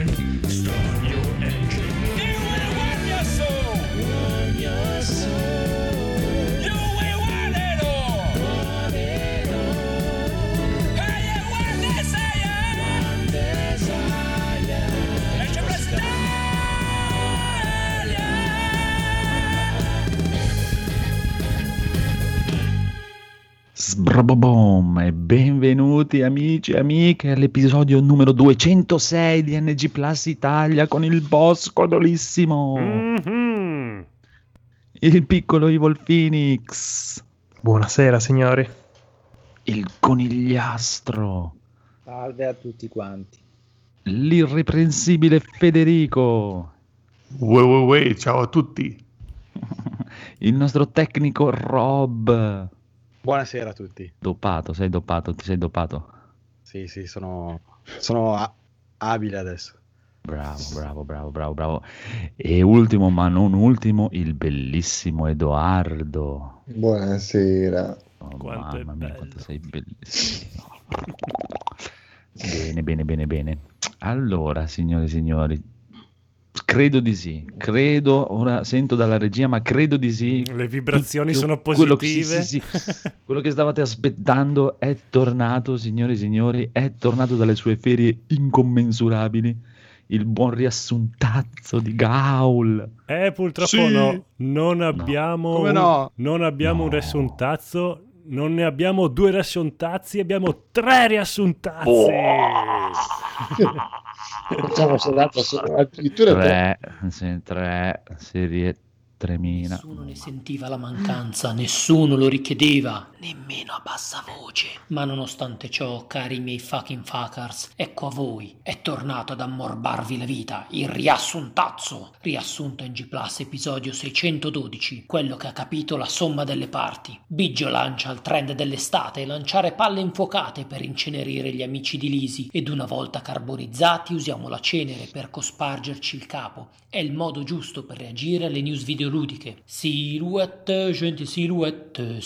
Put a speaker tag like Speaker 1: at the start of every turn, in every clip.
Speaker 1: engine. Start your engine. You will warm your soul. Warm your soul. You will want it all. Want it all. Hey, you want desire. Want desire. Let your breath die.
Speaker 2: Sbrababom e benvenuti amici e amiche all'episodio numero 206 di NG Plus Italia con il boss codolissimo, il piccolo Evil Phoenix,
Speaker 3: Buonasera signori.
Speaker 2: il conigliastro,
Speaker 4: Salve a tutti quanti.
Speaker 2: l'irreprensibile Federico,
Speaker 5: Uè, ciao a tutti.
Speaker 2: il nostro tecnico Rob.
Speaker 6: Buonasera a tutti.
Speaker 2: Dopato, sei dopato, ti sei dopato.
Speaker 6: Sì, sono abile adesso.
Speaker 2: Bravo. E ultimo, ma non ultimo, il bellissimo Edoardo.
Speaker 7: Buonasera.
Speaker 2: Oh,
Speaker 1: Quanto è
Speaker 2: mamma mia,
Speaker 1: bello.
Speaker 2: quanto sei bellissimo. Bene. Allora, signore e signori, credo di sì. Ora sento dalla regia, ma credo di sì.
Speaker 1: Le vibrazioni sono
Speaker 2: Quello
Speaker 1: positive.
Speaker 2: sì. Quello che stavate aspettando è tornato, signore e signori, è tornato dalle sue ferie incommensurabili. Il buon riassuntazzo di Gaul.
Speaker 1: Purtroppo
Speaker 6: Sì.
Speaker 1: no. Non abbiamo
Speaker 6: Come no?
Speaker 1: Non abbiamo un riassuntazzo. Non ne abbiamo 2 riassuntazzi, abbiamo 3 riassuntazzi.
Speaker 7: Facciamo serata addirittura
Speaker 2: Tre serie 3000.
Speaker 8: Nessuno ne sentiva la mancanza, nessuno lo richiedeva, nemmeno a bassa voce. Ma nonostante ciò, cari miei fucking fuckers, ecco a voi, è tornato ad ammorbarvi la vita, il riassuntazzo. Riassunto NG Plus, episodio 612, quello che ha capito la somma delle parti. Biggio lancia il trend dell'estate, lanciare palle infuocate per incenerire gli amici di Lisi, ed una volta carbonizzati usiamo la cenere per cospargerci il capo. È il modo giusto per reagire alle news videoludiche. Silhouette, gente silhouette,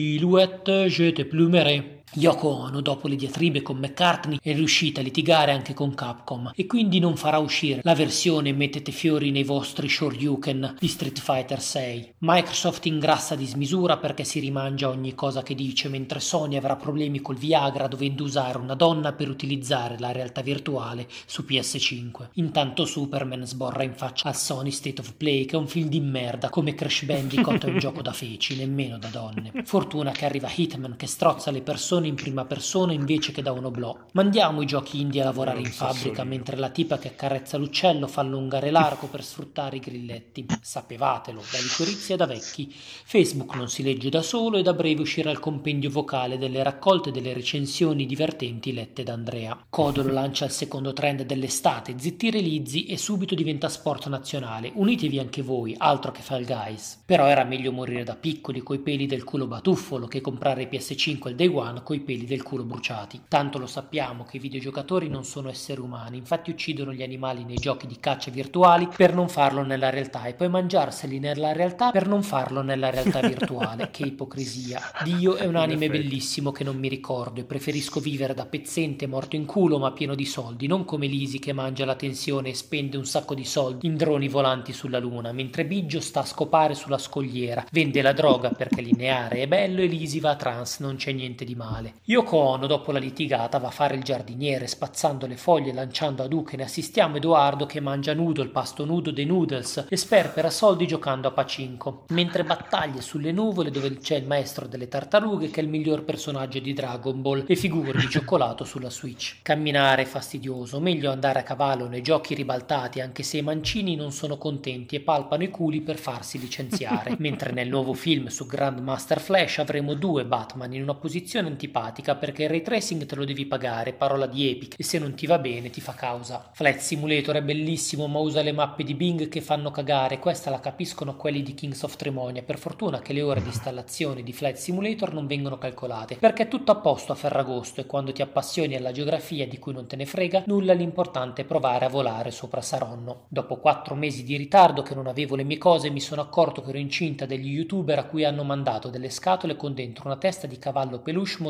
Speaker 8: je te plumerai. Yoko Ono, dopo le diatribe con McCartney, è riuscita a litigare anche con Capcom e quindi non farà uscire la versione mettete fiori nei vostri Shoryuken di Street Fighter 6. Microsoft ingrassa di smisura perché si rimangia ogni cosa che dice, mentre Sony avrà problemi col Viagra dovendo usare una donna per utilizzare la realtà virtuale su PS5. Intanto Superman sborra in faccia al Sony State of Play che è un film di merda, come Crash Bandicoot è un gioco da feci, nemmeno da donne. Fortuna che arriva Hitman che strozza le persone in prima persona invece che da un oblò. Mandiamo i giochi indie a lavorare in fabbrica mentre la tipa che accarezza l'uccello fa allungare l'arco per sfruttare i grilletti. Sapevatelo, da liquorizi e da vecchi. Facebook non si legge da solo e da breve uscirà il compendio vocale delle raccolte delle recensioni divertenti lette da Andrea. Codolo lancia il secondo trend dell'estate, zittire Lizzy e subito diventa sport nazionale. Unitevi anche voi, altro che Fall Guys. Però era meglio morire da piccoli coi peli del culo batuffolo che comprare PS5 al day one coi peli del culo bruciati. Tanto lo sappiamo che i videogiocatori non sono esseri umani, infatti uccidono gli animali nei giochi di caccia virtuali per non farlo nella realtà e poi mangiarseli nella realtà per non farlo nella realtà virtuale. Che ipocrisia. Dio è un anime bellissimo che non mi ricordo e preferisco vivere da pezzente morto in culo ma pieno di soldi, non come Lisi che mangia la tensione e spende un sacco di soldi in droni volanti sulla luna, mentre Biggio sta a scopare sulla scogliera, vende la droga perché lineare è bello e Lisi va a trans, non c'è niente di male. Yoko Ono dopo la litigata va a fare il giardiniere spazzando le foglie e lanciando Hadouken e assistiamo Edoardo che mangia nudo il pasto nudo dei noodles e sperpera soldi giocando a pacinco, mentre battaglie sulle nuvole dove c'è il maestro delle tartarughe che è il miglior personaggio di Dragon Ball e figure di cioccolato sulla Switch. Camminare è fastidioso, meglio andare a cavallo nei giochi ribaltati anche se i mancini non sono contenti e palpano i culi per farsi licenziare, mentre nel nuovo film su Grandmaster Flash avremo 2 Batman in una posizione antipatica perché il ray tracing te lo devi pagare, parola di Epic, e se non ti va bene ti fa causa. Flight Simulator è bellissimo ma usa le mappe di Bing che fanno cagare, questa la capiscono quelli di Kings of Tremonia. Per fortuna che le ore di installazione di Flight Simulator non vengono calcolate perché è tutto a posto a Ferragosto e quando ti appassioni alla geografia di cui non te ne frega nulla, l'importante è provare a volare sopra Saronno. Dopo 4 mesi di ritardo che non avevo le mie cose mi sono accorto che ero incinta degli youtuber a cui hanno mandato delle scatole con dentro una testa di cavallo peluche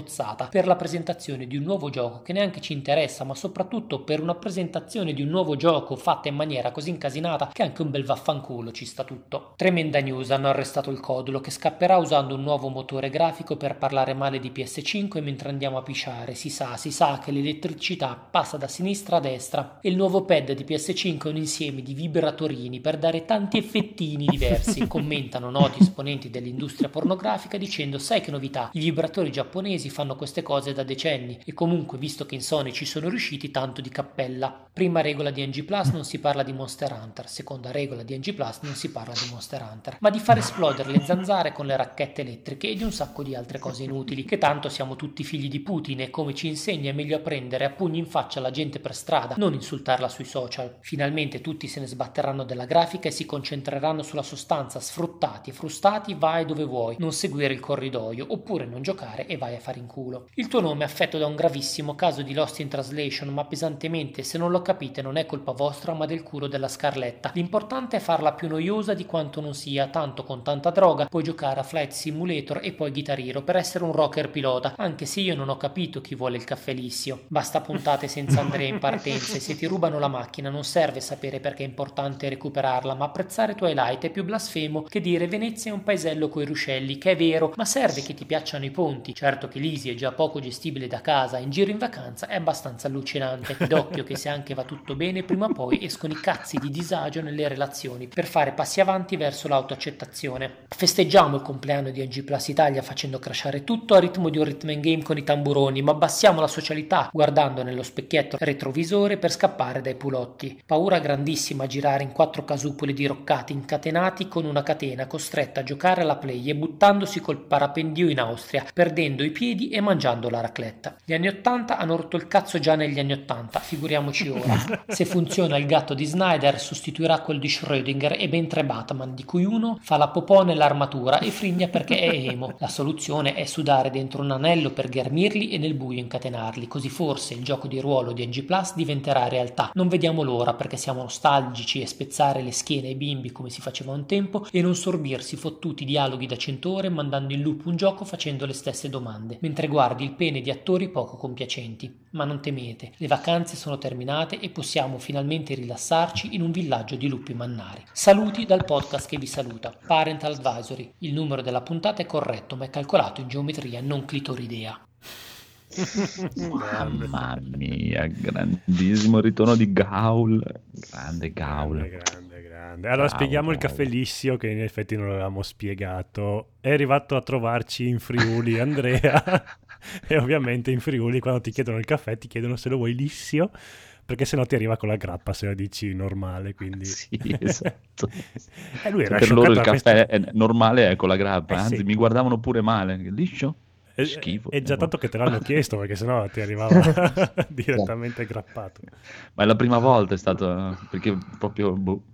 Speaker 8: mozzata per la presentazione di un nuovo gioco che neanche ci interessa, ma soprattutto per una presentazione di un nuovo gioco fatta in maniera così incasinata che anche un bel vaffanculo ci sta tutto. Tremenda news, hanno arrestato il Codulo che scapperà usando un nuovo motore grafico per parlare male di PS5 mentre andiamo a pisciare. Si sa che l'elettricità passa da sinistra a destra e il nuovo pad di PS5 è un insieme di vibratorini per dare tanti effettini diversi. Commentano noti esponenti dell'industria pornografica dicendo: sai che novità, i vibratori giapponesi fanno queste cose da decenni e comunque visto che in Sony ci sono riusciti, tanto di cappella. Prima regola di NG Plus, non si parla di Monster Hunter. Seconda regola di NG Plus, non si parla di Monster Hunter, ma di far esplodere le zanzare con le racchette elettriche e di un sacco di altre cose inutili, che tanto siamo tutti figli di Putin e come ci insegna è meglio prendere a pugni in faccia la gente per strada, non insultarla sui social. Finalmente tutti se ne sbatteranno della grafica e si concentreranno sulla sostanza. Sfruttati e frustati, vai dove vuoi, non seguire il corridoio, oppure non giocare e vai a fare in culo. Il tuo nome è affetto da un gravissimo caso di Lost in Translation, ma pesantemente. Se non lo capite non è colpa vostra ma del culo della Scarletta. L'importante è farla più noiosa di quanto non sia, tanto con tanta droga puoi giocare a Flight Simulator e poi Guitar Hero per essere un rocker pilota, anche se io non ho capito chi vuole il caffè lissio. Basta puntate senza Andrea in partenza e se ti rubano la macchina non serve sapere perché è importante recuperarla, ma apprezzare Twilight è più blasfemo che dire Venezia è un paesello coi ruscelli, che è vero, ma serve che ti piacciono i ponti. Certo che l'Easy è già poco gestibile da casa, in giro in vacanza è abbastanza allucinante. D'occhio che se anche va tutto bene, prima o poi escono i cazzi di disagio nelle relazioni per fare passi avanti verso l'autoaccettazione. Festeggiamo il compleanno di NG Plus Italia facendo crashare tutto a ritmo di un rhythm and game con i tamburoni, ma abbassiamo la socialità guardando nello specchietto retrovisore per scappare dai pulotti. Paura grandissima a girare in 4 casupoli diroccati incatenati con una catena, costretta a giocare alla play e buttandosi col parapendio in Austria, perdendo i piedi e mangiando la racletta. Gli anni 80 hanno rotto il cazzo già negli anni 80, figuriamoci ora. Se funziona il gatto di Snyder sostituirà quel di Schrödinger e ben 3 Batman, di cui uno fa la popò nell'armatura e frigna perché è emo. La soluzione è sudare dentro un anello per ghermirli e nel buio incatenarli, così forse il gioco di ruolo di NG Plus diventerà realtà. Non vediamo l'ora perché siamo nostalgici e spezzare le schiene ai bimbi come si faceva un tempo e non sorbirsi fottuti dialoghi da 100 ore mandando in loop un gioco facendo le stesse domande, mentre guardi il pene di attori poco compiacenti. Ma non temete, le vacanze sono terminate e possiamo finalmente rilassarci in un villaggio di lupi mannari. Saluti dal podcast che vi saluta, Parental Advisory. Il numero della puntata è corretto ma è calcolato in geometria non clitoridea.
Speaker 2: Mamma mia, grandissimo ritorno di Gaul. Grande Gaul.
Speaker 9: Grande. Allora spieghiamo il caffè lissio che in effetti non l'avevamo spiegato. È arrivato a trovarci in Friuli Andrea e ovviamente in Friuli quando ti chiedono il caffè ti chiedono se lo vuoi lissio perché sennò ti arriva con la grappa se lo dici normale, quindi
Speaker 2: Sì, esatto.
Speaker 9: E lui era
Speaker 2: Per loro il
Speaker 9: scioccato da
Speaker 2: caffè
Speaker 9: questo.
Speaker 2: è normale è con la grappa, anzi
Speaker 9: sì.
Speaker 2: mi guardavano pure male. Liscio? Schifo.
Speaker 9: È già tanto che te l'hanno chiesto perché sennò ti arrivava direttamente grappato.
Speaker 2: Ma è la prima volta è stato perché proprio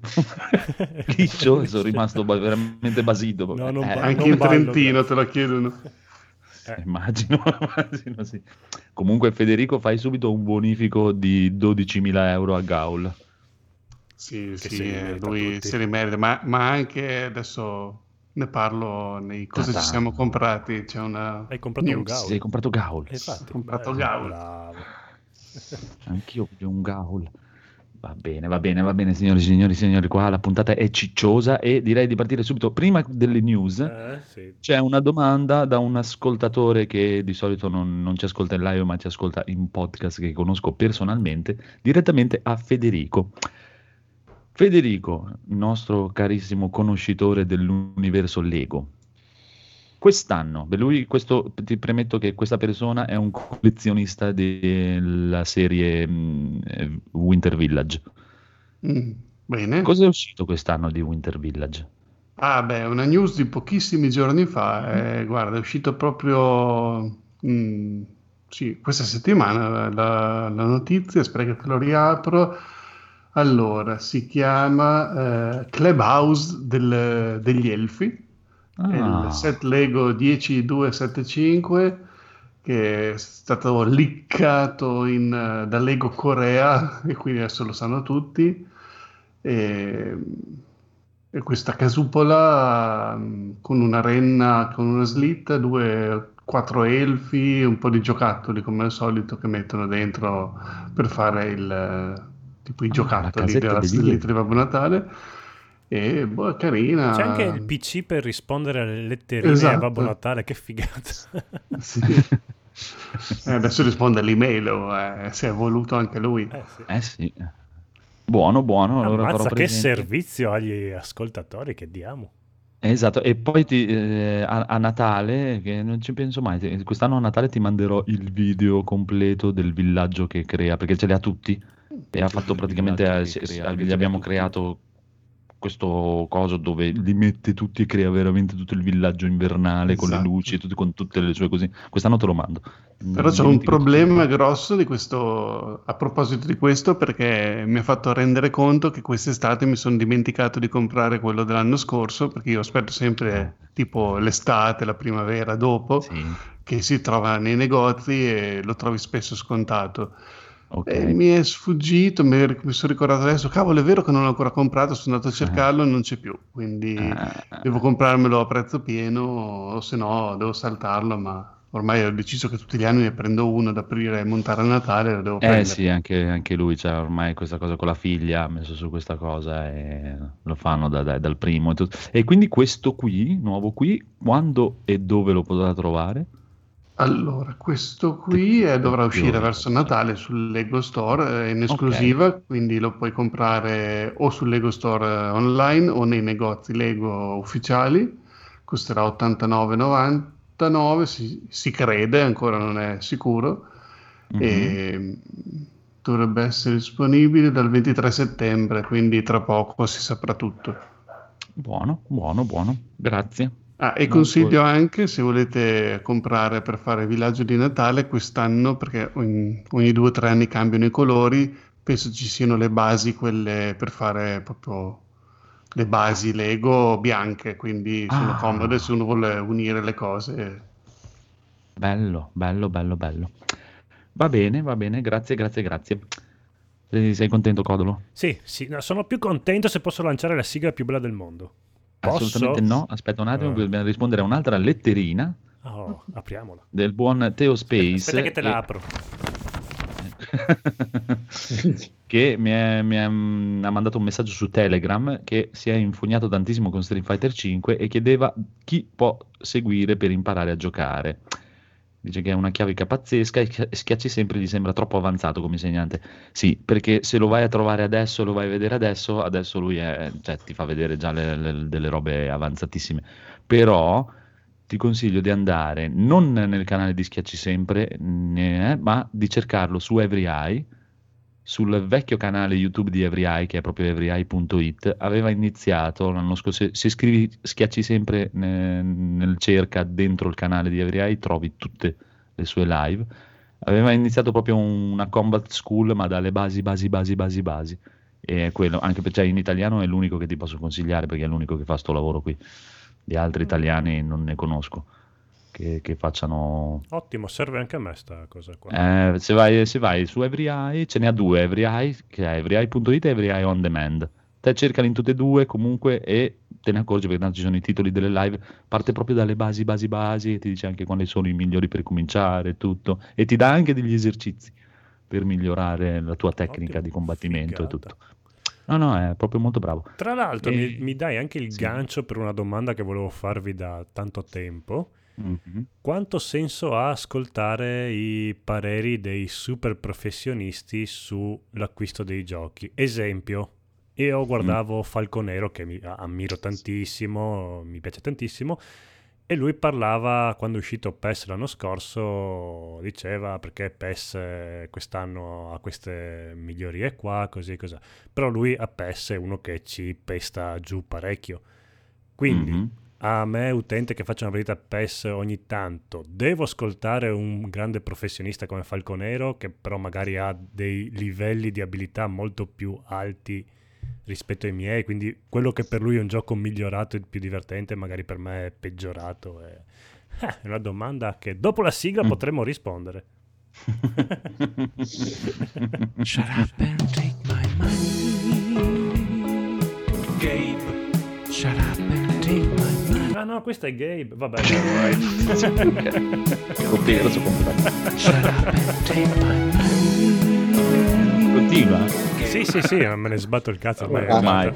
Speaker 2: liscio e sono rimasto veramente basito.
Speaker 9: No, non
Speaker 5: Anche
Speaker 9: non
Speaker 5: in
Speaker 9: ballo,
Speaker 5: Trentino te lo chiedono.
Speaker 2: Immagino sì. Comunque Federico fai subito un bonifico di 12.000 euro a Gaul.
Speaker 5: Sì,
Speaker 9: Che
Speaker 5: sì,
Speaker 9: se li merita
Speaker 5: lui
Speaker 9: tutti.
Speaker 5: se li merita, ma anche adesso ne parlo nei cosa ci
Speaker 2: Ta-ta.
Speaker 5: siamo comprati. C'è una
Speaker 9: Hai comprato un
Speaker 5: news.
Speaker 9: Gaul?
Speaker 2: Sì, hai comprato Gaul.
Speaker 9: Infatti,
Speaker 5: Ho comprato
Speaker 9: bello,
Speaker 5: Gaul.
Speaker 9: bravo.
Speaker 2: Anch'io voglio un Gaul. Va bene, signori, qua la puntata è cicciosa e direi di partire subito. Prima delle news
Speaker 9: Sì.
Speaker 2: c'è una domanda da un ascoltatore che di solito non ci ascolta in live ma ci ascolta in podcast che conosco personalmente, direttamente a Federico. Federico, il nostro carissimo conoscitore dell'universo Lego. Quest'anno, per lui, ti premetto che questa persona è un collezionista della serie Winter Village.
Speaker 5: Bene.
Speaker 2: Cosa è uscito quest'anno di Winter Village?
Speaker 5: Ah, beh, una news di pochissimi giorni fa. Guarda, è uscito proprio sì, questa settimana la notizia. Aspetta che te lo riapro. Allora, si chiama Clubhouse degli Elfi. È il set Lego 10275 che è stato leakato da Lego Corea e quindi adesso lo sanno tutti. E questa casupola con una renna, con una slitta, 2 4 elfi, un po' di giocattoli come al solito che mettono dentro per fare tipo i giocattoli lì di Babbo Natale. E boh, è carina.
Speaker 9: C'è anche il PC per rispondere alle letterine a Babbo Natale, che figata.
Speaker 5: Sì. Adesso risponde all'email, si è voluto anche lui.
Speaker 2: Sì. Buono, allora
Speaker 9: Ammazza,
Speaker 2: farò
Speaker 9: che
Speaker 2: presente.
Speaker 9: servizio agli ascoltatori che diamo.
Speaker 2: Esatto, e poi a Natale, che non ci penso mai, quest'anno a Natale ti manderò il video completo del villaggio che crea, perché ce li ha tutti, e ha fatto praticamente, gli abbiamo creato questo coso dove li mette tutti e crea veramente tutto il villaggio invernale con le luci, con tutte le sue cose. Quest'anno te lo mando.
Speaker 5: Però c'è un problema grosso di questo, a proposito di questo, perché mi ha fatto rendere conto che quest'estate mi sono dimenticato di comprare quello dell'anno scorso, perché io aspetto sempre tipo l'estate, la primavera dopo, che si trova nei negozi e lo trovi spesso scontato.
Speaker 2: Okay.
Speaker 5: Mi è sfuggito, mi sono ricordato adesso, cavolo, è vero che non l'ho ancora comprato, sono andato a cercarlo e non c'è più, quindi devo comprarmelo a prezzo pieno, o se no devo saltarlo, ma ormai ho deciso che tutti gli anni ne prendo uno da aprire e montare a Natale, lo devo prendere.
Speaker 2: Sì, anche lui c'ha ormai questa cosa con la figlia, ha messo su questa cosa e lo fanno dal primo e tutto. E quindi questo qui, nuovo qui, quando e dove lo potrà trovare?
Speaker 5: Allora, questo qui dovrà uscire verso Natale sul Lego Store in esclusiva, quindi lo puoi comprare o sul Lego Store online o nei negozi Lego ufficiali, costerà $89,99, si crede, ancora non è sicuro, e dovrebbe essere disponibile dal 23 settembre, quindi tra poco si saprà tutto.
Speaker 2: Buono, grazie.
Speaker 5: E consiglio anche, se volete comprare per fare villaggio di Natale quest'anno, perché ogni 2 o 3 anni cambiano i colori, penso ci siano le basi, quelle per fare proprio le basi Lego bianche, quindi sono comode se uno vuole unire le cose.
Speaker 2: Bello. Va bene, grazie. Sei contento, Codolo?
Speaker 9: Sì, no, sono più contento se posso lanciare la sigla più bella del mondo.
Speaker 2: Assolutamente no, aspetta un attimo, dobbiamo rispondere a un'altra letterina.
Speaker 9: Apriamola.
Speaker 2: Del buon Teo Space.
Speaker 9: Aspetta che te la apro.
Speaker 2: Che ha mandato un messaggio su Telegram che si è infugnato tantissimo con Street Fighter 5 e chiedeva chi può seguire per imparare a giocare. Dice che è una chiavica pazzesca e Schiacci Sempre gli sembra troppo avanzato come insegnante. Sì, perché se lo vai a trovare adesso, lo vai a vedere adesso lui ti fa vedere già delle robe avanzatissime. Però ti consiglio di andare non nel canale di Schiacci Sempre, ma di cercarlo su EveryEye, sul vecchio canale YouTube di EveryEye, che è proprio everyeye.it. Aveva iniziato l'anno scorso, se scrivi Schiacci Sempre nel cerca dentro il canale di EveryEye trovi tutte le sue live. Aveva iniziato proprio una combat school, ma dalle basi, e quello, anche perché in italiano è l'unico che ti posso consigliare, perché è l'unico che fa sto lavoro qui. Di altri italiani non ne conosco che facciano.
Speaker 9: Ottimo, serve anche a me sta cosa qua.
Speaker 2: Se vai su EveryEye, ce ne ha 2, EveryEye, che è everyeye.it e EveryEye on demand. Te cercali in tutte e 2 comunque e te ne accorgi, perché tanto ci sono i titoli delle live, parte proprio dalle basi, e ti dice anche quali sono i migliori per cominciare, tutto, e ti dà anche degli esercizi per migliorare la tua tecnica di combattimento. Figata. E tutto. No, è proprio molto bravo.
Speaker 9: Tra l'altro mi dai anche il gancio per una domanda che volevo farvi da tanto tempo. Mm-hmm. Quanto senso ha ascoltare i pareri dei super professionisti sull'acquisto dei giochi? Esempio, io guardavo Falconero, che mi ammiro tantissimo, mi piace tantissimo, e lui parlava, quando è uscito PES l'anno scorso, diceva perché PES quest'anno ha queste migliorie qua, così. Però lui a PES è uno che ci pesta giù parecchio. Quindi a me, utente che faccio una partita PES ogni tanto, devo ascoltare un grande professionista come Falconero, che però magari ha dei livelli di abilità molto più alti rispetto ai miei, quindi quello che per lui è un gioco migliorato e più divertente magari per me è peggiorato. È una domanda che dopo la sigla potremo rispondere.
Speaker 1: Shut up and take my money, Gabe. Shut up and take my money.
Speaker 9: no, questo è Gabe. Vabbè,
Speaker 2: Ho perso continua.
Speaker 9: sì, me ne sbatto il cazzo ormai.
Speaker 2: Ormai.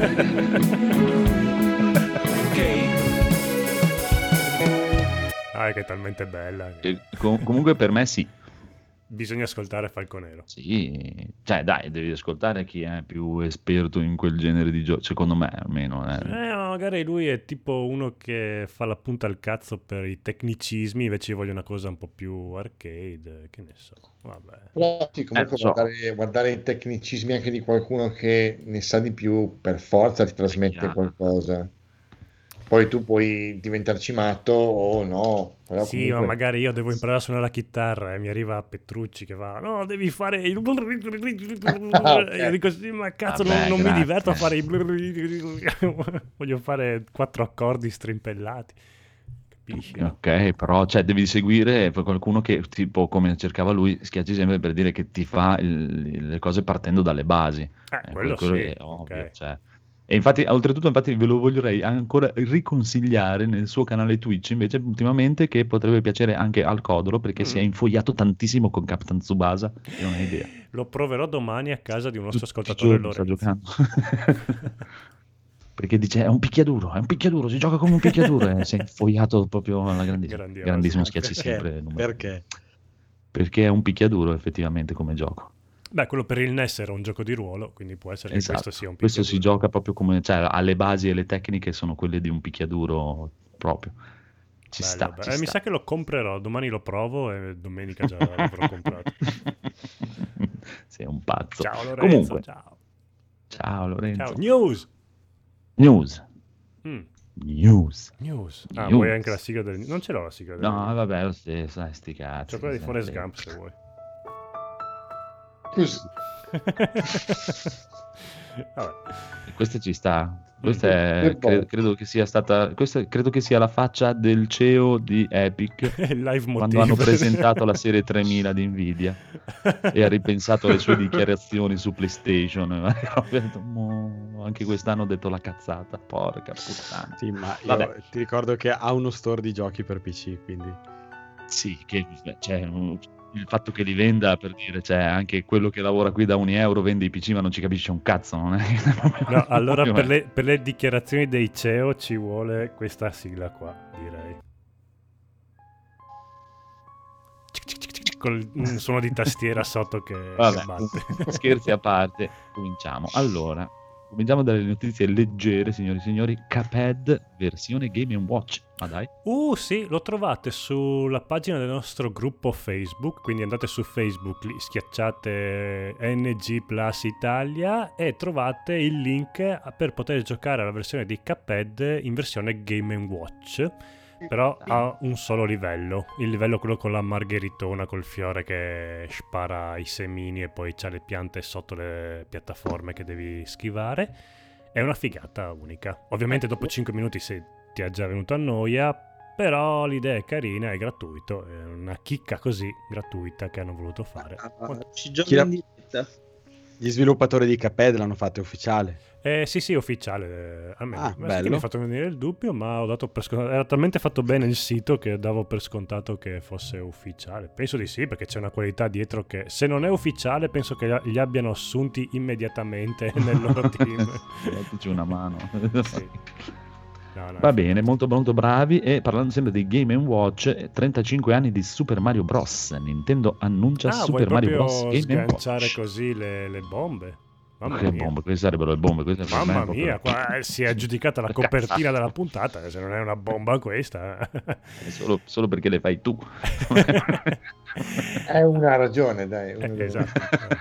Speaker 9: Ah, che è talmente bella.
Speaker 2: Comunque per me sì.
Speaker 9: Bisogna ascoltare Falconero.
Speaker 2: Sì, cioè dai, devi ascoltare chi è più esperto in quel genere di gioco, secondo me almeno.
Speaker 9: Magari lui è tipo uno che fa la punta al cazzo per i tecnicismi, invece io voglio una cosa un po' più arcade, che ne so, vabbè.
Speaker 7: Però sì, comunque guardare i tecnicismi anche di qualcuno che ne sa di più, per forza ti trasmette qualcosa. Poi tu puoi diventarci matto o no. Però
Speaker 9: sì,
Speaker 7: comunque...
Speaker 9: ma magari io devo imparare a suonare la chitarra e mi arriva Petrucci che va, no, devi fare il...
Speaker 7: Okay.
Speaker 9: Io dico sì, ma cazzo,
Speaker 2: vabbè,
Speaker 9: non mi
Speaker 2: grazie.
Speaker 9: diverto a fare i... Voglio fare 4 accordi strimpellati. Capisci? No?
Speaker 2: Ok, però cioè, devi seguire qualcuno che, tipo, come cercava lui, schiacci sempre per dire che ti fa le cose partendo dalle basi.
Speaker 9: Quello sì,
Speaker 2: è ovvio,
Speaker 9: ok.
Speaker 2: cioè. E infatti, oltretutto, ve lo vorrei ancora riconsigliare nel suo canale Twitch, invece, ultimamente, che potrebbe piacere anche al Codolo, perché si è infogliato tantissimo con Captain Tsubasa, e non hai idea.
Speaker 9: Lo proverò domani a casa di un nostro
Speaker 2: Tutti i
Speaker 9: ascoltatore
Speaker 2: giorni sta
Speaker 9: Lorenzo.
Speaker 2: giocando. Perché dice è un picchiaduro, si gioca come un picchiaduro, e si è infogliato proprio alla grandissima. Grandissimo, schiacci sempre.
Speaker 6: Perché?
Speaker 2: Perché è un picchiaduro effettivamente come gioco.
Speaker 9: Beh, quello per il NES era un gioco di ruolo, quindi può essere che questo sia un
Speaker 2: Questo
Speaker 9: picchiaduro.
Speaker 2: si gioca proprio come, cioè, alle basi e le tecniche sono quelle di un picchiaduro proprio. Ci sta.
Speaker 9: Mi sa che lo comprerò, domani lo provo e domenica già l'avrò comprato.
Speaker 2: Sei un pazzo.
Speaker 9: Ciao Lorenzo,
Speaker 2: Comunque, ciao Lorenzo.
Speaker 9: Ciao. News.
Speaker 2: News.
Speaker 9: Ah, vuoi anche la sigla del... Non ce l'ho la sigla del...
Speaker 2: No, vabbè, lo stesso, sti cazzi.
Speaker 9: C'ho quella di Forrest Gump se vuoi. Vabbè.
Speaker 2: Questa ci sta. Questa è, credo che sia stata. Questa credo che sia la faccia del CEO di Epic
Speaker 9: Live
Speaker 2: quando hanno presentato la serie 3000 di Nvidia e ha ripensato alle sue dichiarazioni su PlayStation. Anche quest'anno ho detto la cazzata. Porca puttana.
Speaker 6: Sì, ma io ti ricordo che ha uno store di giochi per PC, quindi.
Speaker 2: Sì, che cioè, il fatto che li venda, per dire, cioè, anche quello che lavora qui da €1 vende i PC ma non ci capisce un cazzo, non è?
Speaker 9: No, allora per le dichiarazioni dei CEO ci vuole questa sigla qua, direi. Con un suono di tastiera sotto che batte.
Speaker 2: Scherzi a parte, cominciamo. Allora, cominciamo dalle notizie leggere, signori e signori. Cuphead versione Game & Watch. Ma dai.
Speaker 9: Sì, lo trovate sulla pagina del nostro gruppo Facebook, quindi andate su Facebook, lì schiacciate NG Plus Italia e trovate il link per poter giocare alla versione di Cuphead in versione Game & Watch, però ha un solo livello, il livello quello con la margheritona col fiore che spara i semini e poi c'ha le piante sotto le piattaforme che devi schivare. È una figata unica. Ovviamente dopo 5 minuti ti è già venuto a noia, però l'idea è carina, è gratuito, è una chicca così gratuita che hanno voluto fare.
Speaker 4: Ci giochi in diretta?
Speaker 6: Gli sviluppatori di Cuphead l'hanno fatto ufficiale?
Speaker 9: Sì, ufficiale. Almeno.
Speaker 6: Bello.
Speaker 9: Mi ha fatto venire il dubbio, ma ho dato per scontato. Era talmente fatto bene il sito che davo per scontato che fosse ufficiale. Penso di sì, perché c'è una qualità dietro che, se non è ufficiale, penso che li abbiano assunti immediatamente nel loro team.
Speaker 2: Dateci una mano.
Speaker 9: Sì. No,
Speaker 2: Va bene, molto molto bravi. E parlando sempre di Game & Watch, 35 anni di Super Mario Bros. Nintendo annuncia Super Mario Bros.
Speaker 9: Game
Speaker 2: Game & Watch.
Speaker 9: sganciare così le bombe? Mamma
Speaker 2: Che
Speaker 9: mia.
Speaker 2: bombe, queste sarebbero le bombe.
Speaker 9: Mamma mia, qua si è aggiudicata la copertina della puntata, se non è una bomba questa.
Speaker 2: Solo perché le fai tu.
Speaker 7: È una ragione, dai.
Speaker 9: Esatto.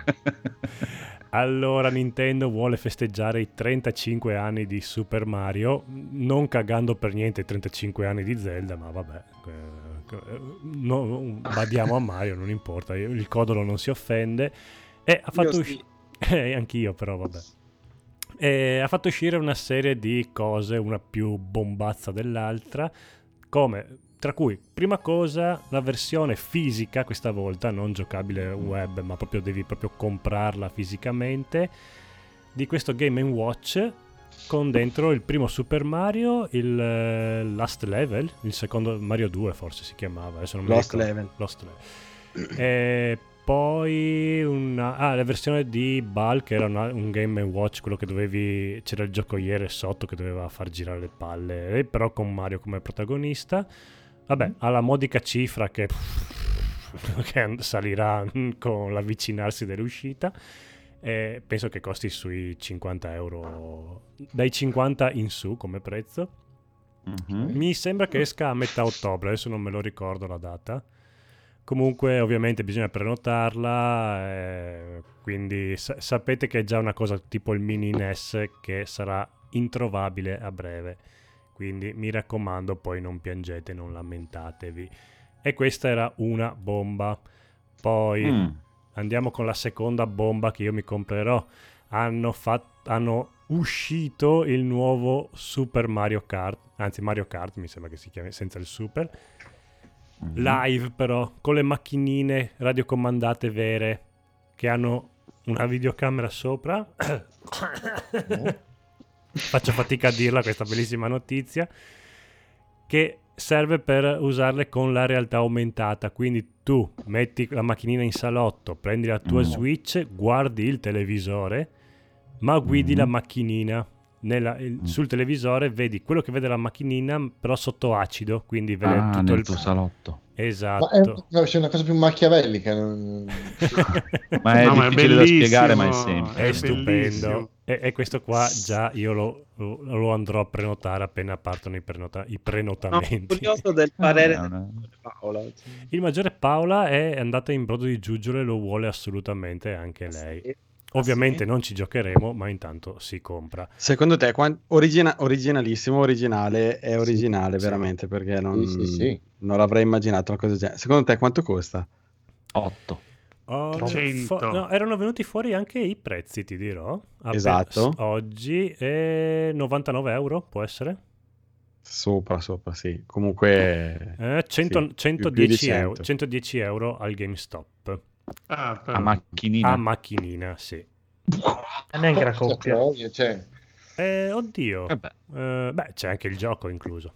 Speaker 9: Allora Nintendo vuole festeggiare i 35 anni di Super Mario, non cagando per niente i 35 anni di Zelda, ma vabbè, badiamo a Mario, non importa, il Codolo non si offende. E ha fatto uscire... anch'io però, vabbè. E ha fatto uscire una serie di cose, una più bombazza dell'altra, come... Tra cui, prima cosa, la versione fisica, questa volta, non giocabile web, ma devi proprio comprarla fisicamente, di questo Game & Watch, con dentro il primo Super Mario, il Last Level, il secondo Mario 2 forse si chiamava, adesso non mi
Speaker 6: Lost
Speaker 9: ricordo.
Speaker 6: Level.
Speaker 9: Lost Level. E poi la versione di Ball, che era un Game & Watch, quello che c'era il giocoiere sotto che doveva far girare le palle, però con Mario come protagonista. Vabbè, alla modica cifra che salirà con l'avvicinarsi dell'uscita. Penso che costi sui 50 euro, dai 50 in su come prezzo. Mi sembra che esca a metà ottobre, adesso non me lo ricordo la data. Comunque ovviamente bisogna prenotarla, quindi sapete che è già una cosa tipo il mini NES che sarà introvabile a breve, quindi mi raccomando, poi non piangete, non lamentatevi. E questa era una bomba. Poi andiamo con la seconda bomba che io mi comprerò. Hanno uscito il nuovo Super Mario Kart, anzi Mario Kart mi sembra che si chiami, senza il Super. Live però, con le macchinine radiocomandate vere, che hanno una videocamera sopra. Faccio fatica a dirla questa bellissima notizia, che serve per usarle con la realtà aumentata, quindi tu metti la macchinina in salotto, prendi la tua Switch, guardi il televisore, ma guidi la macchinina. Sul televisore vedi quello che vede la macchinina, però sotto acido, quindi vede tutto
Speaker 2: nel
Speaker 9: il
Speaker 2: tuo salotto.
Speaker 9: Esatto.
Speaker 7: Ma è una cosa più machiavellica.
Speaker 2: Ma è
Speaker 5: No,
Speaker 2: difficile da spiegare, ma è
Speaker 5: bellissimo,
Speaker 2: semplice.
Speaker 9: È stupendo.
Speaker 5: bellissimo.
Speaker 9: E questo qua già io lo andrò a prenotare appena partono i
Speaker 4: Sono
Speaker 9: prenotamenti.
Speaker 4: curioso del parere
Speaker 2: Ah,
Speaker 4: di Paola.
Speaker 9: Il maggiore Paola è andata in brodo di giuggiole e lo vuole assolutamente anche lei.
Speaker 4: Sì.
Speaker 9: Ovviamente
Speaker 4: Sì.
Speaker 9: non ci giocheremo, ma intanto si compra.
Speaker 6: Secondo te, originalissimo, originale, è originale
Speaker 9: Sì.
Speaker 6: veramente, perché non,
Speaker 7: Sì.
Speaker 6: non l'avrei immaginato una cosa del genere. Secondo te quanto costa?
Speaker 2: 8.
Speaker 9: No, erano venuti fuori anche i prezzi, ti dirò.
Speaker 6: Esatto.
Speaker 9: Oggi è 99 euro, può essere?
Speaker 6: Sopra, sì. Comunque...
Speaker 9: 110 euro,
Speaker 6: 100.
Speaker 9: 110 euro al GameStop.
Speaker 5: Ah,
Speaker 2: A
Speaker 5: però.
Speaker 2: macchinina.
Speaker 9: A macchinina, sì.
Speaker 3: Neanche la coppia.
Speaker 7: Cioè,
Speaker 9: Oddio.
Speaker 2: Vabbè.
Speaker 9: C'è anche il gioco incluso.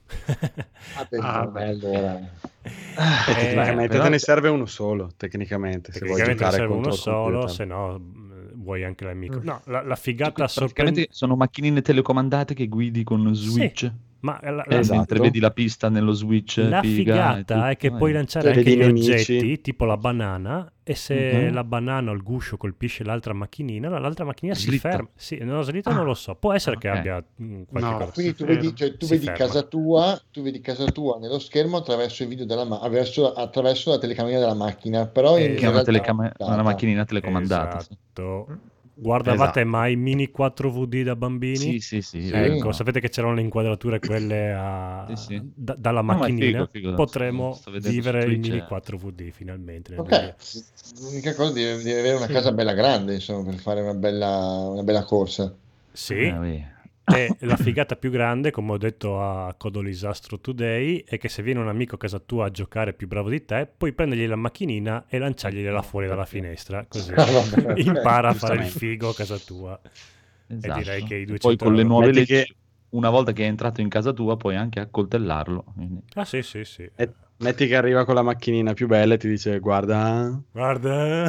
Speaker 7: allora.
Speaker 6: Tecnicamente
Speaker 2: però-
Speaker 6: te ne serve uno solo, tecnicamente. Se vuoi
Speaker 9: Tecnicamente ne
Speaker 6: giocare
Speaker 9: serve uno
Speaker 6: contro il
Speaker 9: solo,
Speaker 6: computer.
Speaker 9: se no vuoi anche l'amico. No, la figata
Speaker 2: Praticamente sono macchinine telecomandate che guidi con Switch.
Speaker 9: Sì, ma
Speaker 6: Esatto.
Speaker 2: Mentre vedi la pista nello Switch.
Speaker 9: la
Speaker 2: figa,
Speaker 9: figata è che puoi lanciare
Speaker 6: Vedi
Speaker 9: anche
Speaker 6: i
Speaker 9: gli
Speaker 6: nemici.
Speaker 9: oggetti, tipo la banana, e se
Speaker 2: Mhm.
Speaker 9: la banana o il guscio colpisce l'altra macchinina, l'altra macchinina si
Speaker 2: Slitta.
Speaker 9: ferma. Sì, no, slitta non lo so. Può essere che
Speaker 2: ok.
Speaker 9: abbia qualche
Speaker 5: No,
Speaker 9: cosa.
Speaker 7: Quindi tu
Speaker 5: Si
Speaker 7: vedi,
Speaker 5: ferma.
Speaker 7: tu
Speaker 9: Si
Speaker 7: vedi
Speaker 9: ferma.
Speaker 7: casa tua nello schermo attraverso il video attraverso la telecamera della macchina, però in
Speaker 2: Che è
Speaker 7: realtà
Speaker 2: una macchinina telecomandata. sì.
Speaker 9: Esatto. Guardavate
Speaker 6: Esatto.
Speaker 9: mai Mini 4VD da bambini?
Speaker 2: Sì.
Speaker 9: Ecco,
Speaker 2: no.
Speaker 9: sapete che c'erano le inquadrature quelle
Speaker 2: Sì.
Speaker 9: dalla
Speaker 2: No, ma è
Speaker 9: macchinina?
Speaker 2: figo,
Speaker 9: Potremo
Speaker 2: sto vedendo
Speaker 9: vivere
Speaker 2: su
Speaker 9: il
Speaker 2: Twitch,
Speaker 9: Mini 4VD finalmente nel
Speaker 7: Ok,
Speaker 9: 2000.
Speaker 7: l'unica cosa devi avere una casa bella grande, insomma, per fare una bella corsa.
Speaker 9: Sì,
Speaker 2: Via.
Speaker 9: e la figata più grande, come ho detto a Codolisastro Today, è che se viene un amico a casa tua a giocare più bravo di te, puoi prendergli la macchinina e lanciargliela fuori dalla finestra, così
Speaker 7: Vabbè.
Speaker 9: impara a fare il
Speaker 6: Giustamente.
Speaker 9: figo a casa tua.
Speaker 2: Esatto.
Speaker 9: direi che i
Speaker 2: E
Speaker 9: 200
Speaker 2: poi con le
Speaker 9: euro-
Speaker 2: nuove
Speaker 6: Metti
Speaker 2: leggi,
Speaker 6: che-
Speaker 2: una volta che è entrato in casa tua, puoi anche accoltellarlo. Quindi-
Speaker 9: Ah sì.
Speaker 6: E metti che arriva con la macchinina più bella e ti dice guarda...
Speaker 9: Guarda.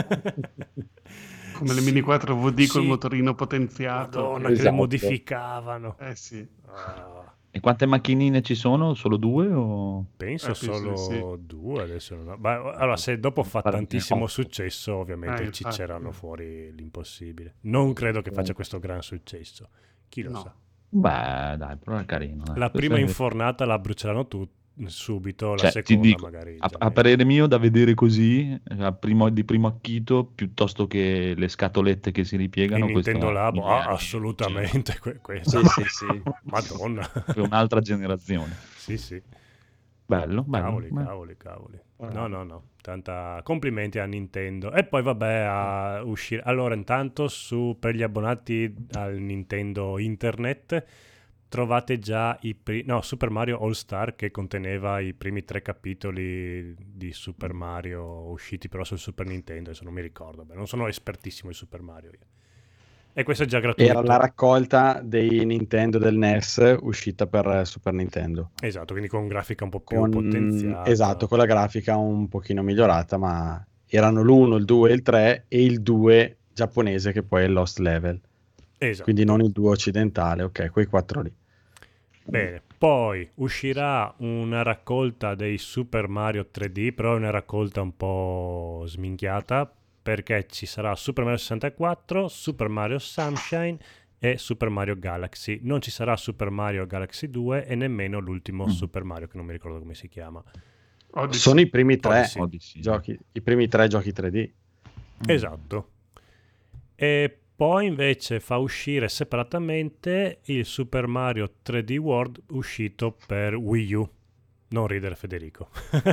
Speaker 5: Come le Mini 4VD col
Speaker 9: Sì.
Speaker 5: motorino potenziato.
Speaker 9: Madonna, che le
Speaker 7: Esatto.
Speaker 9: modificavano.
Speaker 5: Sì.
Speaker 9: Ah,
Speaker 2: E quante macchinine ci sono? Solo 2 o...
Speaker 9: penso
Speaker 5: penso
Speaker 9: solo
Speaker 5: di sì.
Speaker 9: 2 adesso. Allora, se dopo fa
Speaker 2: Guarda,
Speaker 9: tantissimo
Speaker 2: 8.
Speaker 9: successo, ovviamente
Speaker 5: Infatti.
Speaker 9: cicceranno fuori l'impossibile. Non credo che faccia questo gran successo. Chi lo
Speaker 5: No.
Speaker 9: sa?
Speaker 2: Beh, dai, però è carino. dai.
Speaker 9: La
Speaker 2: Questo
Speaker 9: prima
Speaker 2: è-
Speaker 9: infornata la bruceranno subito, la
Speaker 2: Cioè, ti
Speaker 9: seconda
Speaker 2: dico,
Speaker 9: magari
Speaker 2: a
Speaker 9: già
Speaker 2: parere mio, da vedere così, di primo acchito, piuttosto che le scatolette che si ripiegano,
Speaker 9: in Nintendo
Speaker 2: questo
Speaker 9: Labo,
Speaker 2: mi è-
Speaker 9: assolutamente. Questo.
Speaker 6: Sì.
Speaker 9: Madonna.
Speaker 2: È un'altra generazione.
Speaker 9: Sì.
Speaker 2: Bello.
Speaker 9: Cavoli.
Speaker 2: Beh.
Speaker 9: No. Complimenti a Nintendo. E poi vabbè, a uscire. Allora, intanto per gli abbonati al Nintendo Internet trovate già Super Mario All Star, che conteneva i primi 3 capitoli di Super Mario usciti però sul Super Nintendo, adesso non mi ricordo. Beh, non sono espertissimo di Super Mario io. E questo è già gratuito.
Speaker 6: Era la raccolta dei Nintendo del NES uscita per Super Nintendo.
Speaker 9: Esatto, quindi con grafica un po' più potenziata.
Speaker 6: Esatto, con la grafica un pochino migliorata, ma erano l'1, il 2 e il 3 e il 2 giapponese che poi è il Lost Level.
Speaker 9: Esatto.
Speaker 6: Quindi non il 2 occidentale, ok, quei 4 lì.
Speaker 9: Bene, poi uscirà una raccolta dei Super Mario 3D, però è una raccolta un po' sminchiata, perché ci sarà Super Mario 64, Super Mario Sunshine e Super Mario Galaxy. Non ci sarà Super Mario Galaxy 2 e nemmeno l'ultimo Super Mario, che non mi ricordo come si chiama.
Speaker 5: Odyssey.
Speaker 6: Sono i primi 3
Speaker 2: Odyssey.
Speaker 6: giochi, i primi 3 giochi 3D.
Speaker 9: Esatto. E poi invece fa uscire separatamente il Super Mario 3D World uscito per Wii U. Non ridere, Federico.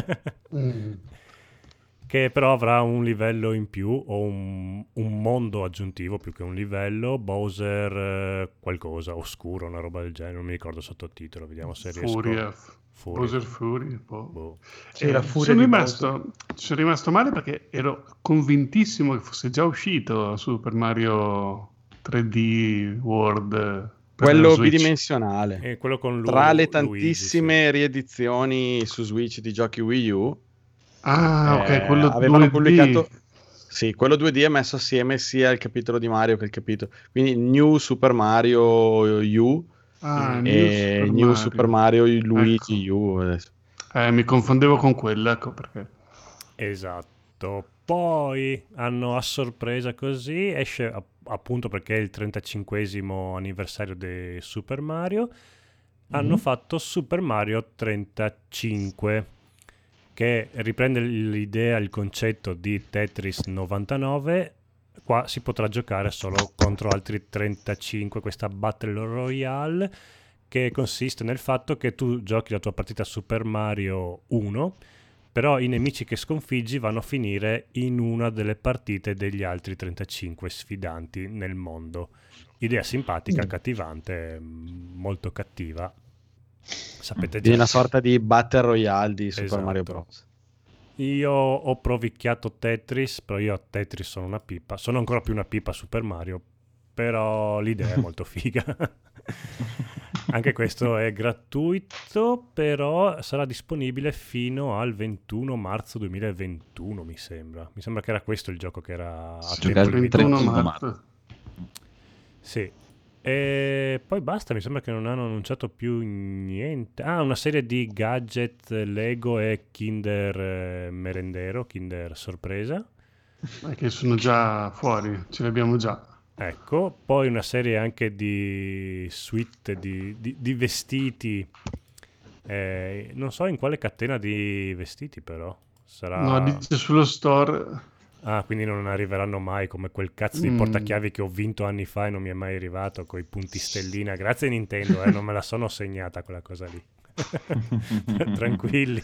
Speaker 9: Che però avrà un livello in più o un mondo aggiuntivo più che un livello. Bowser qualcosa, oscuro, una roba del genere, non mi ricordo il sottotitolo, vediamo se riesco.
Speaker 5: Bowser Fury.
Speaker 3: Sì, la furia di
Speaker 5: sono rimasto male perché ero convintissimo che fosse già uscito Super Mario 3D World per
Speaker 6: quello
Speaker 5: Switch.
Speaker 6: bidimensionale.
Speaker 9: E quello con
Speaker 6: Tra le
Speaker 9: Luigi,
Speaker 6: tantissime
Speaker 9: sì.
Speaker 6: riedizioni su Switch di giochi Wii U,
Speaker 5: ok, quello
Speaker 6: avevano
Speaker 5: 2D.
Speaker 6: pubblicato. Sì, quello 2D è messo assieme sia il capitolo di Mario che il capitolo. Quindi New Super Mario U e New Super Mario Luigi U. Adesso.
Speaker 5: Mi confondevo con quello, ecco perché.
Speaker 9: Esatto. Poi hanno a sorpresa così, esce appunto perché è il 35esimo anniversario di Super Mario, hanno fatto Super Mario 35, che riprende l'idea, il concetto di Tetris 99. Qua si potrà giocare solo contro altri 35, questa Battle Royale, che consiste nel fatto che tu giochi la tua partita Super Mario 1, però i nemici che sconfiggi vanno a finire in una delle partite degli altri 35 sfidanti nel mondo. Idea simpatica, accattivante, molto cattiva. Sapete già.
Speaker 6: È una sorta di Battle Royale di Super
Speaker 9: Esatto.
Speaker 6: Mario Bros.
Speaker 9: Io ho provicchiato Tetris, però io a Tetris sono una pipa. Sono ancora più una pipa a Super Mario, però l'idea è molto figa. Anche questo è gratuito, però sarà disponibile fino al 21 marzo 2021, mi sembra. Mi sembra che era questo il gioco che era a tempo
Speaker 5: Il 21
Speaker 9: limitato.
Speaker 5: marzo.
Speaker 9: Sì. E poi basta, mi sembra che non hanno annunciato più niente. Una serie di gadget Lego e Kinder merendero, Kinder sorpresa.
Speaker 5: Che sono già fuori, ce li abbiamo già.
Speaker 9: Ecco, poi una serie anche di suite di vestiti. Non so in quale catena di vestiti, però. Sarà...
Speaker 5: No, dice sullo store.
Speaker 9: Quindi non arriveranno mai come quel cazzo di portachiavi che ho vinto anni fa e non mi è mai arrivato coi punti stellina. Grazie Nintendo, non me la sono segnata quella cosa lì. Tranquilli.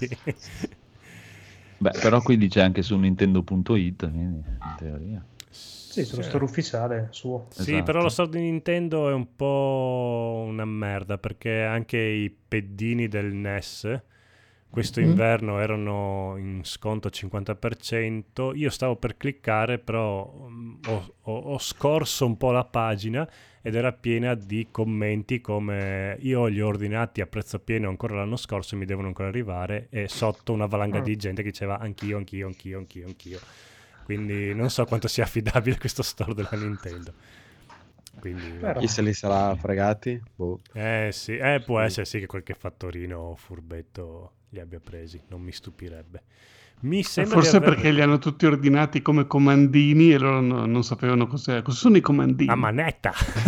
Speaker 2: Beh, però qui dice anche su Nintendo.it, quindi in teoria.
Speaker 3: Sì, sullo store ufficiale suo.
Speaker 9: Sì,
Speaker 2: Esatto.
Speaker 9: però lo store di Nintendo è un po' una merda, perché anche i peddini del NES questo inverno erano in sconto 50%. Io stavo per cliccare, però ho scorso un po' la pagina ed era piena di commenti come io li ho ordinati a prezzo pieno ancora l'anno scorso e mi devono ancora arrivare, e sotto una valanga di gente che diceva anch'io. Quindi non so quanto sia affidabile questo store della Nintendo. Quindi,
Speaker 6: Chi se li sarà fregati? Boh.
Speaker 9: sì, può essere sì che qualche fattorino furbetto li abbia presi, non mi stupirebbe. Mi sembra
Speaker 5: Forse perché li hanno tutti ordinati come comandini e loro non sapevano cosa sono i comandini.
Speaker 9: a manetta.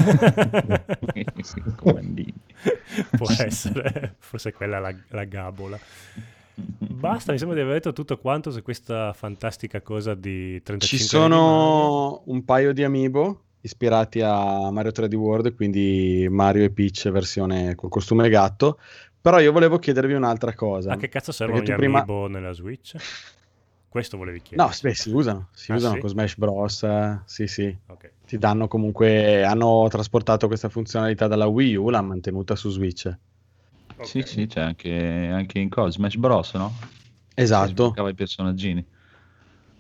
Speaker 2: Comandini.
Speaker 9: Può essere, forse quella è la gabola. Basta, mi sembra di aver detto tutto quanto su questa fantastica cosa di 35
Speaker 6: Ci sono un paio di amiibo ispirati a Mario 3D World, quindi Mario e Peach versione col costume gatto. Però io volevo chiedervi un'altra cosa.
Speaker 9: A che cazzo servono gli amiibo nella Switch? Questo volevi chiedere?
Speaker 6: No, si usano
Speaker 9: Sì?
Speaker 6: con Smash Bros. Sì.
Speaker 9: Okay.
Speaker 6: Ti danno comunque, hanno trasportato questa funzionalità dalla Wii U, l'hanno mantenuta su Switch.
Speaker 2: Okay. Sì, c'è anche in Smash Bros, no?
Speaker 6: Esatto.
Speaker 2: I personaggini.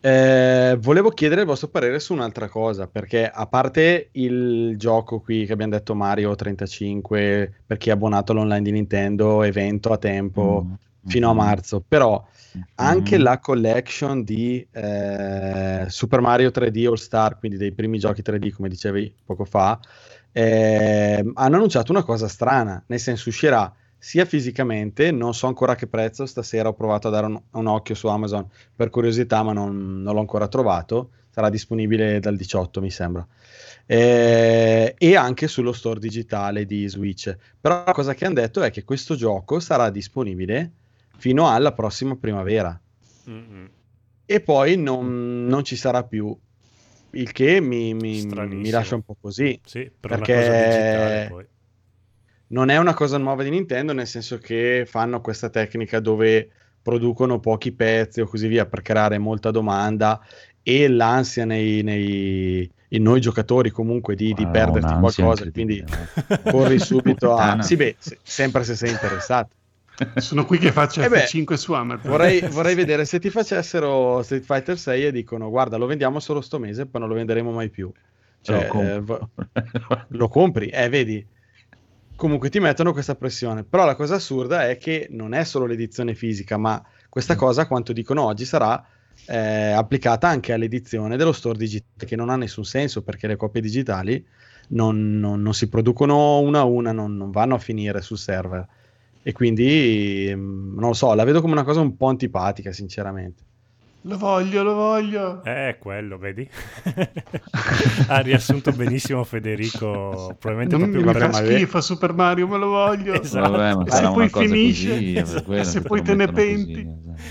Speaker 6: Volevo chiedere il vostro parere su un'altra cosa, perché a parte il gioco qui che abbiamo detto Mario 35, per chi è abbonato all'online di Nintendo, evento a tempo fino a marzo, però anche la collection di Super Mario 3D All Star, quindi dei primi giochi 3D come dicevi poco fa, hanno annunciato una cosa strana, nel senso uscirà sia fisicamente, non so ancora a che prezzo, stasera ho provato a dare un occhio su Amazon per curiosità, ma non l'ho ancora trovato, sarà disponibile dal 18 mi sembra, e anche sullo store digitale di Switch. Però la cosa che hanno detto è che questo gioco sarà disponibile fino alla prossima primavera e poi non ci sarà più, il che mi lascia un po' così,
Speaker 9: sì,
Speaker 6: perché
Speaker 9: una cosa digitale poi.
Speaker 6: Non è una cosa nuova di Nintendo, nel senso che fanno questa tecnica dove producono pochi pezzi o così via per creare molta domanda, e l'ansia in noi giocatori comunque di perderti qualcosa, quindi corri subito a... Sì, beh, sempre se sei interessato.
Speaker 5: Sono qui che faccio F5 su Amazon.
Speaker 6: Vorrei vedere se ti facessero Street Fighter 6 e dicono guarda, lo vendiamo solo sto mese, poi non lo venderemo mai più. Cioè, lo compri, vedi? Comunque ti mettono questa pressione, però la cosa assurda è che non è solo l'edizione fisica, ma questa cosa, a quanto dicono oggi, sarà applicata anche all'edizione dello store digitale, che non ha nessun senso, perché le copie digitali non si producono una a una, non vanno a finire sul server, e quindi non lo so, la vedo come una cosa un po' antipatica sinceramente.
Speaker 5: Lo voglio.
Speaker 9: Quello, vedi? Ha riassunto benissimo Federico. Probabilmente
Speaker 5: non
Speaker 9: proprio
Speaker 5: mi fa schifo Super Mario, ma lo voglio.
Speaker 9: Esatto.
Speaker 2: Vabbè, ma
Speaker 5: e se poi finisce,
Speaker 2: così,
Speaker 5: se poi te ne penti.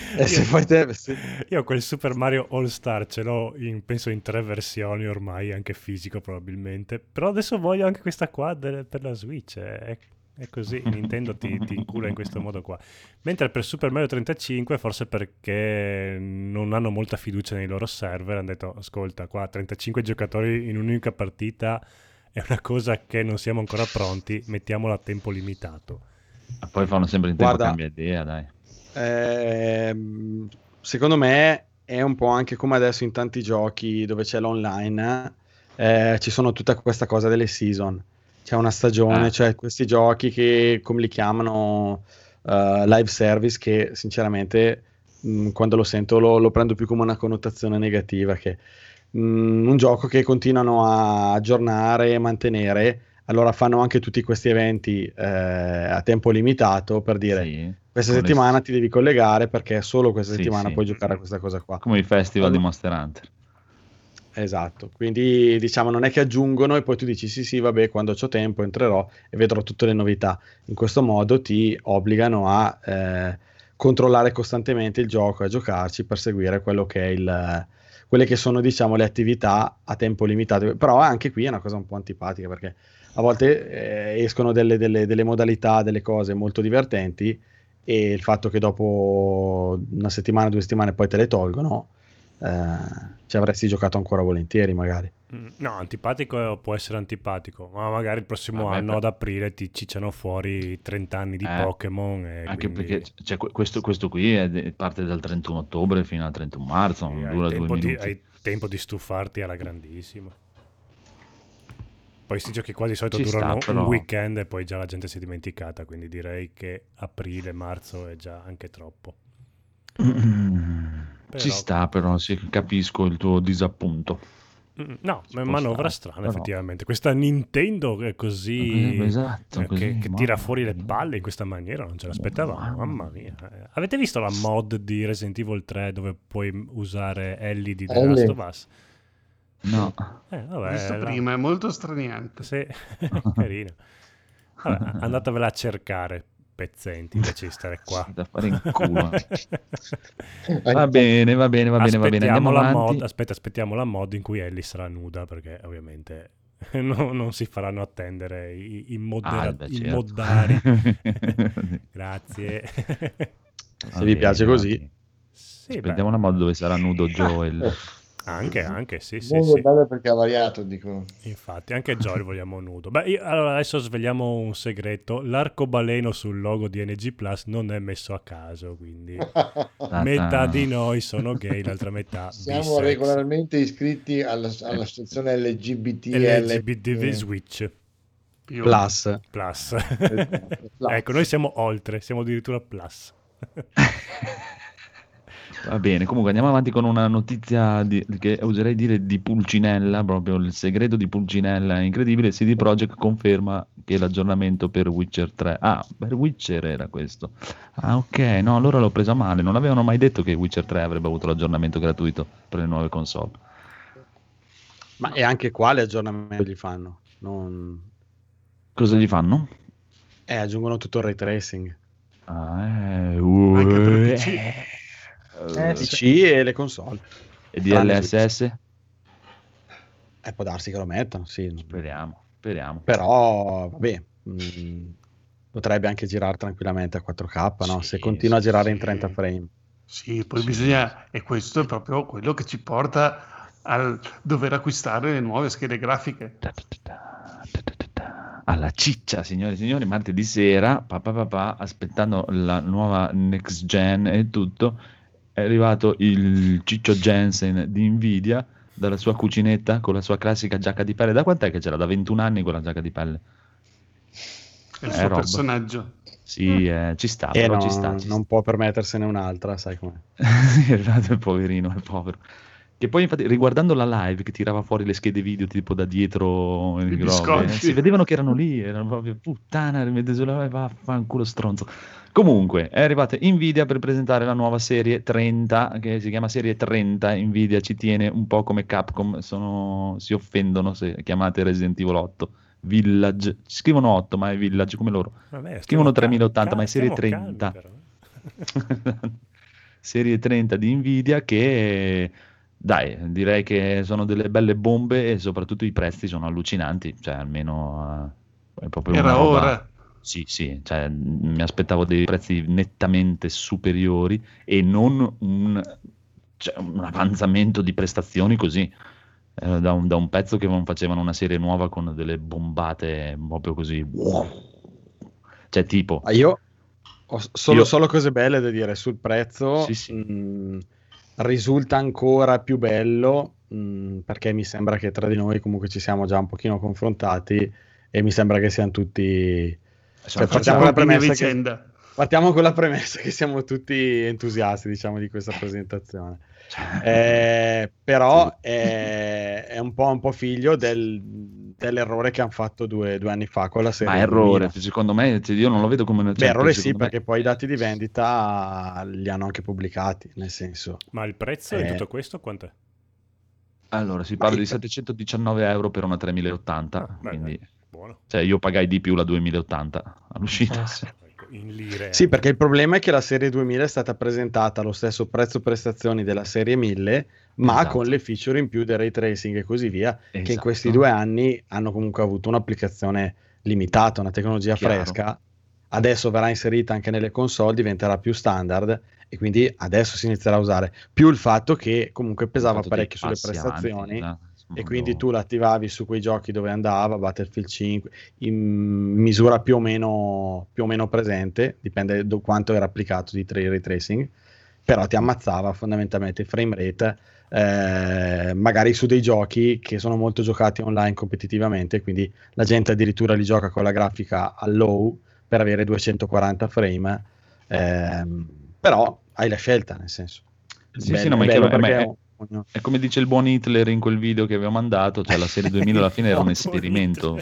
Speaker 9: Io quel Super Mario All Star ce l'ho penso in 3 versioni ormai, anche fisico probabilmente. Però adesso voglio anche questa qua per la Switch. È così, Nintendo ti incula in questo modo qua. Mentre per Super Mario 35, forse perché non hanno molta fiducia nei loro server, hanno detto ascolta, qua 35 giocatori in un'unica partita è una cosa che non siamo ancora pronti, mettiamola a tempo limitato.
Speaker 2: Poi fanno sempre in tempo, cambia idea, dai.
Speaker 6: Secondo me è un po' anche come adesso in tanti giochi dove c'è l'online, ci sono tutta questa cosa delle season. C'è una stagione, cioè questi giochi che, come li chiamano, live service, che sinceramente quando lo sento lo prendo più come una connotazione negativa, che un gioco che continuano a aggiornare e mantenere, allora fanno anche tutti questi eventi a tempo limitato per dire questa settimana ti devi collegare perché solo questa settimana puoi giocare a questa cosa qua.
Speaker 2: Come i festival di Monster Hunter.
Speaker 6: Esatto, quindi diciamo non è che aggiungono e poi tu dici sì vabbè, quando c'ho tempo entrerò e vedrò tutte le novità. In questo modo ti obbligano a controllare costantemente il gioco, a giocarci per seguire quello che è quelle che sono diciamo le attività a tempo limitato. Però anche qui è una cosa un po' antipatica, perché a volte escono delle modalità, delle cose molto divertenti, e il fatto che dopo una settimana, 2 settimane poi te le tolgono, ci avresti giocato ancora volentieri magari.
Speaker 9: No, antipatico può essere antipatico, ma magari il prossimo anno ad aprile ti cicciano fuori 30 anni di Pokémon,
Speaker 2: anche
Speaker 9: quindi...
Speaker 2: perché questo qui parte dal 31 ottobre fino al 31 marzo, non dura 2 minuti.
Speaker 9: Hai tempo di stufarti alla grandissima. Poi questi giochi qua di solito durano un weekend e poi già la gente si è dimenticata, quindi direi che aprile, marzo è già anche troppo.
Speaker 2: Ci sta, però capisco il tuo disappunto.
Speaker 9: No, è una manovra strana effettivamente. Questa Nintendo è così, che tira fuori le palle in questa maniera, non ce l'aspettavamo, mamma mia. Avete visto la mod di Resident Evil 3 dove puoi usare Ellie di The Last of Us?
Speaker 2: No.
Speaker 5: L'ho visto prima, è molto straniante.
Speaker 9: Sì, carino. Vabbè, andatevela a cercare, pezzenti, invece di stare qua.
Speaker 2: Da fare in culo. Va bene. Andiamo avanti.
Speaker 9: Aspettiamo la mod in cui Ellie sarà nuda, perché ovviamente non si faranno attendere i moddari. Grazie.
Speaker 6: Se vi piace così.
Speaker 2: Aspettiamo una mod dove sarà nudo Joel.
Speaker 9: Anche, sì,
Speaker 7: Il
Speaker 9: sì,
Speaker 7: mondo
Speaker 9: sì.
Speaker 7: è bello perché ha variato, dico.
Speaker 9: Infatti, anche Joy vogliamo nudo. Beh, allora adesso svegliamo un segreto. L'arcobaleno sul logo di NG Plus non è messo a caso, quindi metà di noi sono gay, l'altra metà
Speaker 7: Siamo
Speaker 9: bisex.
Speaker 7: regolarmente iscritti all'associazione LGBTL.
Speaker 9: LGBT Switch
Speaker 6: Plus.
Speaker 9: Plus.
Speaker 7: Plus.
Speaker 9: Ecco, noi siamo oltre, siamo addirittura Plus.
Speaker 2: Va bene, comunque andiamo avanti con una notizia che oserei dire di Pulcinella, proprio il segreto di Pulcinella è incredibile. CD Projekt conferma che l'aggiornamento per Witcher 3... Ah, per Witcher era questo. Ah, ok, no, allora l'ho presa male. Non avevano mai detto che Witcher 3 avrebbe avuto l'aggiornamento gratuito per le nuove console.
Speaker 6: Ma e anche quale aggiornamento gli fanno?
Speaker 2: Cosa gli fanno?
Speaker 6: Aggiungono tutto il ray tracing.
Speaker 5: Anche per PC.
Speaker 6: PC e le console.
Speaker 2: E DLSS?
Speaker 6: Può darsi che lo mettano, sì.
Speaker 2: Speriamo.
Speaker 6: Però, vabbè, potrebbe anche girare tranquillamente a 4K, no? Se continua a girare in 30 frame.
Speaker 5: Sì, poi bisogna, e questo è proprio quello che ci porta al dover acquistare le nuove schede grafiche.
Speaker 2: Alla ciccia, signore e signori, martedì sera, aspettando la nuova next gen e tutto, è arrivato il Ciccio Jensen di Nvidia dalla sua cucinetta con la sua classica giacca di pelle. Da quant'è che c'era? Da 21 anni quella giacca di pelle.
Speaker 5: È il suo
Speaker 2: roba.
Speaker 5: Personaggio.
Speaker 2: Sì, ci sta, però ci sta.
Speaker 6: Non può permettersene un'altra, sai com'è.
Speaker 2: Esatto, il poverino, è povero. Che poi infatti riguardando la live che tirava fuori le schede video tipo da dietro
Speaker 5: I biscotti.
Speaker 2: si vedevano che erano lì, erano proprio puttana, rimette sulla live, vaffanculo stronzo. Comunque è arrivata Nvidia per presentare la nuova serie 30 che si chiama serie 30. Nvidia ci tiene un po' come Capcom, si offendono se chiamate Resident Evil 8 Village, ci scrivono 8 ma è Village come loro.
Speaker 9: Vabbè,
Speaker 2: scrivono 3080 ma è serie 30.
Speaker 9: Calmi,
Speaker 2: serie 30 di Nvidia che dai, direi che sono delle belle bombe e soprattutto i prezzi sono allucinanti, cioè almeno è proprio
Speaker 5: Era
Speaker 2: una roba...
Speaker 5: ora.
Speaker 2: Sì, cioè, mi aspettavo dei prezzi nettamente superiori e non un avanzamento di prestazioni così. Da un pezzo che non facevano una serie nuova con delle bombate proprio così. Cioè tipo...
Speaker 6: Io ho solo cose belle da dire sul prezzo.
Speaker 2: Sì.
Speaker 6: Risulta ancora più bello perché mi sembra che tra di noi comunque ci siamo già un pochino confrontati e mi sembra che siano tutti partiamo con la premessa che siamo tutti entusiasti, diciamo, di questa presentazione. Però è un po' figlio dell'errore che hanno fatto due anni fa con la serie.
Speaker 2: Ma errore, secondo me, io non lo vedo come una
Speaker 6: errore sì, perché poi i dati di vendita li hanno anche pubblicati, nel senso.
Speaker 9: Ma il prezzo di tutto questo quant'è?
Speaker 2: Allora, si parla di 719 euro per una 3080, quindi
Speaker 9: buono.
Speaker 2: Cioè io pagai di più la 2080 all'uscita.
Speaker 9: In lire.
Speaker 6: Sì, perché il problema è che la serie 2000 è stata presentata allo stesso prezzo prestazioni della serie 1000, ma con le feature in più del ray tracing e così via, che in questi 2 anni hanno comunque avuto un'applicazione limitata, una tecnologia fresca. Adesso verrà inserita anche nelle console, diventerà più standard e quindi adesso si inizierà a usare. Più il fatto che comunque pesava parecchio sulle prestazioni e quindi tu l'attivavi su quei giochi dove andava, Battlefield 5, in misura più o meno presente, dipende da quanto era applicato di ray tracing, però ti ammazzava fondamentalmente il frame rate, magari su dei giochi che sono molto giocati online competitivamente, quindi la gente addirittura li gioca con la grafica al low per avere 240 frame, però hai la scelta, nel senso.
Speaker 2: È come dice il buon Hitler in quel video che avevo mandato, cioè la serie 2000 alla fine era un esperimento.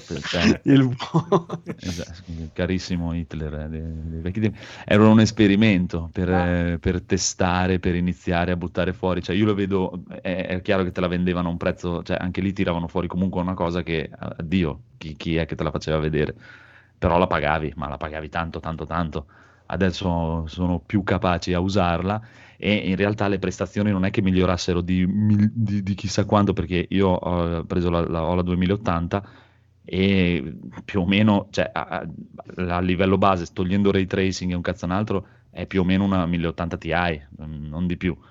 Speaker 2: Carissimo Hitler, era un esperimento per testare, per iniziare a buttare fuori. Cioè io lo vedo, è chiaro che te la vendevano a un prezzo, cioè anche lì tiravano fuori comunque una cosa che, addio, chi è che te la faceva vedere? Però la pagavi, ma la pagavi tanto. Adesso sono più capaci a usarla e in realtà le prestazioni non è che migliorassero di chissà quanto, perché io ho preso ho la 2080 e più o meno, cioè a livello base, togliendo ray tracing e un cazzo un altro, è più o meno una 1080 Ti, non di più.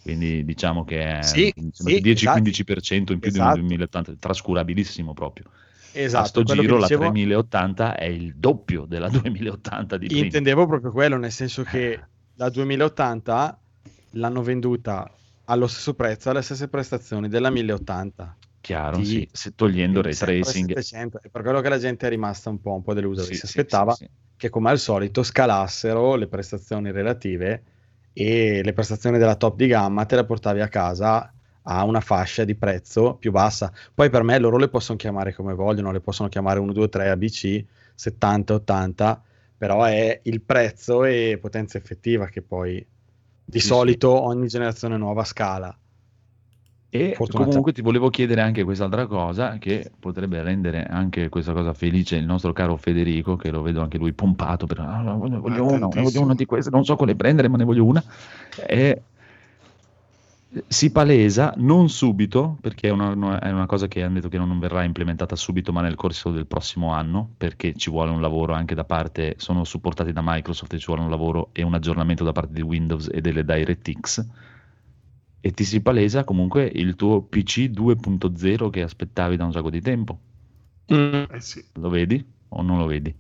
Speaker 2: quindi diciamo che è
Speaker 6: Sì,
Speaker 2: 10-15% in più
Speaker 6: esatto.
Speaker 2: di un 2080, trascurabilissimo proprio.
Speaker 6: Esatto,
Speaker 2: a sto
Speaker 6: quello
Speaker 2: giro
Speaker 6: che
Speaker 2: la
Speaker 6: dicevo,
Speaker 2: 3080 è il doppio della 2080 di prima.
Speaker 6: intendevo proprio quello, nel senso che la 2080 l'hanno venduta allo stesso prezzo, alle stesse prestazioni della 1080.
Speaker 2: Chiaro, sì, se togliendo ray tracing.
Speaker 6: 700, è per quello che la gente è rimasta un po' delusa,
Speaker 2: Sì,
Speaker 6: si aspettava
Speaker 2: sì.
Speaker 6: che come al solito scalassero le prestazioni relative e le prestazioni della top di gamma te le portavi a casa a una fascia di prezzo più bassa. Poi per me loro le possono chiamare come vogliono, le possono chiamare 1, 2, 3 ABC, 70, 80, però è il prezzo e potenza effettiva che poi di solito ogni generazione nuova scala.
Speaker 2: E comunque ti volevo chiedere anche quest'altra cosa che potrebbe rendere anche questa cosa felice il nostro caro Federico, che lo vedo anche lui pompato per voglio una di queste, non so quale prendere ma ne voglio una, e si palesa non subito, perché è una cosa che hanno detto che non verrà implementata subito ma nel corso del prossimo anno, perché ci vuole un lavoro anche da parte, sono supportati da Microsoft e ci vuole un lavoro e un aggiornamento da parte di Windows e delle DirectX. E ti si palesa comunque il tuo PC 2.0 che aspettavi da un sacco di tempo.
Speaker 5: Sì.
Speaker 2: Lo vedi o non lo vedi?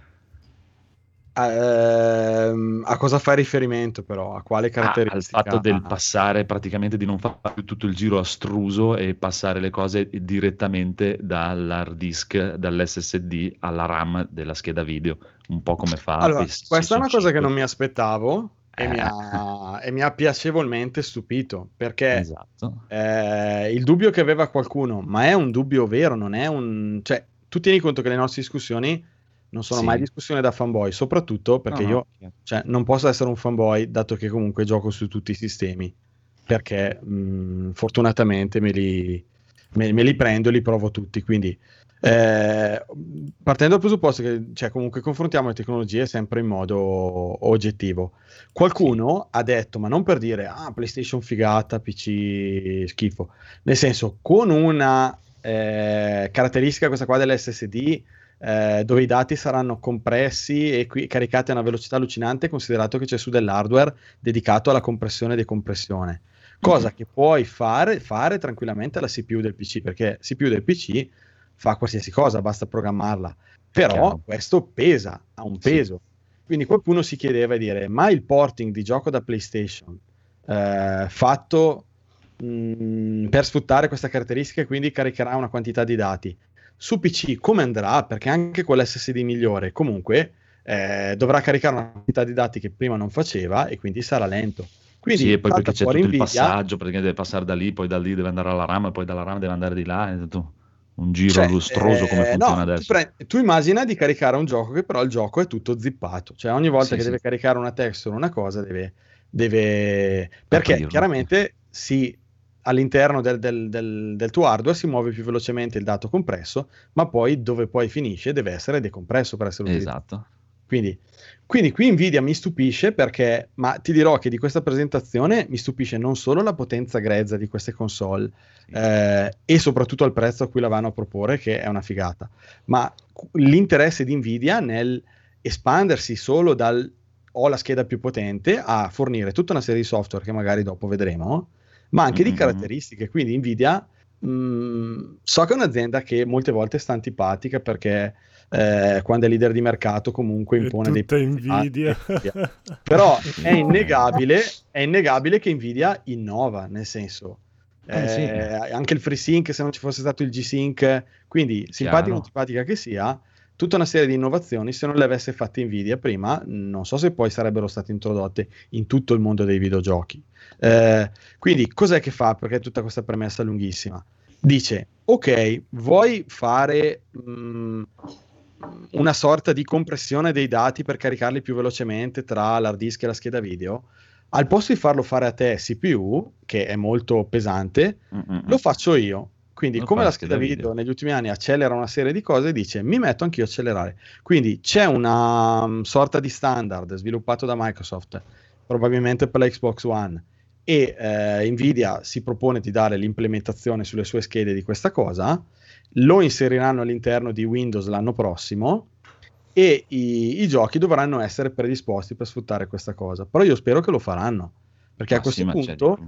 Speaker 6: A cosa fai riferimento però? A quale caratteristica?
Speaker 2: Al fatto del passare, praticamente di non fare più tutto il giro astruso e passare le cose direttamente dall'hard disk, dall'SSD alla RAM della scheda video, un po' come fa
Speaker 6: allora,
Speaker 2: PS5.
Speaker 6: questa è una cosa che non mi aspettavo e mi ha piacevolmente stupito, perché
Speaker 2: esatto.
Speaker 6: Il dubbio che aveva qualcuno, ma è un dubbio vero, non è un... cioè, tu tieni conto che le nostre discussioni non sono mai discussioni da fanboy, soprattutto perché io non posso essere un fanboy dato che comunque gioco su tutti i sistemi, perché fortunatamente me li prendo e li provo tutti, quindi partendo dal presupposto che comunque confrontiamo le tecnologie sempre in modo oggettivo. Qualcuno ha detto, ma non per dire PlayStation figata, PC schifo, nel senso, con una caratteristica questa qua dell'SSD, dove i dati saranno compressi e caricati a una velocità allucinante, considerato che c'è su dell'hardware dedicato alla compressione e decompressione, cosa che puoi fare tranquillamente alla CPU del PC, perché CPU del PC fa qualsiasi cosa, basta programmarla, però questo pesa, ha un peso. Quindi qualcuno si chiedeva di dire, ma il porting di gioco da PlayStation fatto per sfruttare questa caratteristica e quindi caricherà una quantità di dati su PC come andrà? Perché anche con l'SSD migliore comunque dovrà caricare una quantità di dati che prima non faceva e quindi sarà lento. Quindi,
Speaker 2: e poi perché c'è tutto il passaggio, praticamente deve passare da lì, poi da lì deve andare alla RAM, e poi dalla RAM deve andare di là, è tutto un giro lustroso come funziona adesso.
Speaker 6: Tu immagina di caricare un gioco che però il gioco è tutto zippato, cioè ogni volta che deve caricare una texture, una cosa deve perché chiaramente all'interno del tuo hardware si muove più velocemente il dato compresso, ma poi dove poi finisce deve essere decompresso per essere utilizzato.
Speaker 2: Esatto.
Speaker 6: Quindi qui Nvidia mi stupisce perché, ma ti dirò che di questa presentazione mi stupisce non solo la potenza grezza di queste console e soprattutto il prezzo a cui la vanno a proporre, che è una figata, ma l'interesse di Nvidia nel espandersi solo ho la scheda più potente a fornire tutta una serie di software che magari dopo vedremo, ma anche di caratteristiche. Quindi Nvidia so che è un'azienda che molte volte sta antipatica perché quando è leader di mercato comunque impone dei
Speaker 9: Nvidia.
Speaker 6: Però è innegabile che Nvidia innova, nel senso anche il FreeSync, se non ci fosse stato il G-Sync, quindi simpatica o antipatica che sia, tutta una serie di innovazioni, se non le avesse fatte Nvidia prima, non so se poi sarebbero state introdotte in tutto il mondo dei videogiochi. Quindi cos'è che fa? Perché tutta questa premessa lunghissima dice, ok, vuoi fare una sorta di compressione dei dati per caricarli più velocemente tra l'hard disk e la scheda video, al posto di farlo fare a te CPU, che è molto pesante, lo faccio io. Quindi come la scheda video negli ultimi anni accelera una serie di cose, dice mi metto anch'io a accelerare. Quindi c'è una sorta di standard sviluppato da Microsoft, probabilmente per la Xbox One, e Nvidia si propone di dare l'implementazione sulle sue schede di questa cosa, lo inseriranno all'interno di Windows l'anno prossimo e i giochi dovranno essere predisposti per sfruttare questa cosa. Però io spero che lo faranno, perché a questo punto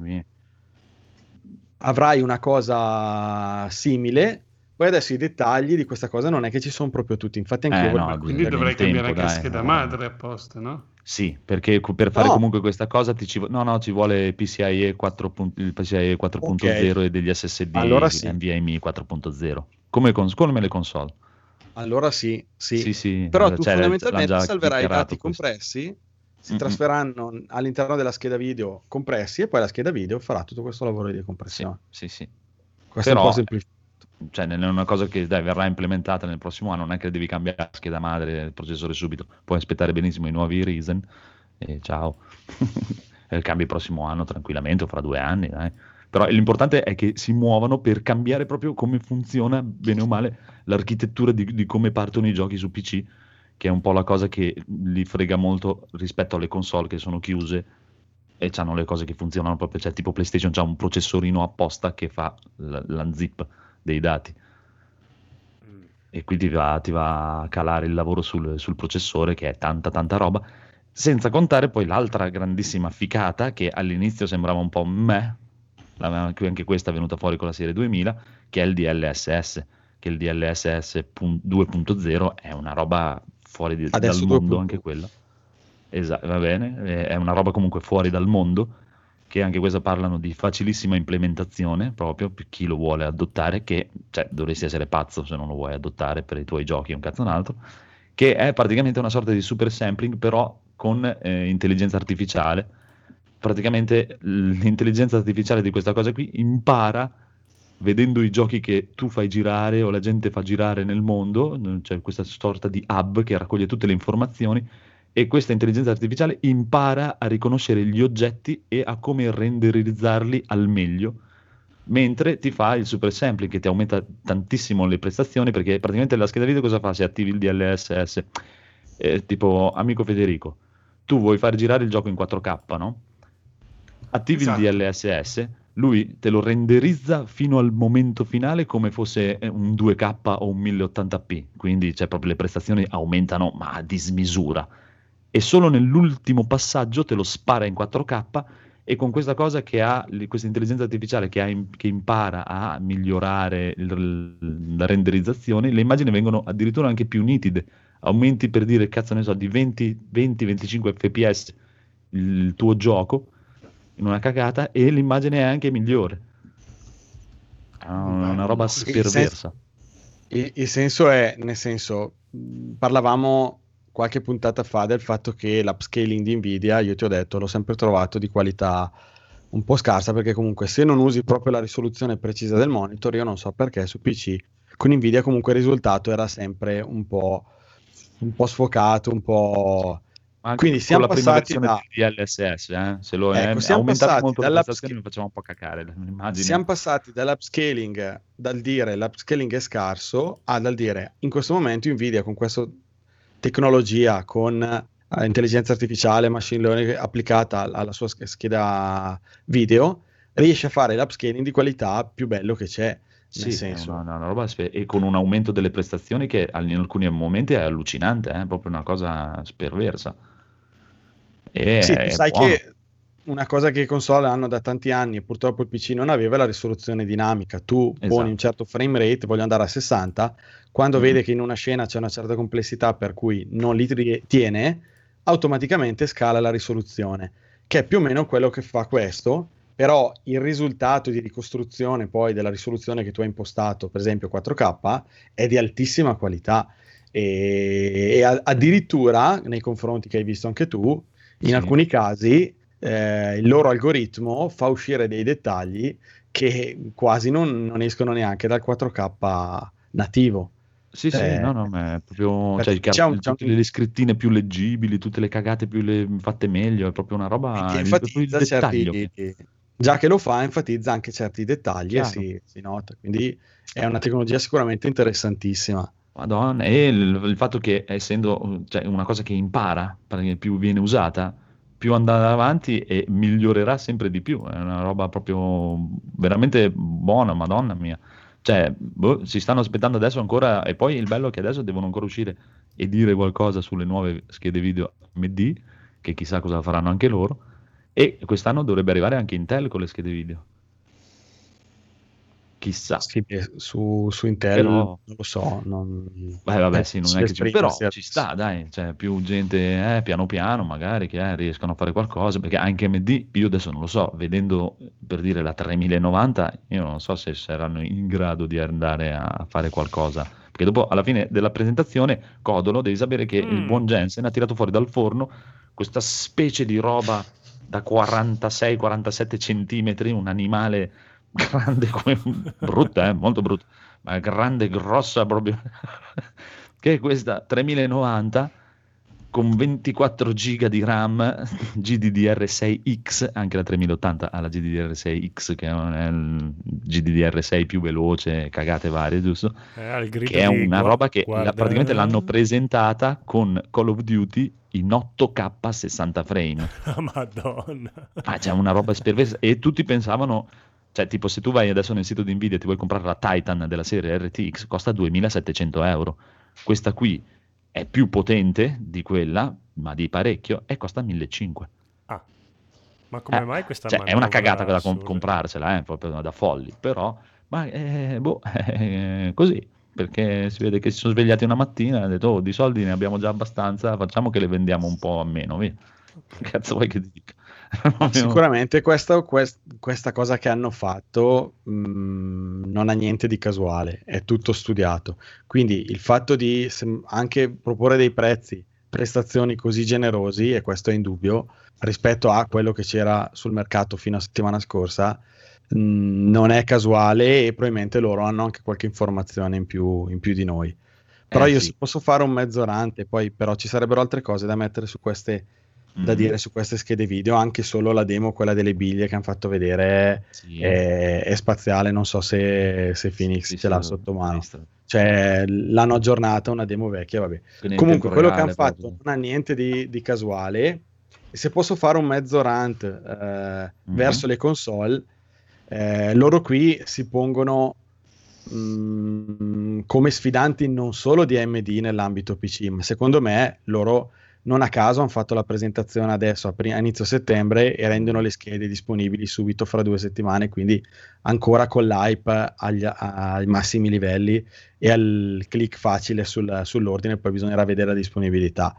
Speaker 6: avrai una cosa simile. Poi adesso i dettagli di questa cosa non è che ci sono proprio tutti, infatti anche io
Speaker 5: quindi dovrei cambiare anche la scheda madre apposta, no?
Speaker 2: Sì, perché per fare comunque questa cosa ci vuole PCIe 4.0
Speaker 6: Okay.
Speaker 2: e degli SSD
Speaker 6: Allora sì.
Speaker 2: NVMe 4.0 come le console.
Speaker 6: Allora sì.
Speaker 2: Sì,
Speaker 6: Però tu
Speaker 2: l'hanno
Speaker 6: fondamentalmente
Speaker 2: già
Speaker 6: salverai i
Speaker 2: dichiarato
Speaker 6: dati
Speaker 2: questo.
Speaker 6: compressi, si trasferanno all'interno della scheda video compressi e poi la scheda video farà tutto questo lavoro di compressione.
Speaker 2: Sì.
Speaker 6: Questo è un po' semplificato.
Speaker 2: Cioè, è una cosa che verrà implementata nel prossimo anno, non è che devi cambiare la scheda madre, il processore subito, puoi aspettare benissimo i nuovi Ryzen e ciao. E cambi il prossimo anno tranquillamente o fra 2 anni, dai. Però l'importante è che si muovano per cambiare proprio come funziona, bene o male, l'architettura di come partono i giochi su PC, che è un po' la cosa che li frega molto rispetto alle console che sono chiuse e hanno le cose che funzionano proprio, cioè tipo PlayStation c'ha un processorino apposta che fa l'unzip dei dati e quindi ti va a calare il lavoro sul processore, che è tanta roba, senza contare poi l'altra grandissima ficata che all'inizio sembrava un po' anche questa è venuta fuori con la serie 2000, che è il DLSS, che il DLSS 2.0 è una roba fuori dal mondo, anche quella. Esatto, va bene, è una roba comunque fuori dal mondo, che anche questa parlano di facilissima implementazione, proprio per chi lo vuole adottare, che cioè, dovresti essere pazzo se non lo vuoi adottare per i tuoi giochi, un cazzo un altro, che è praticamente una sorta di super sampling, però con intelligenza artificiale. Praticamente l'intelligenza artificiale di questa cosa qui impara, vedendo i giochi che tu fai girare o la gente fa girare nel mondo, c'è questa sorta di hub che raccoglie tutte le informazioni, e questa intelligenza artificiale impara a riconoscere gli oggetti e a come renderizzarli al meglio, mentre ti fa il super sampling che ti aumenta tantissimo le prestazioni, perché praticamente la scheda video cosa fa se attivi il DLSS? Tipo, amico Federico, tu vuoi far girare il gioco in 4K, no? Attivi il DLSS, lui te lo renderizza fino al momento finale come fosse un 2K o un 1080p, quindi cioè, proprio le prestazioni aumentano ma a dismisura. E solo nell'ultimo passaggio te lo spara in 4K, e con questa cosa che ha, questa intelligenza artificiale che impara a migliorare la renderizzazione, le immagini vengono addirittura anche più nitide, aumenti per dire, cazzo ne so, di 20-25 fps il tuo gioco in una cagata e l'immagine è anche migliore. È una roba perversa.
Speaker 6: Il senso è, nel senso, parlavamo qualche puntata fa del fatto che l'upscaling di Nvidia, io ti ho detto, l'ho sempre trovato di qualità un po' scarsa, perché comunque se non usi proprio la risoluzione precisa del monitor, io non so perché su PC con Nvidia comunque il risultato era sempre un po' sfocato, un po'... Quindi siamo passati
Speaker 2: da DLSS, se lo
Speaker 6: siamo
Speaker 2: aumentato molto la prestazione, mi faceva un po' cacare l'immagine.
Speaker 6: Siamo passati dall'upscaling, dal dire l'upscaling è scarso, dal dire in questo momento Nvidia con questa tecnologia, con intelligenza artificiale, machine learning applicata alla sua scheda video, riesce a fare l'upscaling di qualità più bello che c'è. Nel senso,
Speaker 2: una roba e con un aumento delle prestazioni che in alcuni momenti è allucinante, proprio una cosa sperversa.
Speaker 6: Sì, tu sai che una cosa che i console hanno da tanti anni e purtroppo il PC non aveva è la risoluzione dinamica. Tu poni un certo frame rate, voglio andare a 60, quando vede che in una scena c'è una certa complessità per cui non li tiene, automaticamente scala la risoluzione, che è più o meno quello che fa questo. Però il risultato di ricostruzione poi della risoluzione che tu hai impostato, per esempio 4K, è di altissima qualità e addirittura nei confronti che hai visto anche tu, in alcuni casi il loro algoritmo fa uscire dei dettagli che quasi non escono neanche dal 4K nativo.
Speaker 2: Sì, no, ma è proprio tutte le scrittine più leggibili, tutte le cagate fatte meglio, è proprio una roba, il dettaglio.
Speaker 6: Già che lo fa, enfatizza anche certi dettagli e si nota, quindi è una tecnologia sicuramente interessantissima.
Speaker 2: Madonna, e il fatto che essendo una cosa che impara, perché più viene usata, più andrà avanti e migliorerà sempre di più, è una roba proprio veramente buona, madonna mia. Si stanno aspettando adesso ancora, e poi il bello è che adesso devono ancora uscire e dire qualcosa sulle nuove schede video AMD, che chissà cosa faranno anche loro. E quest'anno dovrebbe arrivare anche Intel con le schede video. Chissà.
Speaker 6: Sì, su Intel
Speaker 2: Però...
Speaker 6: non lo so.
Speaker 2: Vabbè, sì, non è che però ci sta, dai, cioè più gente piano piano magari che riescono a fare qualcosa, perché anche AMD, io adesso non lo so, vedendo per dire la 3090, io non so se saranno in grado di andare a fare qualcosa, perché dopo alla fine della presentazione, Codolo, devi sapere che il buon Jensen ha tirato fuori dal forno questa specie di roba da 46-47 centimetri, un animale grande come brutta, molto brutta, ma grande, grossa proprio, che è questa 3090 con 24 giga di RAM GDDR6X, anche la 3080 ha la GDDR6X che è il GDDR6 più veloce, cagate varie, giusto? Che è una roba che praticamente l'hanno presentata con Call of Duty in 8K a 60 frame.
Speaker 9: Madonna.
Speaker 2: C'è una roba sperversa e tutti pensavano, cioè tipo se tu vai adesso nel sito di Nvidia e ti vuoi comprare la Titan della serie RTX costa 2.700 euro, questa qui è più potente di quella ma di parecchio e costa 1.500.
Speaker 9: Ma come mai questa
Speaker 2: è una cagata quella comprarsela, proprio da folli, però così, perché si vede che si sono svegliati una mattina e hanno detto di soldi ne abbiamo già abbastanza, facciamo che le vendiamo un po' a meno, via. Cazzo vuoi che ti dica?
Speaker 6: Sicuramente questa cosa che hanno fatto non ha niente di casuale, è tutto studiato, quindi il fatto di anche proporre dei prezzi, prestazioni così generosi, e questo è indubbio rispetto a quello che c'era sul mercato fino a settimana scorsa, non è casuale e probabilmente loro hanno anche qualche informazione in più di noi. Però io sì, posso fare un mezz'orante, poi però ci sarebbero altre cose da mettere su queste da dire su queste schede video, anche solo la demo, quella delle biglie che hanno fatto vedere, è spaziale, non so se Phoenix ce l'ha sotto mano, cioè l'hanno aggiornata, una demo vecchia, vabbè. Comunque quello che hanno fatto non ha niente di casuale. E se posso fare un mezzo rant verso le console, loro qui si pongono come sfidanti non solo di AMD nell'ambito PC, ma secondo me loro non a caso hanno fatto la presentazione adesso a inizio settembre e rendono le schede disponibili subito fra 2 settimane, quindi ancora con l'hype ai massimi livelli e al click facile sull'ordine, poi bisognerà vedere la disponibilità.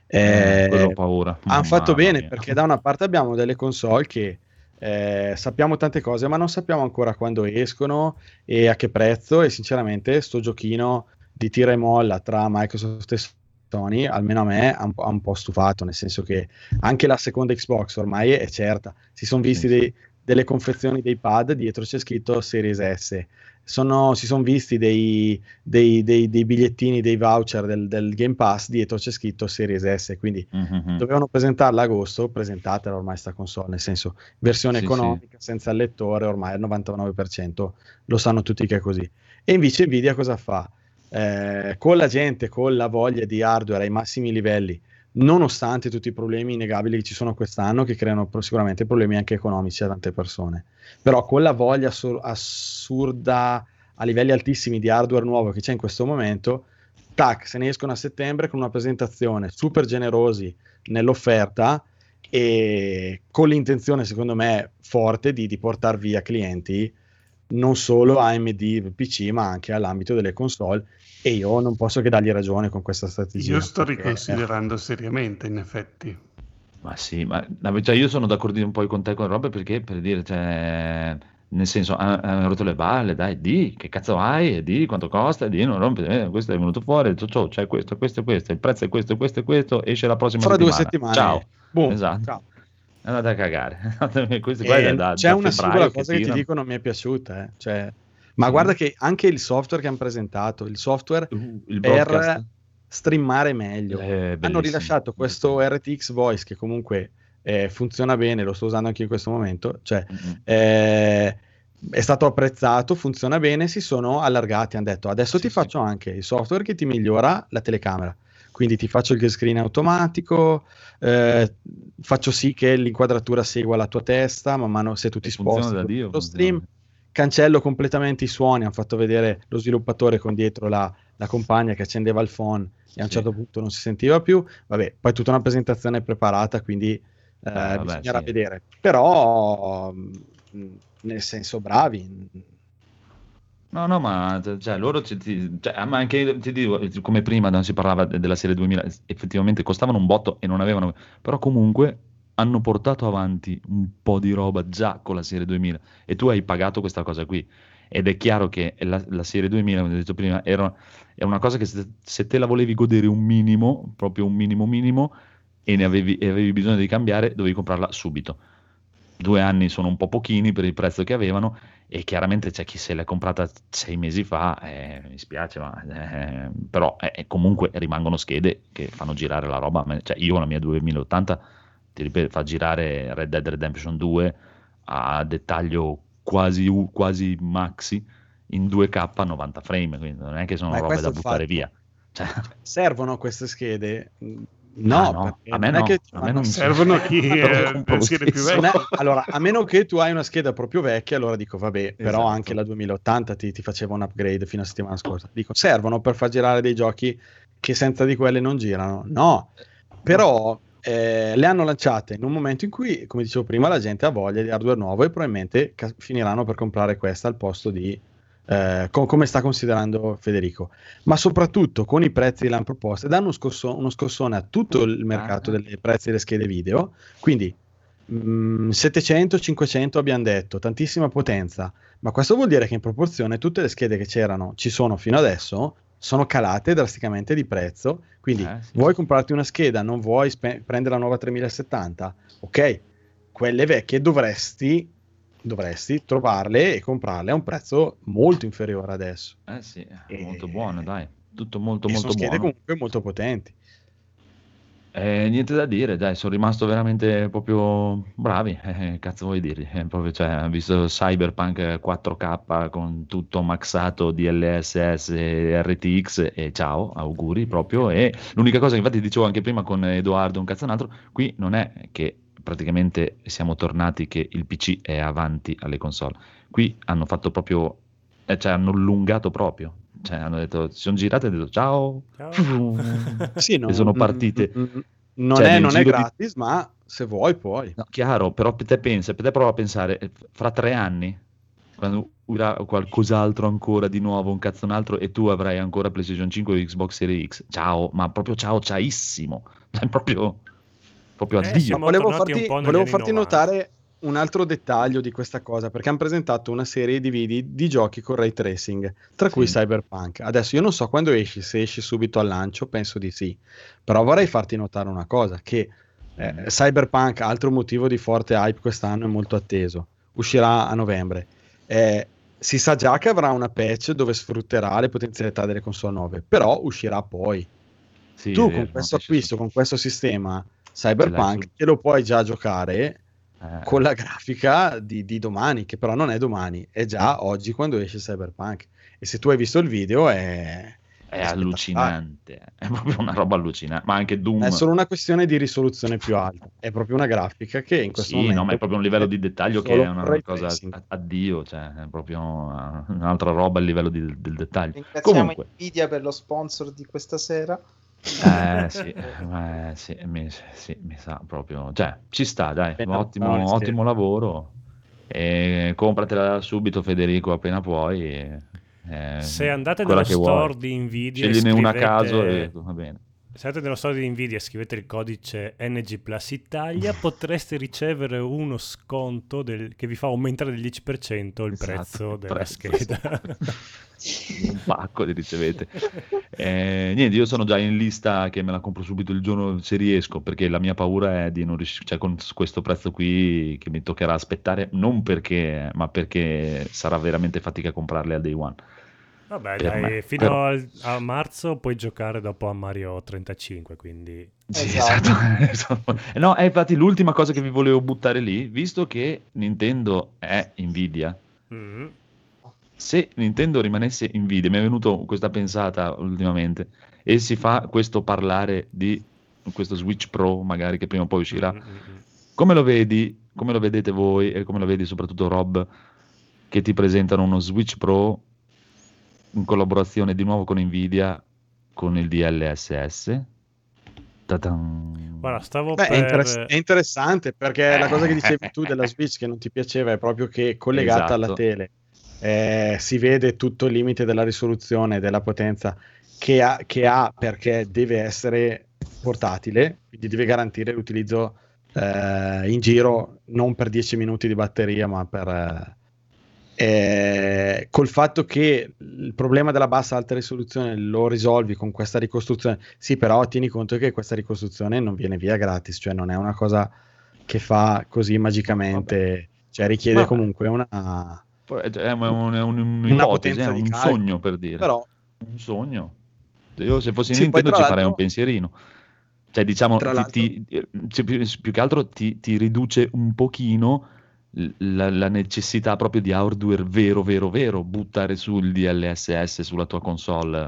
Speaker 2: Ho paura.
Speaker 6: Hanno fatto bene perché da una parte abbiamo delle console che sappiamo tante cose ma non sappiamo ancora quando escono e a che prezzo, e sinceramente sto giochino di tira e molla tra Microsoft e Sony almeno a me ha un po' stufato, nel senso che anche la seconda Xbox ormai è certa, si sono visti delle confezioni dei pad, dietro c'è scritto Series S, si sono visti dei bigliettini, dei voucher del Game Pass, dietro c'è scritto Series S, quindi dovevano presentarla a agosto, presentatela ormai sta console, nel senso versione economica, senza il lettore, ormai al 99% lo sanno tutti che è così. E invece Nvidia cosa fa? Con la gente, con la voglia di hardware ai massimi livelli, nonostante tutti i problemi innegabili che ci sono quest'anno, che creano sicuramente problemi anche economici a tante persone, però con la voglia assurda a livelli altissimi di hardware nuovo che c'è in questo momento, se ne escono a settembre con una presentazione super generosi nell'offerta e con l'intenzione secondo me forte di portare via clienti non solo a AMD PC ma anche all'ambito delle console, e io non posso che dargli ragione con questa strategia.
Speaker 5: Io sto riconsiderando seriamente, in effetti.
Speaker 2: Ma sì, cioè io sono d'accordo un po' con te con robe, perché per dire, cioè, nel senso, hanno rotto le balle, dai, di che cazzo hai, e di quanto costa, e di non rompere, questo è venuto fuori, c'è questo, il prezzo è questo, esce la prossima
Speaker 6: fra
Speaker 2: settimana.
Speaker 6: 2 settimane.
Speaker 2: Ciao.
Speaker 6: Boom,
Speaker 2: esatto.
Speaker 6: ciao.
Speaker 2: Andate a cagare.
Speaker 6: C'è una singola cosa che ti dico non mi è piaciuta, cioè, ma guarda che anche il software che hanno presentato, il software
Speaker 2: il
Speaker 6: per
Speaker 2: broadcast,
Speaker 6: streamare meglio, hanno rilasciato questo RTX Voice che comunque funziona bene, lo sto usando anche in questo momento, cioè è stato apprezzato, funziona bene, si sono allargati, hanno detto adesso ti faccio anche il software che ti migliora la telecamera, quindi ti faccio il green screen automatico, faccio sì che l'inquadratura segua la tua testa man mano se tu ti sposti lo stream, cancello completamente i suoni, hanno fatto vedere lo sviluppatore con dietro la compagna che accendeva il phone e a un certo punto non si sentiva più, vabbè, poi tutta una presentazione preparata, quindi bisognerà vedere. Però, nel senso, bravi.
Speaker 2: No, ma cioè, loro ma anche ti dico, come prima non si parlava della serie 2000, effettivamente costavano un botto e non avevano, però comunque hanno portato avanti un po' di roba già con la serie 2000 e tu hai pagato questa cosa qui. Ed è chiaro che la serie 2000, come ho detto prima, è una cosa che se te la volevi godere un minimo, proprio un minimo, e avevi bisogno di cambiare, dovevi comprarla subito. 2 anni sono un po' pochini per il prezzo che avevano, e chiaramente c'è chi se l'è comprata 6 mesi fa, mi spiace, ma però comunque rimangono schede che fanno girare la roba. Cioè, io la mia 2080 ti ripeto, fa girare Red Dead Redemption 2 a dettaglio quasi maxi in 2K a 90 frame, quindi non è che sono robe da buttare via. Cioè,
Speaker 6: servono queste schede?
Speaker 2: No, a me no. A me non
Speaker 5: servono chi schede più vecchie.
Speaker 6: Allora, a meno che tu hai una scheda proprio vecchia, allora dico vabbè, però anche la 2080 ti faceva un upgrade fino a settimana scorsa. Dico, servono per far girare dei giochi che senza di quelle non girano? No, però le hanno lanciate in un momento in cui, come dicevo prima, la gente ha voglia di hardware nuovo e probabilmente finiranno per comprare questa al posto di come sta considerando Federico, ma soprattutto con i prezzi che l'hanno proposte danno uno scossone a tutto il mercato dei prezzi delle schede video. Quindi 700, 500 abbiamo detto, tantissima potenza, ma questo vuol dire che in proporzione tutte le schede che ci sono fino adesso sono calate drasticamente di prezzo. Quindi vuoi comprarti una scheda, non vuoi prendere la nuova 3070, ok, quelle vecchie dovresti trovarle e comprarle a un prezzo molto inferiore adesso.
Speaker 2: Sì, molto buono, dai, tutto molto molto
Speaker 6: sono schede
Speaker 2: buono,
Speaker 6: comunque molto potenti.
Speaker 2: Niente da dire, dai, sono rimasto veramente proprio bravi, cazzo vuoi dirgli, proprio, cioè, ho visto Cyberpunk 4K con tutto maxato DLSS e RTX e ciao, auguri proprio. E l'unica cosa che infatti dicevo anche prima con Edoardo, un cazzo un altro, qui non è che praticamente siamo tornati che il PC è avanti alle console, qui hanno fatto proprio, cioè hanno allungato proprio, cioè hanno detto, si sono girate e hanno detto ciao.
Speaker 6: Sì,
Speaker 2: e sono partite.
Speaker 6: Non è gratis, ma se vuoi puoi.
Speaker 2: No, chiaro, però te prova a pensare, fra 3 anni, quando uscirà qualcos'altro ancora di nuovo, un cazzo un altro, e tu avrai ancora PlayStation 5 o Xbox Series X, ciao, ma proprio ciaissimo, cioè proprio addio.
Speaker 6: Volevo farti notare un altro dettaglio di questa cosa, perché hanno presentato una serie di giochi con ray tracing, tra cui Cyberpunk. Adesso io non so quando esci, se esci subito al lancio, penso di sì, però vorrei farti notare una cosa, che Cyberpunk, altro motivo di forte hype quest'anno, è molto atteso, uscirà a novembre, si sa già che avrà una patch dove sfrutterà le potenzialità delle console nuove, però uscirà poi. Tu con questo acquisto, con questo sistema Cyberpunk, te lo puoi già giocare con la grafica di domani, che però non è domani, è già oggi quando esce Cyberpunk. E se tu hai visto il video è
Speaker 2: allucinante, è proprio una roba allucinante. Ma anche Doom
Speaker 6: è solo una questione di risoluzione più alta, è proprio una grafica che in questo momento
Speaker 2: no, ma è proprio un livello di dettaglio che è una cosa addio, cioè è proprio un'altra roba a livello del dettaglio.
Speaker 4: Ringraziamo Nvidia per lo sponsor di questa sera.
Speaker 2: Mi sa proprio, cioè ci sta, dai, ottimo lavoro, e compratela subito, Federico, appena puoi.
Speaker 9: Se andate nello store di Nvidia,
Speaker 2: scegliene una a caso e va bene.
Speaker 9: Se andate nello store di Nvidia e scrivete il codice NG Plus Italia, potreste ricevere uno sconto che vi fa aumentare del 10% il prezzo della scheda.
Speaker 2: Un pacco li ricevete. Niente, io sono già in lista che me la compro subito il giorno se riesco, perché la mia paura è di non riuscire, cioè con questo prezzo qui che mi toccherà aspettare, non perché, ma perché sarà veramente fatica comprarle al day one.
Speaker 9: Vabbè, dai, fino a marzo puoi giocare dopo a Mario 35, quindi...
Speaker 2: Sì, esatto. No, è infatti l'ultima cosa che vi volevo buttare lì, visto che Nintendo è Nvidia, se Nintendo rimanesse Nvidia, mi è venuto questa pensata ultimamente, e si fa questo parlare di questo Switch Pro, magari, che prima o poi uscirà, come lo vedi, come lo vedete voi, e come lo vedi soprattutto Rob, che ti presentano uno Switch Pro in collaborazione di nuovo con Nvidia, con il DLSS, Ta-tan.
Speaker 9: Guarda,
Speaker 6: è interessante perché la cosa che dicevi tu della Switch che non ti piaceva è proprio che collegata alla tele si vede tutto il limite della risoluzione, della potenza che ha perché deve essere portatile, quindi deve garantire l'utilizzo in giro non per 10 minuti di batteria, ma per col fatto che il problema della bassa alta risoluzione lo risolvi con questa ricostruzione, sì, però tieni conto che questa ricostruzione non viene via gratis, cioè non è una cosa che fa così magicamente, cioè richiede comunque una
Speaker 2: un'ipotesi, è un sogno, per dire,
Speaker 6: però
Speaker 2: un sogno. Io se fossi Nintendo ci farei un pensierino, cioè diciamo più che altro ti riduce un pochino la necessità proprio di hardware vero, buttare sul DLSS sulla tua console,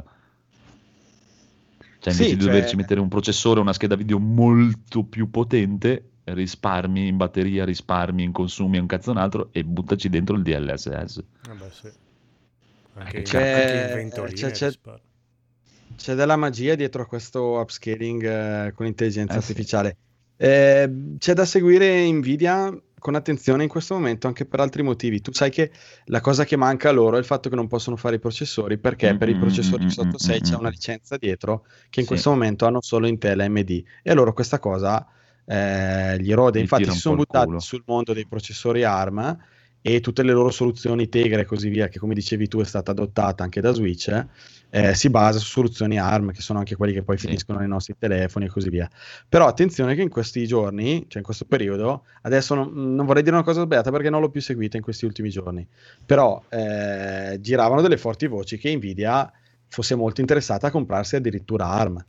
Speaker 2: cioè invece di doverci mettere un processore, una scheda video molto più potente, risparmi in batteria, risparmi in consumi e un cazzo un altro, e buttaci dentro il DLSS.
Speaker 9: Vabbè, sì.
Speaker 6: Anche in ventoline c'è della magia dietro a questo upscaling con intelligenza artificiale. C'è da seguire Nvidia con attenzione in questo momento anche per altri motivi. Tu sai che la cosa che manca a loro è il fatto che non possono fare i processori, perché per i processori sotto 6 c'è una licenza dietro che in questo momento hanno solo Intel e AMD, e loro questa cosa gli rode. Infatti si sono buttati sul mondo dei processori ARM e tutte le loro soluzioni Tegra e così via, che come dicevi tu è stata adottata anche da Switch, si basa su soluzioni ARM, che sono anche quelli che poi finiscono nei nostri telefoni e così via. Però attenzione che in questi giorni, cioè in questo periodo, adesso non vorrei dire una cosa sbagliata perché non l'ho più seguita in questi ultimi giorni, però giravano delle forti voci che Nvidia fosse molto interessata a comprarsi addirittura ARM.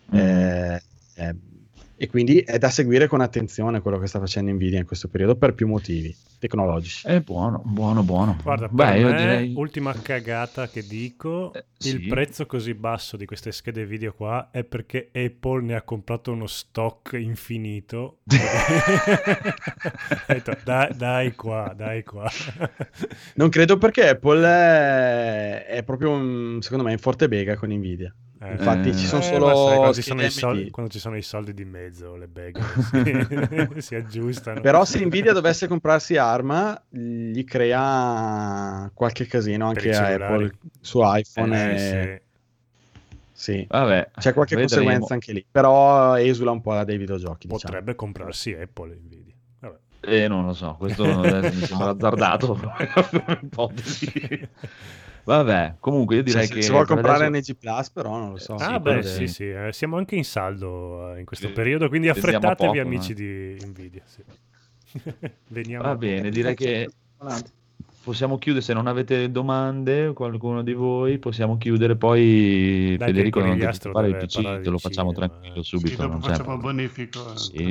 Speaker 6: E quindi è da seguire con attenzione quello che sta facendo Nvidia in questo periodo per più motivi tecnologici.
Speaker 2: È buono.
Speaker 9: Guarda, io direi ultima cagata che dico, il prezzo così basso di queste schede video qua è perché Apple ne ha comprato uno stock infinito. dai qua.
Speaker 6: Non credo, perché Apple è proprio secondo me in forte bega con Nvidia. Infatti ci sono solo
Speaker 9: quando ci sono i soldi di mezzo, le beghe si aggiustano.
Speaker 6: Però se Nvidia dovesse comprarsi ARM gli crea qualche casino anche a Apple su iPhone sì.
Speaker 2: Vabbè,
Speaker 6: c'è qualche conseguenza anche lì, però esula un po' da dei videogiochi.
Speaker 9: Potrebbe comprarsi Apple Nvidia.
Speaker 2: Non lo so, questo mi sembra azzardato. Ipotesi. Vabbè, comunque io direi che
Speaker 6: si vuole comprare NG Plus, però non lo so.
Speaker 9: Sì, siamo anche in saldo in questo periodo, quindi affrettatevi, amici di Nvidia. Veniamo.
Speaker 2: Va bene, direi che possiamo chiudere. Se non avete domande, qualcuno di voi, possiamo chiudere. Poi dai, Federico non deve fare il PC, te lo facciamo tranquillo subito.
Speaker 5: Dopo facciamo il bonifico.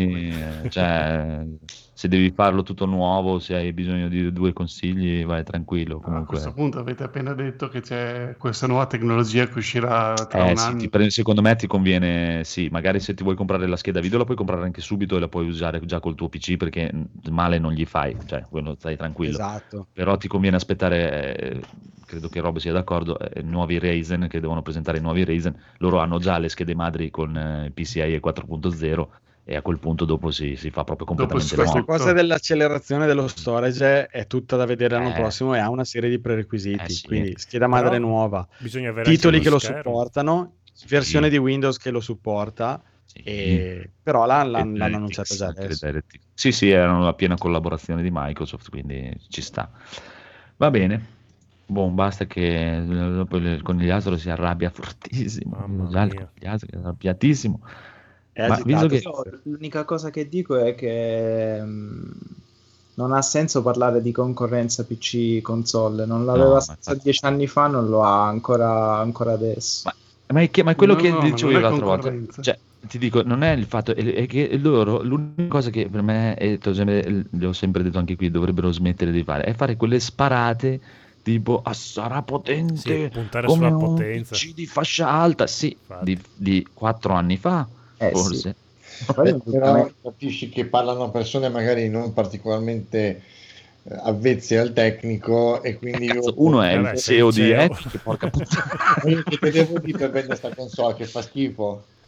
Speaker 2: Cioè, se devi farlo tutto nuovo, se hai bisogno di 2 consigli, vai tranquillo. Comunque.
Speaker 5: A questo punto avete appena detto che c'è questa nuova tecnologia che uscirà tra un anno.
Speaker 2: Secondo me ti conviene, magari se ti vuoi comprare la scheda video la puoi comprare anche subito e la puoi usare già col tuo PC, perché male non gli fai, cioè quello stai tranquillo.
Speaker 6: Esatto.
Speaker 2: Però ti conviene aspettare, credo che Rob sia d'accordo, nuovi Ryzen, che devono presentare i nuovi Ryzen. Loro hanno già le schede madri con PCIe 4.0 e a quel punto dopo si fa proprio completamente nuovo.
Speaker 6: Questa cosa dell'accelerazione dello storage è tutta da vedere l'anno prossimo e ha una serie di prerequisiti, quindi scheda madre nuova,
Speaker 9: bisogna avere
Speaker 6: titoli che lo supportano, versione di Windows che lo supporta, però l'hanno annunciata già adesso.
Speaker 2: Sì, erano la piena collaborazione di Microsoft, quindi ci sta. Va bene. Basta che dopo il conigliastro si arrabbia fortissimo. Il conigliastro è arrabbiatissimo.
Speaker 4: Ma visto che... L'unica cosa che dico è che non ha senso parlare di concorrenza PC console, non l'aveva 10 anni fa, non lo ha ancora adesso.
Speaker 2: Ma è quello che dicevo io l'altra volta, cioè ti dico, non è il fatto, è che loro, l'unica cosa che per me, l'ho sempre detto anche qui, dovrebbero smettere di fare, è fare quelle sparate tipo sarà potente,
Speaker 9: puntare
Speaker 2: come
Speaker 9: sulla
Speaker 2: un
Speaker 9: potenza
Speaker 2: PC di fascia alta, di 4 anni fa. Forse
Speaker 7: però capisci che parlano persone magari non particolarmente avvezze al tecnico, e quindi
Speaker 2: uno è il CEO di Epic, che porca puttana.
Speaker 7: Che devo dire per vendere sta console che fa schifo.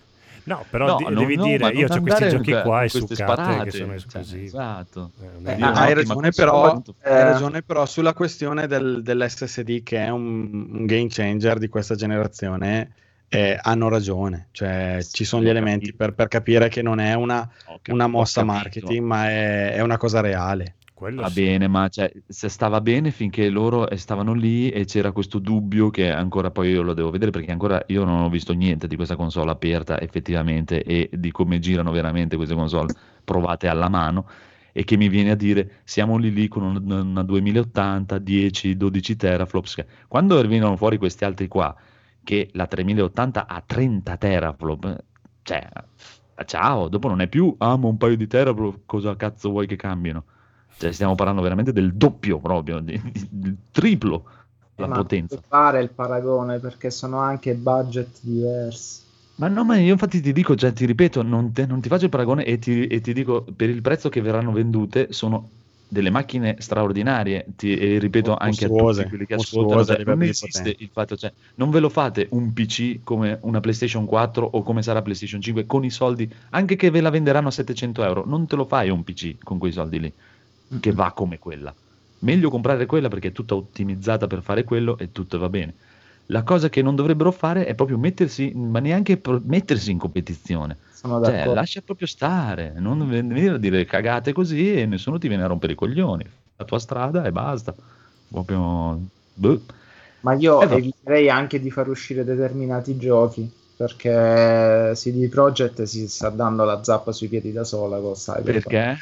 Speaker 9: No, però devi dire, io ho questi giochi qua e succate che sono esclusivi.
Speaker 2: Esatto.
Speaker 6: Hai ragione, però sulla questione dell'SSD, che è un game changer di questa generazione, hanno ragione. Cioè, ci sono gli elementi per capire che non è una mossa marketing, ma è una cosa reale.
Speaker 2: Va bene, ma se stava bene finché loro stavano lì e c'era questo dubbio che ancora poi io lo devo vedere, perché ancora io non ho visto niente di questa console aperta effettivamente e di come girano veramente queste console provate alla mano, e che mi viene a dire siamo lì con una 2080, 10, 12 teraflops. Quando vengono fuori questi altri qua, che la 3080 ha 30 teraflop, cioè ciao, dopo non è più amo un paio di teraflop, cosa cazzo vuoi che cambino? Cioè, stiamo parlando veramente del doppio proprio, del triplo la potenza.
Speaker 4: Non fare il paragone, perché sono anche budget diversi.
Speaker 2: Ma no, ma io infatti ti dico, ti ripeto, non ti faccio il paragone e ti dico, per il prezzo che verranno vendute, sono delle macchine straordinarie, e ripeto anche a tutti quelli che ascoltano, non esiste il fatto, non ve lo fate un PC come una PlayStation 4 o come sarà PlayStation 5 con i soldi, anche che ve la venderanno a 700 euro, non te lo fai un PC con quei soldi lì che va come quella. Meglio comprare quella perché è tutta ottimizzata per fare quello e tutto va bene. La cosa che non dovrebbero fare è proprio mettersi, ma neanche mettersi in competizione. Lascia proprio stare, non venire a dire cagate così e nessuno ti viene a rompere i coglioni. La tua strada e basta. Proprio
Speaker 4: Ma io eviterei anche di far uscire determinati giochi, perché CD Projekt si sta dando la zappa sui piedi da sola con Cyberpunk.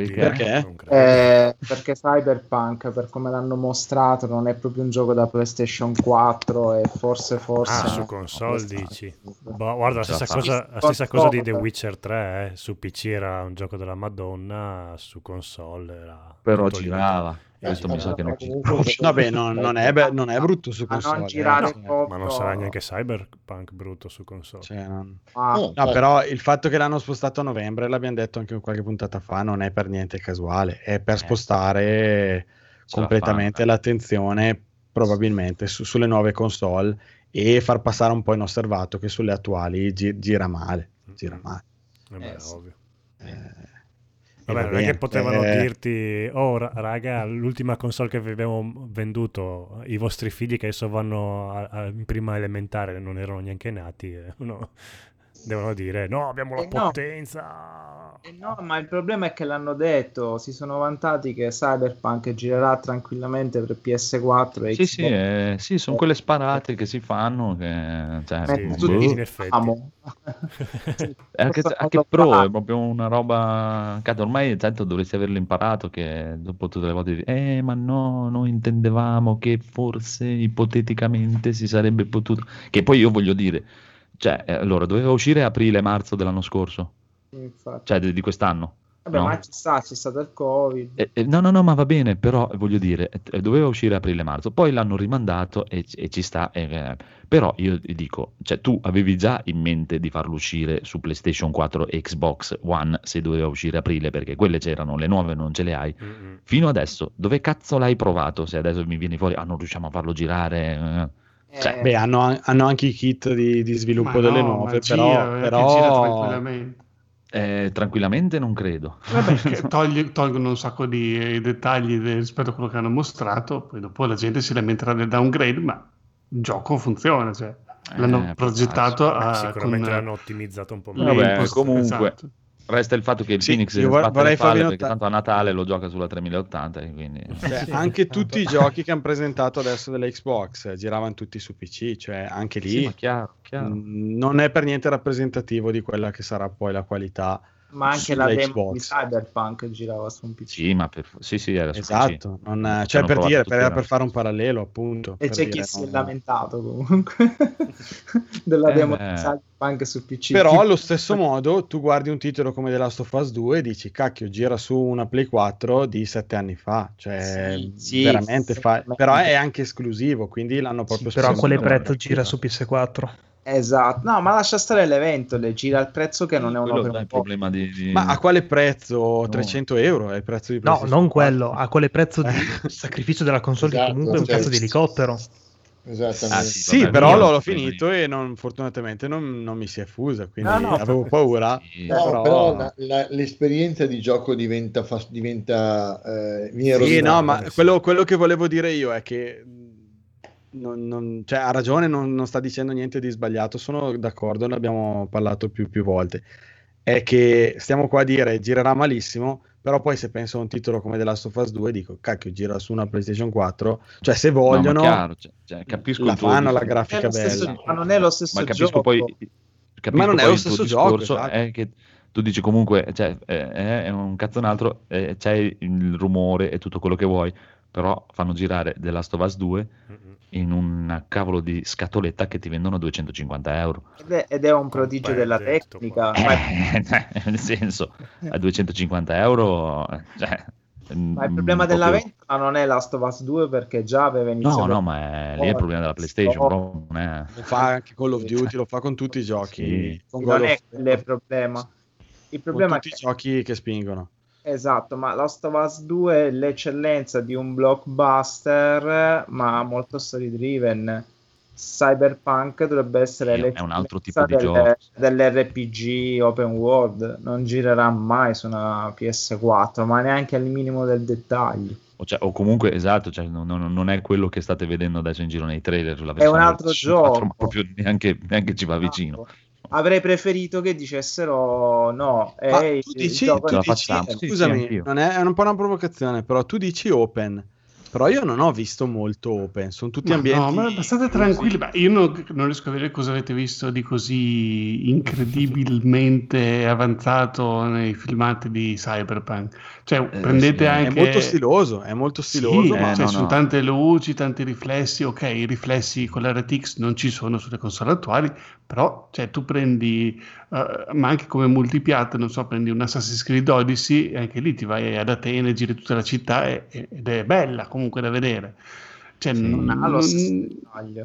Speaker 4: Perché Cyberpunk, per come l'hanno mostrato, non è proprio un gioco da PlayStation 4 e forse
Speaker 9: su console dici? Guarda, la stessa cosa di The Witcher 3, su PC era un gioco della Madonna, su console era
Speaker 2: però girava. Questo mi sa che non
Speaker 6: vabbè, non è brutto su console,
Speaker 9: ma non sarà neanche Cyberpunk brutto su console.
Speaker 6: Però il fatto che l'hanno spostato a novembre, l'abbiamo detto anche qualche puntata fa, non è per niente casuale, è per spostare completamente l'attenzione probabilmente sulle nuove console e far passare un po' inosservato che sulle attuali gira male.
Speaker 9: Ovvio. Vabbè, non è che potevano dirti raga, l'ultima console che vi abbiamo venduto, i vostri figli che adesso vanno in prima elementare non erano neanche nati, devono dire no, abbiamo la potenza.
Speaker 4: No, ma il problema è che l'hanno detto, si sono vantati che Cyberpunk girerà tranquillamente per PS4 e
Speaker 2: Xbox. Sì, sono quelle sparate che si fanno che
Speaker 9: in effetti
Speaker 2: anche Pro è proprio una roba, cazzo, ormai tanto dovresti averlo imparato che dopo tutte le volte ma no, noi intendevamo che forse ipoteticamente si sarebbe potuto, che poi io voglio dire, allora doveva uscire aprile-marzo dell'anno scorso, di quest'anno.
Speaker 4: Vabbè, no? Ma c'è stato il Covid.
Speaker 2: No, ma va bene, però voglio dire, doveva uscire aprile-marzo, poi l'hanno rimandato e ci sta. Però io dico, tu avevi già in mente di farlo uscire su PlayStation 4 e Xbox One se doveva uscire aprile, perché quelle c'erano, le nuove non ce le hai. Fino adesso, dove cazzo l'hai provato? Se adesso mi vieni fuori, non riusciamo a farlo girare...
Speaker 6: hanno anche i kit di sviluppo delle nuove, però
Speaker 5: tranquillamente.
Speaker 2: Tranquillamente non credo.
Speaker 5: Vabbè, tolgono un sacco di dettagli rispetto a quello che hanno mostrato, poi dopo la gente si lamenterà del downgrade, ma il gioco funziona, l'hanno progettato
Speaker 9: sicuramente l'hanno ottimizzato un po' meglio.
Speaker 2: Vabbè, comunque resta il fatto che il Phoenix vorrei farvi perché tanto a Natale lo gioca sulla 3080 quindi...
Speaker 6: anche tutti i giochi che hanno presentato adesso delle Xbox giravano tutti su PC, anche lì
Speaker 2: chiaro.
Speaker 6: Non è per niente rappresentativo di quella che sarà poi la qualità.
Speaker 4: Ma anche la demo di Cyberpunk girava su un PC.
Speaker 2: Sì, ma era su
Speaker 6: esatto,
Speaker 2: PC.
Speaker 6: Per fare un parallelo, appunto.
Speaker 4: E c'è chi si è lamentato comunque della demo di Cyberpunk su PC.
Speaker 6: Però allo stesso modo tu guardi un titolo come The Last of Us 2 e dici cacchio, gira su una Play 4 di 7 anni fa, veramente però è anche esclusivo, quindi l'hanno proprio
Speaker 3: però a quale prezzo gira su PS4?
Speaker 4: Esatto, no, ma lascia stare l'evento, le gira al prezzo che non è un
Speaker 2: problema
Speaker 6: Ma a quale prezzo? 300 euro è il prezzo di PlayStation?
Speaker 3: No, non quello, a quale prezzo di sacrificio della console che comunque è un cazzo di elicottero.
Speaker 7: Esattamente.
Speaker 6: Sì,
Speaker 2: vabbè,
Speaker 6: però
Speaker 2: io-
Speaker 6: l'ho finito e fortunatamente non mi si è fusa, quindi
Speaker 4: No,
Speaker 6: avevo paura.
Speaker 2: Sì,
Speaker 7: No, però l'esperienza di gioco viene
Speaker 6: Sì,
Speaker 7: rovinata.
Speaker 6: no, ma quello che volevo dire io è che cioè, ha ragione, non sta dicendo niente di sbagliato, sono d'accordo, ne abbiamo parlato più volte. È che stiamo qua a dire girerà malissimo, però poi se penso a un titolo come The Last of Us 2 dico, cacchio, gira su una PlayStation 4, cioè se
Speaker 2: no, ma
Speaker 6: vogliono
Speaker 2: chiaro, cioè, capisco
Speaker 6: la
Speaker 2: il tuo
Speaker 6: fanno la
Speaker 2: discorso.
Speaker 6: grafica
Speaker 4: Ma non
Speaker 6: bella.
Speaker 4: è lo stesso
Speaker 2: Ma capisco
Speaker 4: gioco.
Speaker 2: poi,
Speaker 6: Ma non è lo
Speaker 2: il tuo
Speaker 6: stesso gioco,
Speaker 2: discorso
Speaker 6: esatto.
Speaker 2: è che tu dici comunque, cioè, è un cazzo un altro, c'è il rumore e tutto quello che vuoi, però fanno girare The Last of Us 2 in una cavolo di scatoletta che ti vendono a 250 euro.
Speaker 4: Ed è un prodigio della
Speaker 9: detto
Speaker 4: tecnica.
Speaker 2: Nel senso, a 250 euro... Cioè,
Speaker 4: Ma il problema della
Speaker 2: proprio-
Speaker 4: vendita non è Last of Us 2 perché già aveva iniziato.
Speaker 2: No, ma lì è il problema della PlayStation, però non è...
Speaker 6: Lo fa anche Call of Duty, lo fa con tutti i giochi.
Speaker 2: Sì.
Speaker 6: Con
Speaker 4: Non
Speaker 6: God
Speaker 4: è
Speaker 6: of-
Speaker 4: quello il problema. Il
Speaker 6: con
Speaker 4: problema è
Speaker 6: tutti
Speaker 4: che
Speaker 6: i giochi che spingono.
Speaker 4: esatto, ma Last of Us 2 è l'eccellenza di un blockbuster, ma molto story driven. Cyberpunk dovrebbe essere
Speaker 2: Sì, è un altro tipo di
Speaker 4: l'eccellenza
Speaker 2: gioco.
Speaker 4: dell'RPG open world, non girerà mai su una PS4, ma neanche al minimo del dettaglio.
Speaker 2: O comunque, esatto, cioè, non è quello che state vedendo adesso in giro nei trailer sulla
Speaker 4: È un
Speaker 2: versione
Speaker 4: altro
Speaker 2: PlayStation 4,
Speaker 4: gioco.
Speaker 2: ma proprio neanche ci va vicino.
Speaker 4: Avrei preferito che dicessero no,
Speaker 6: Ma
Speaker 4: è
Speaker 6: tu
Speaker 4: il
Speaker 6: dici,
Speaker 4: gioco
Speaker 2: Ce la
Speaker 4: di
Speaker 2: facciamo,
Speaker 4: Steam.
Speaker 2: sì,
Speaker 6: scusami,
Speaker 2: anch'io.
Speaker 6: non è un po' una provocazione, però tu dici open, però io non ho visto molto open, sono tutti
Speaker 5: Ma
Speaker 6: ambienti...
Speaker 5: no, ma state tranquilli, ma io non riesco a vedere cosa avete visto di così incredibilmente avanzato nei filmati di Cyberpunk. Cioè, prendete
Speaker 2: sì.
Speaker 5: anche...
Speaker 6: È molto stiloso,
Speaker 5: Sì,
Speaker 6: ma...
Speaker 5: cioè,
Speaker 2: no,
Speaker 5: sono
Speaker 2: no.
Speaker 5: tante luci, tanti riflessi. Ok, i riflessi con l'RTX non ci sono sulle console attuali, però cioè, tu prendi, ma anche come multipiatta, non so, prendi un Assassin's Creed Odyssey e anche lì ti vai ad Atene, giri tutta la città ed è bella comunque da vedere. Cioè,
Speaker 2: Sì.
Speaker 4: Non ha lo stesso dettaglio.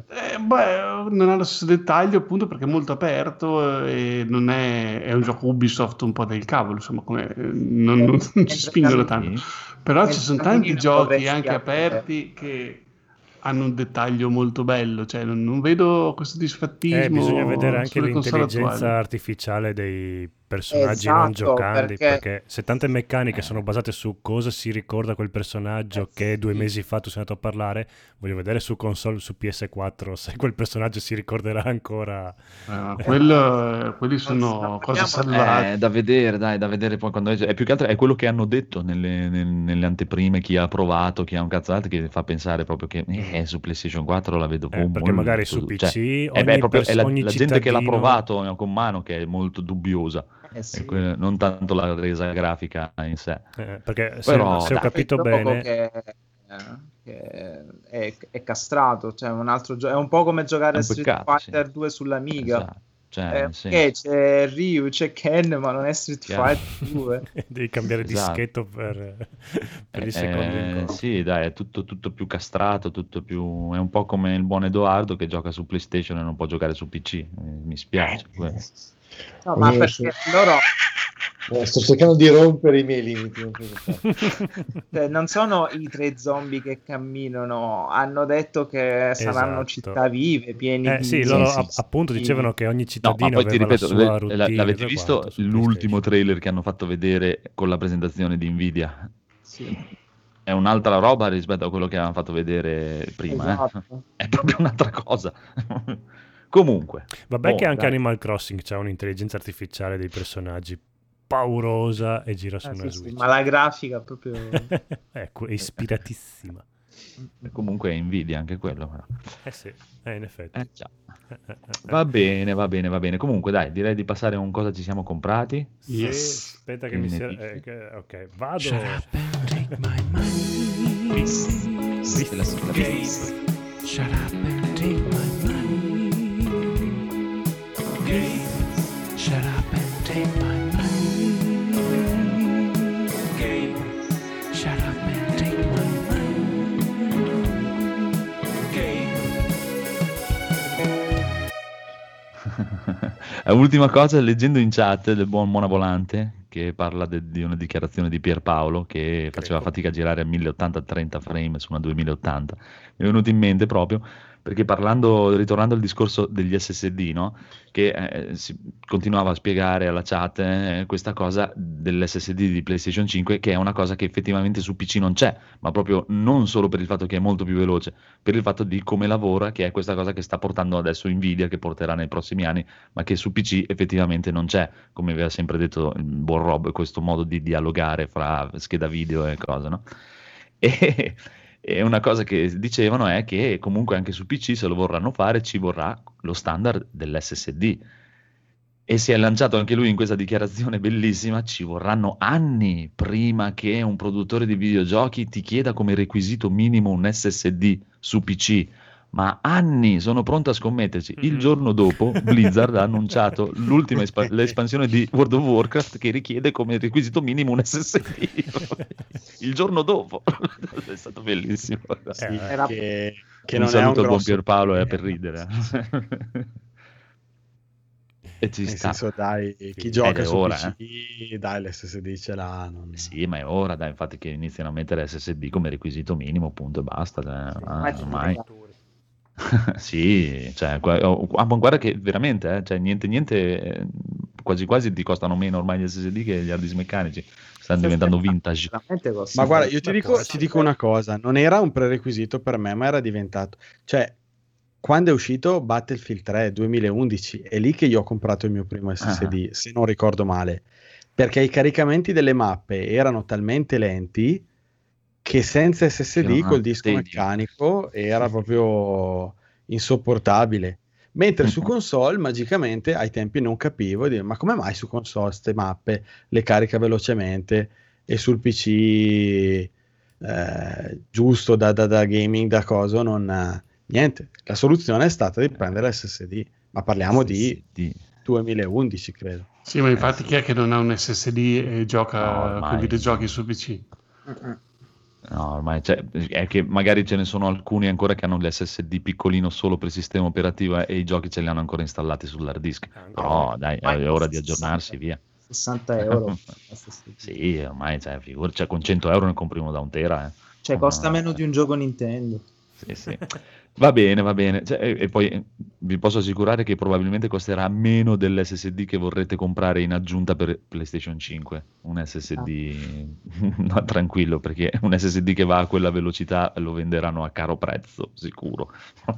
Speaker 5: non ha lo stesso dettaglio appunto perché è molto aperto e non è un gioco Ubisoft un po' del cavolo, insomma, non ci spingono tanto. Però ci sono tanti giochi anche aperti che hanno un dettaglio molto bello, cioè non vedo questo disfattismo.
Speaker 9: Bisogna vedere anche
Speaker 5: sulle console
Speaker 9: l'intelligenza
Speaker 5: attuali.
Speaker 9: artificiale dei personaggi non
Speaker 4: Esatto,
Speaker 9: giocandi,
Speaker 4: perché-
Speaker 9: perché se tante meccaniche sono basate su cosa si ricorda quel personaggio che 2 mesi fa tu sei andato a parlare, voglio vedere su console, su PS4, se quel personaggio si ricorderà ancora.
Speaker 5: Quelli sono cose
Speaker 4: parliamo-
Speaker 5: salvate.
Speaker 2: Da vedere poi quando è più che altro è quello che hanno detto nelle anteprime, chi ha provato, chi ha un cazzato, che fa pensare proprio che su PlayStation 4 la vedo
Speaker 9: Perché
Speaker 2: molto,
Speaker 9: magari su PC
Speaker 2: cioè,
Speaker 9: ogni
Speaker 2: proprio è
Speaker 9: ogni
Speaker 2: la gente che l'ha
Speaker 9: cittadino-
Speaker 2: provato con mano che è molto dubbiosa,
Speaker 4: Sì.
Speaker 2: non tanto la resa grafica in sé.
Speaker 9: Perché se
Speaker 2: Però,
Speaker 9: ho
Speaker 2: dai,
Speaker 9: capito
Speaker 4: È il gioco
Speaker 9: bene,
Speaker 4: che è castrato, cioè un altro è un po' come giocare
Speaker 2: È
Speaker 4: a
Speaker 2: un
Speaker 4: Street
Speaker 2: peccato,
Speaker 4: Fighter
Speaker 2: sì.
Speaker 4: 2 sull'Amiga.
Speaker 2: Esatto. Cioè, sì.
Speaker 4: Che c'è Ryu, c'è Ken, ma non è Street
Speaker 2: Chiaro.
Speaker 4: Fighter 2.
Speaker 9: devi cambiare
Speaker 2: Esatto.
Speaker 9: dischetto per il secondo incontro.
Speaker 2: Sì, dai, è tutto più castrato, tutto più... È un po' come il buon Edoardo che gioca su PlayStation e non può giocare su PC. Mi spiace.
Speaker 4: No, ma
Speaker 7: Io
Speaker 4: perché loro
Speaker 7: sto cercando di rompere i miei limiti. Non so cosa fare.
Speaker 4: non sono i 3 zombie che camminano, hanno detto che saranno
Speaker 9: Esatto.
Speaker 4: città vive, pieni di...
Speaker 9: Sì, loro
Speaker 2: sì,
Speaker 9: appunto dicevano che ogni
Speaker 2: No,
Speaker 9: cittadino
Speaker 2: ma poi ti
Speaker 9: aveva
Speaker 2: ripeto,
Speaker 9: la sua routine.
Speaker 2: l'avete
Speaker 9: e
Speaker 2: visto
Speaker 9: quanto su
Speaker 2: l'ultimo
Speaker 9: PlayStation.
Speaker 2: trailer che hanno fatto vedere con la presentazione di Nvidia?
Speaker 4: Sì.
Speaker 2: È un'altra roba rispetto a quello che avevano fatto vedere prima.
Speaker 4: Esatto.
Speaker 2: È proprio un'altra cosa. Comunque.
Speaker 9: Vabbè che anche
Speaker 2: dai.
Speaker 9: Animal Crossing c'ha un'intelligenza artificiale dei personaggi paurosa e gira su una
Speaker 4: Sì,
Speaker 9: Switch.
Speaker 4: ma la grafica proprio...
Speaker 9: Ecco, è ispiratissima.
Speaker 2: Comunque è Nvidia anche quello. Però.
Speaker 9: Sì, in effetti.
Speaker 2: Già. Va bene. Comunque dai, direi di passare a un cosa ci siamo comprati.
Speaker 9: Sì,
Speaker 5: Yes.
Speaker 9: aspetta che mi sia... ok, vado.
Speaker 2: Questa è la sigla.
Speaker 10: Shut up and take my money. Shut up and take my money. Shut up and take my
Speaker 2: Ultima cosa, leggendo in chat del buon Mona Volante che parla di una dichiarazione di Pierpaolo che faceva fatica a girare a 1080 30 frame su una 2080, mi è venuto in mente proprio perché ritornando al discorso degli SSD, no? Che si continuava a spiegare alla chat questa cosa dell'SSD di PlayStation 5, che è una cosa che effettivamente su PC non c'è, ma proprio non solo per il fatto che è molto più veloce, per il fatto di come lavora, che è questa cosa che sta portando adesso Nvidia, che porterà nei prossimi anni, ma che su PC effettivamente non c'è, come aveva sempre detto il buon Rob, questo modo di dialogare fra scheda video e cose, no? E una cosa che dicevano è che comunque anche su PC, se lo vorranno fare, ci vorrà lo standard dell'SSD. E si è lanciato anche lui in questa dichiarazione bellissima: ci vorranno anni prima che un produttore di videogiochi ti chieda come requisito minimo un SSD su PC. Ma anni, sono pronto a scommetterci. Il giorno dopo Blizzard ha annunciato l'ultima l'espansione di World of Warcraft che richiede come requisito minimo un SSD. Il giorno dopo. È stato bellissimo.
Speaker 6: Sì,
Speaker 2: che non saluto al buon Pierpaolo, è per ridere. E ci sta.
Speaker 6: Senso, dai, chi gioca su
Speaker 2: ora,
Speaker 6: PC, dai, l'SSD ce l'ha.
Speaker 2: Sì, ma è ora, dai, infatti, che iniziano a mettere SSD come requisito minimo, punto e basta. Ormai. Sì, cioè, guarda che veramente, cioè, niente, quasi quasi ti costano meno ormai gli SSD che gli hard disk meccanici, stanno diventando vintage.
Speaker 6: Ma guarda, io ti dico una cosa, non era un prerequisito per me, ma era diventato, cioè, quando è uscito Battlefield 3 2011, è lì che io ho comprato il mio primo SSD, se non ricordo male, perché i caricamenti delle mappe erano talmente lenti che senza SSD col disco meccanico era proprio insopportabile. Mentre su console, magicamente, ai tempi non capivo, ma come mai su console ste mappe le carica velocemente e sul PC giusto da gaming, da coso, non... Niente, la soluzione è stata di prendere l'SSD, ma parliamo di 2011, credo.
Speaker 5: Sì, ma infatti chi è che non ha un SSD e gioca con i videogiochi su PC?
Speaker 2: No, ormai è che magari ce ne sono alcuni ancora che hanno l'SSD piccolino solo per sistema operativo e i giochi ce li hanno ancora installati sull'hard disk. Però dai, è ora di aggiornarsi, via.
Speaker 4: 60 euro.
Speaker 2: Sì, ormai con 100 euro ne compri uno da 1 tera.
Speaker 4: Cioè, costa meno di un gioco Nintendo.
Speaker 2: Sì. Va bene. Cioè, e poi vi posso assicurare che probabilmente costerà meno dell'SSD che vorrete comprare in aggiunta per PlayStation 5. Un SSD no, tranquillo, perché un SSD che va a quella velocità lo venderanno a caro prezzo, sicuro.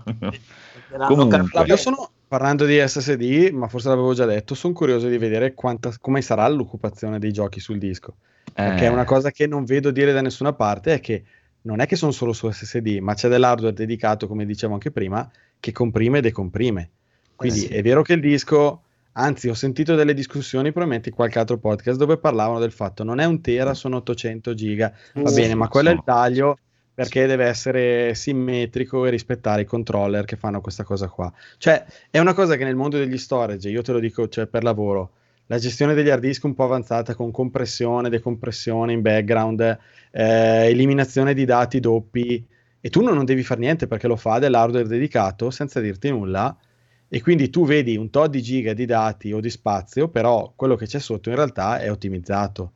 Speaker 2: Comunque,
Speaker 6: io sono, parlando di SSD, ma forse l'avevo già detto, sono curioso di vedere come sarà l'occupazione dei giochi sul disco. Perché una cosa che non vedo dire da nessuna parte è che non è che sono solo su SSD, ma c'è dell'hardware dedicato, come dicevo anche prima, che comprime e decomprime. Quindi è vero che il disco, anzi ho sentito delle discussioni probabilmente in qualche altro podcast dove parlavano del fatto non è 1 tera, sono 800 giga, va bene, ma quello è il taglio perché deve essere simmetrico e rispettare i controller che fanno questa cosa qua. Cioè è una cosa che nel mondo degli storage, io te lo dico, cioè, per lavoro, la gestione degli hard disk un po' avanzata con compressione, decompressione in background, eliminazione di dati doppi, e tu non devi fare niente perché lo fa dell'hardware dedicato senza dirti nulla, e quindi tu vedi un tot di giga di dati o di spazio, però quello che c'è sotto in realtà è ottimizzato.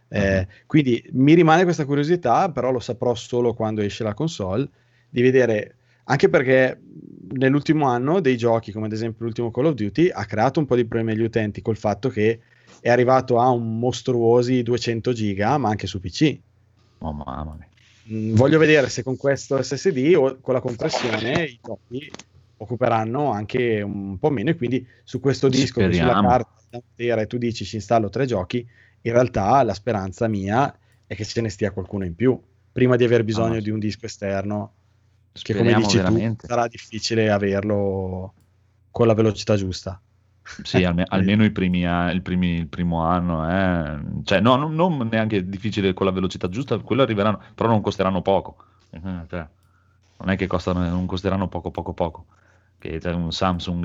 Speaker 6: Quindi mi rimane questa curiosità, però lo saprò solo quando esce la console, di vedere, anche perché nell'ultimo anno dei giochi, come ad esempio l'ultimo Call of Duty, ha creato un po' di problemi agli utenti col fatto che è arrivato a un mostruosi 200 giga, ma anche su PC.
Speaker 2: Oh, mamma mia.
Speaker 6: Voglio vedere se con questo SSD o con la compressione i giochi occuperanno anche un po' meno, e quindi su questo disco che sulla carta e tu dici ci installo 3 giochi, in realtà la speranza mia è che ce ne stia qualcuno in più prima di aver bisogno di un disco esterno, che come dici veramente tu sarà difficile averlo con la velocità giusta.
Speaker 2: Sì, almeno il primo anno, cioè no, non neanche difficile con la velocità giusta, quello arriveranno, però non costeranno poco, cioè, non è che non costeranno poco, che c'è un Samsung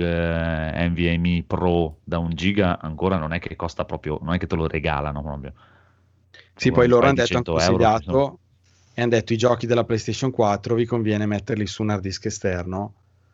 Speaker 2: NVMe Pro da 1 giga ancora non è che costa proprio, non è che te lo regalano proprio.
Speaker 6: Sì, poi loro hanno detto, hanno consigliato e hanno detto i giochi della PlayStation 4 vi conviene metterli su un hard disk esterno,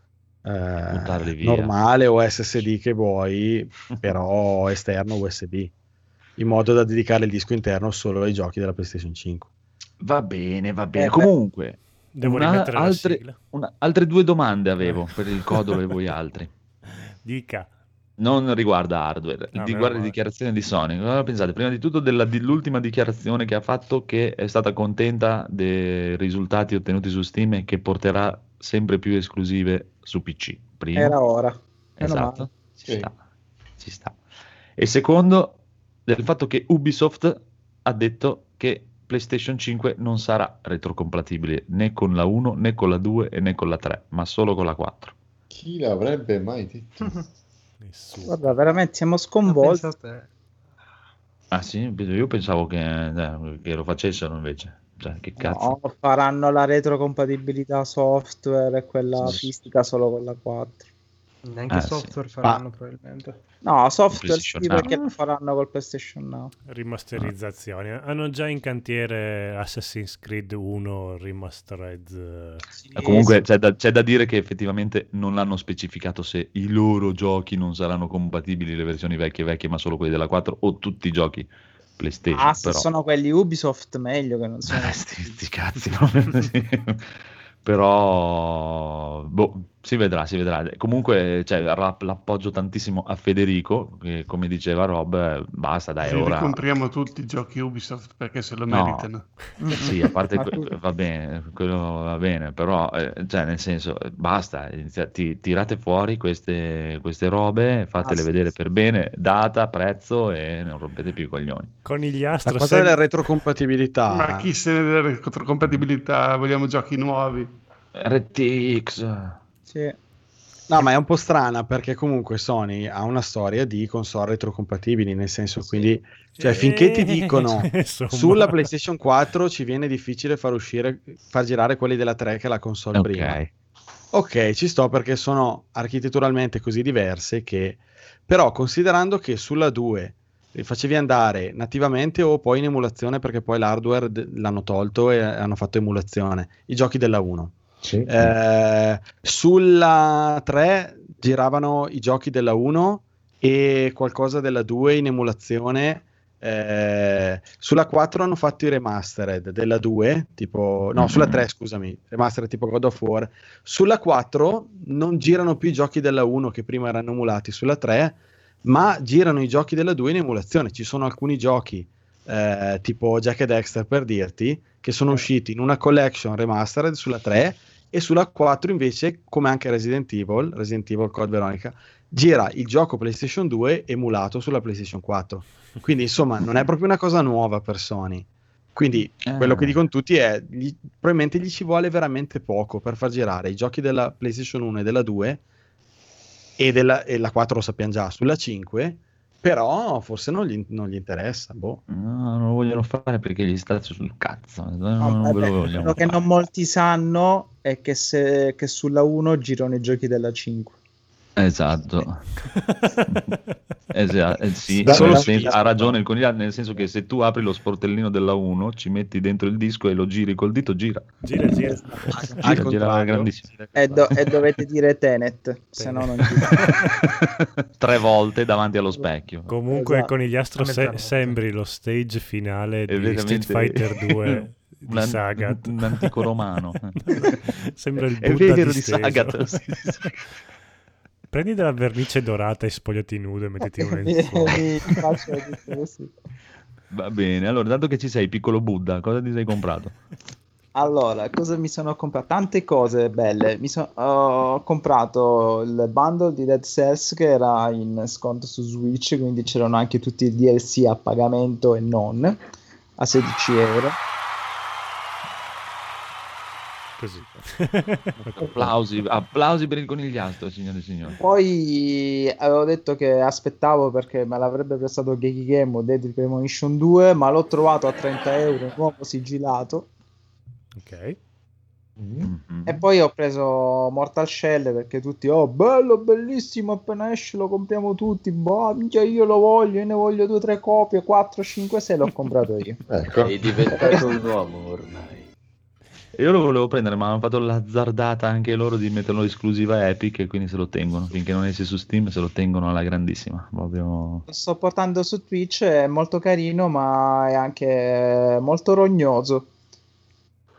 Speaker 6: normale o SSD che vuoi, però esterno USB, in modo da dedicare il disco interno solo ai giochi della PlayStation 5.
Speaker 2: Va bene. Comunque
Speaker 9: Devo rimettere la sigla.
Speaker 2: Altre 2 domande avevo per il Codolo e voi altri.
Speaker 9: Dica.
Speaker 2: Non riguarda hardware, riguarda le dichiarazioni di Sony. Cosa pensate? Prima di tutto dell'ultima dichiarazione che ha fatto, che è stata contenta dei risultati ottenuti su Steam e che porterà sempre più esclusive su PC. Primo.
Speaker 4: Era ora.
Speaker 2: Esatto, ci sta. E secondo, del fatto che Ubisoft ha detto che PlayStation 5 non sarà retrocompatibile né con la 1 né con la 2 e né con la 3, ma solo con la 4.
Speaker 7: Chi l'avrebbe mai detto?
Speaker 9: Nessuno.
Speaker 4: Guarda, veramente siamo sconvolti.
Speaker 2: Ah sì? Io pensavo che lo facessero invece. Cioè, che cazzo?
Speaker 4: No, faranno la retrocompatibilità software e quella fistica solo con la 4.
Speaker 3: Neanche software faranno probabilmente.
Speaker 4: No, software sì,
Speaker 2: PlayStation
Speaker 4: perché lo faranno col PlayStation Now.
Speaker 9: Rimasterizzazioni. Hanno già in cantiere Assassin's Creed 1 Remastered.
Speaker 2: Sì, comunque c'è da dire che effettivamente non hanno specificato se i loro giochi non saranno compatibili, le versioni vecchie, ma solo quelli della 4 o tutti i giochi PlayStation.
Speaker 4: Se sono quelli Ubisoft meglio che non sono.
Speaker 2: Sti cazzi, però si vedrà. Comunque l'appoggio tantissimo a Federico, che come diceva Rob, basta dai, ora
Speaker 5: compriamo tutti i giochi Ubisoft perché se lo meritano.
Speaker 2: Sì, a parte va bene, quello va bene, però nel senso basta, tirate fuori queste robe, fatele vedere per bene, data, prezzo, e non rompete più i coglioni.
Speaker 9: Conigliastro,
Speaker 6: la cosa della retrocompatibilità,
Speaker 5: ma chi se ne della retrocompatibilità? Vogliamo giochi nuovi.
Speaker 2: RTX.
Speaker 4: Sì.
Speaker 6: No, ma è un po' strana perché comunque Sony ha una storia di console retrocompatibili, nel senso, quindi finché ti dicono sulla PlayStation 4 ci viene difficile far girare quelli della 3 che è la console prima. Ok, ci sto, perché sono architetturalmente così diverse che, però considerando che sulla 2 li facevi andare nativamente o poi in emulazione, perché poi l'hardware l'hanno tolto e hanno fatto emulazione, i giochi della 1. Sì. Sulla 3 giravano i giochi della 1 e qualcosa della 2 in emulazione. Sulla 4 hanno fatto i remastered della 2, sulla 3 scusami, remastered tipo God of War. Sulla 4 non girano più i giochi della 1 che prima erano emulati sulla 3, ma girano i giochi della 2 in emulazione. Ci sono alcuni giochi tipo Jack e Dexter, per dirti, che sono usciti in una collection remastered sulla 3, e sulla 4 invece, come anche Resident Evil Code Veronica, gira il gioco PlayStation 2 emulato sulla PlayStation 4. Quindi insomma non è proprio una cosa nuova per Sony. Quindi quello che dicono tutti è probabilmente gli ci vuole veramente poco per far girare i giochi della PlayStation 1 e della 2 e la 4 lo sappiamo già, sulla 5, però forse non gli interessa. No,
Speaker 2: non lo vogliono fare perché gli sta sul cazzo.
Speaker 4: Quello che non molti sanno è che sulla 1 girano i giochi della 5.
Speaker 2: Esatto. Sì, ha ragione il conigliato, nel senso che se tu apri lo sportellino della 1, ci metti dentro il disco e lo giri col dito, gira grandissimo.
Speaker 4: E dovete dire Tenet, se no non gira.
Speaker 2: 3 volte davanti allo specchio.
Speaker 9: Comunque esatto. Conigliastro sembri lo stage finale di Street Fighter 2 di Sagat,
Speaker 2: un antico romano.
Speaker 9: Sembra il Buddha di
Speaker 2: Sagat.
Speaker 9: Prendi della vernice dorata e spogliati nudo e mettiti in un lenzuolo.
Speaker 2: Va bene, allora, dato che ci sei, piccolo Buddha, cosa ti sei comprato?
Speaker 4: Allora, cosa mi sono comprato? Tante cose belle. Ho comprato il bundle di Dead Cells che era in sconto su Switch, quindi c'erano anche tutti i DLC a pagamento e non, a 16 euro.
Speaker 9: Così.
Speaker 2: applausi per il conigliastro, signore e signori.
Speaker 4: Poi avevo detto che aspettavo perché me l'avrebbe prestato Geeky Game o Deadly Premonition 2, ma l'ho trovato a 30 euro nuovo sigillato.
Speaker 9: Ok.
Speaker 4: E poi ho preso Mortal Shell perché tutti bello, bellissimo, appena esce lo compriamo tutti, minchia, io lo voglio, io ne voglio 2 o 3 copie, 4, 5, 6 l'ho comprato io.
Speaker 7: Ecco.
Speaker 11: Sei diventato un uomo ormai.
Speaker 2: Io lo volevo prendere, ma hanno fatto l'azzardata anche loro di metterlo esclusiva Epic, e quindi se lo tengono finché non esce su Steam, se lo tengono alla grandissima. Proprio...
Speaker 4: Lo sto portando su Twitch, è molto carino, ma è anche molto rognoso.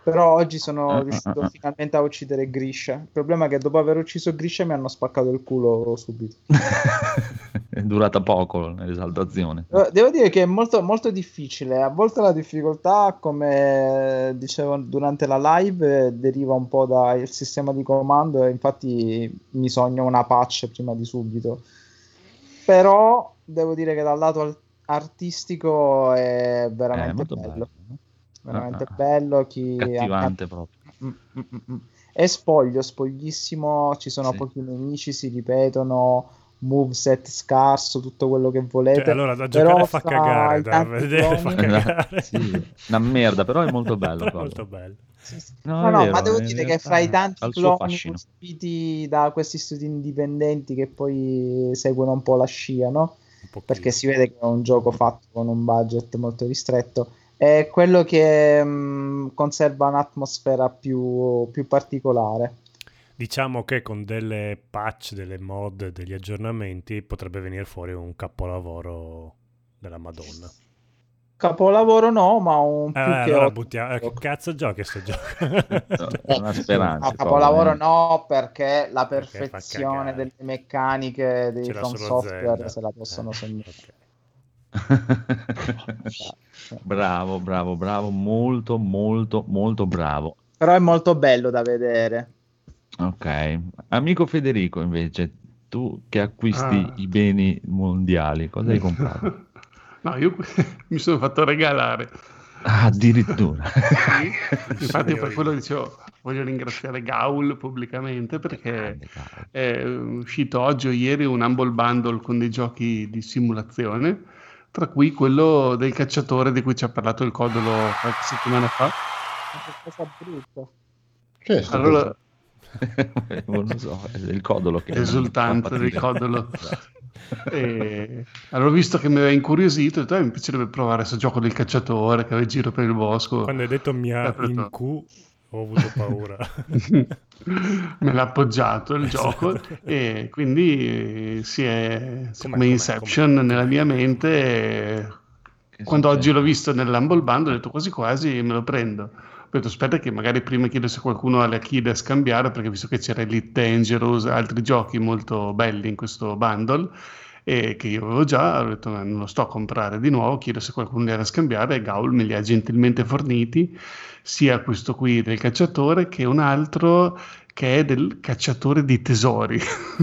Speaker 4: Però oggi sono riuscito finalmente a uccidere Grisha. Il problema è che dopo aver ucciso Grisha mi hanno spaccato il culo subito.
Speaker 2: È durata poco l'esaltazione.
Speaker 4: Devo dire che è molto, molto difficile. A volte la difficoltà, come dicevo durante la live, deriva un po' dal sistema di comando, e infatti mi sogno una patch prima di subito. Però devo dire che dal lato artistico è veramente bello. Veramente bello,
Speaker 2: cattivante proprio.
Speaker 4: È spogliossimo, ci sono pochi nemici, si ripetono, moveset scarso, tutto quello che volete.
Speaker 9: Allora da giocare fa cagare, da vedere fa cagare.
Speaker 2: Sì, una merda, però è molto bello.
Speaker 9: È molto bello.
Speaker 4: No, ma devo dire che fra i tanti cloni costruiti da questi studi indipendenti che poi seguono un po' la scia, no? Perché si vede che è un gioco fatto con un budget molto ristretto, è quello che conserva un'atmosfera più particolare.
Speaker 9: Diciamo che con delle patch, delle mod, degli aggiornamenti potrebbe venire fuori un capolavoro della Madonna.
Speaker 4: Capolavoro no, ma un più che
Speaker 9: allora buttiamo. Che cazzo giochi sto gioco?
Speaker 2: Una speranza.
Speaker 4: No, capolavoro no, perché la perfezione delle meccaniche dei From Software se la possono sognare.
Speaker 2: Bravo, molto bravo.
Speaker 4: Però è molto bello da vedere.
Speaker 2: Ok, amico Federico, invece, tu che acquisti i beni mondiali, cosa hai comprato?
Speaker 5: No, io mi sono fatto regalare.
Speaker 2: Addirittura.
Speaker 5: Sì, infatti per quello dicevo, voglio ringraziare Gaul pubblicamente, perché è uscito oggi o ieri un Humble Bundle con dei giochi di simulazione, tra cui quello del cacciatore di cui ci ha parlato il Codolo qualche settimana fa.
Speaker 4: Cosa brutta.
Speaker 5: Allora,
Speaker 2: non so, è il Codolo che
Speaker 5: esultante del Codolo. Allora, visto che mi aveva incuriosito, ho detto, mi piacerebbe provare questo gioco del cacciatore che va in giro per il bosco.
Speaker 9: Quando hai detto mi ha in Q ho avuto paura.
Speaker 5: Me l'ha appoggiato il gioco e quindi si è come Inception nella mia mente. Quando oggi l'ho visto nell'Humble Bundle ho detto quasi quasi me lo prendo. Ho detto aspetta che magari prima chiedo se qualcuno ha la key da scambiare, perché visto che c'era Elite Dangerous, altri giochi molto belli in questo bundle e che io avevo già, ho detto non lo sto a comprare di nuovo, chiedo se qualcuno li ha da scambiare e Gaul me li ha gentilmente forniti, sia questo qui del cacciatore che un altro che è del cacciatore di tesori.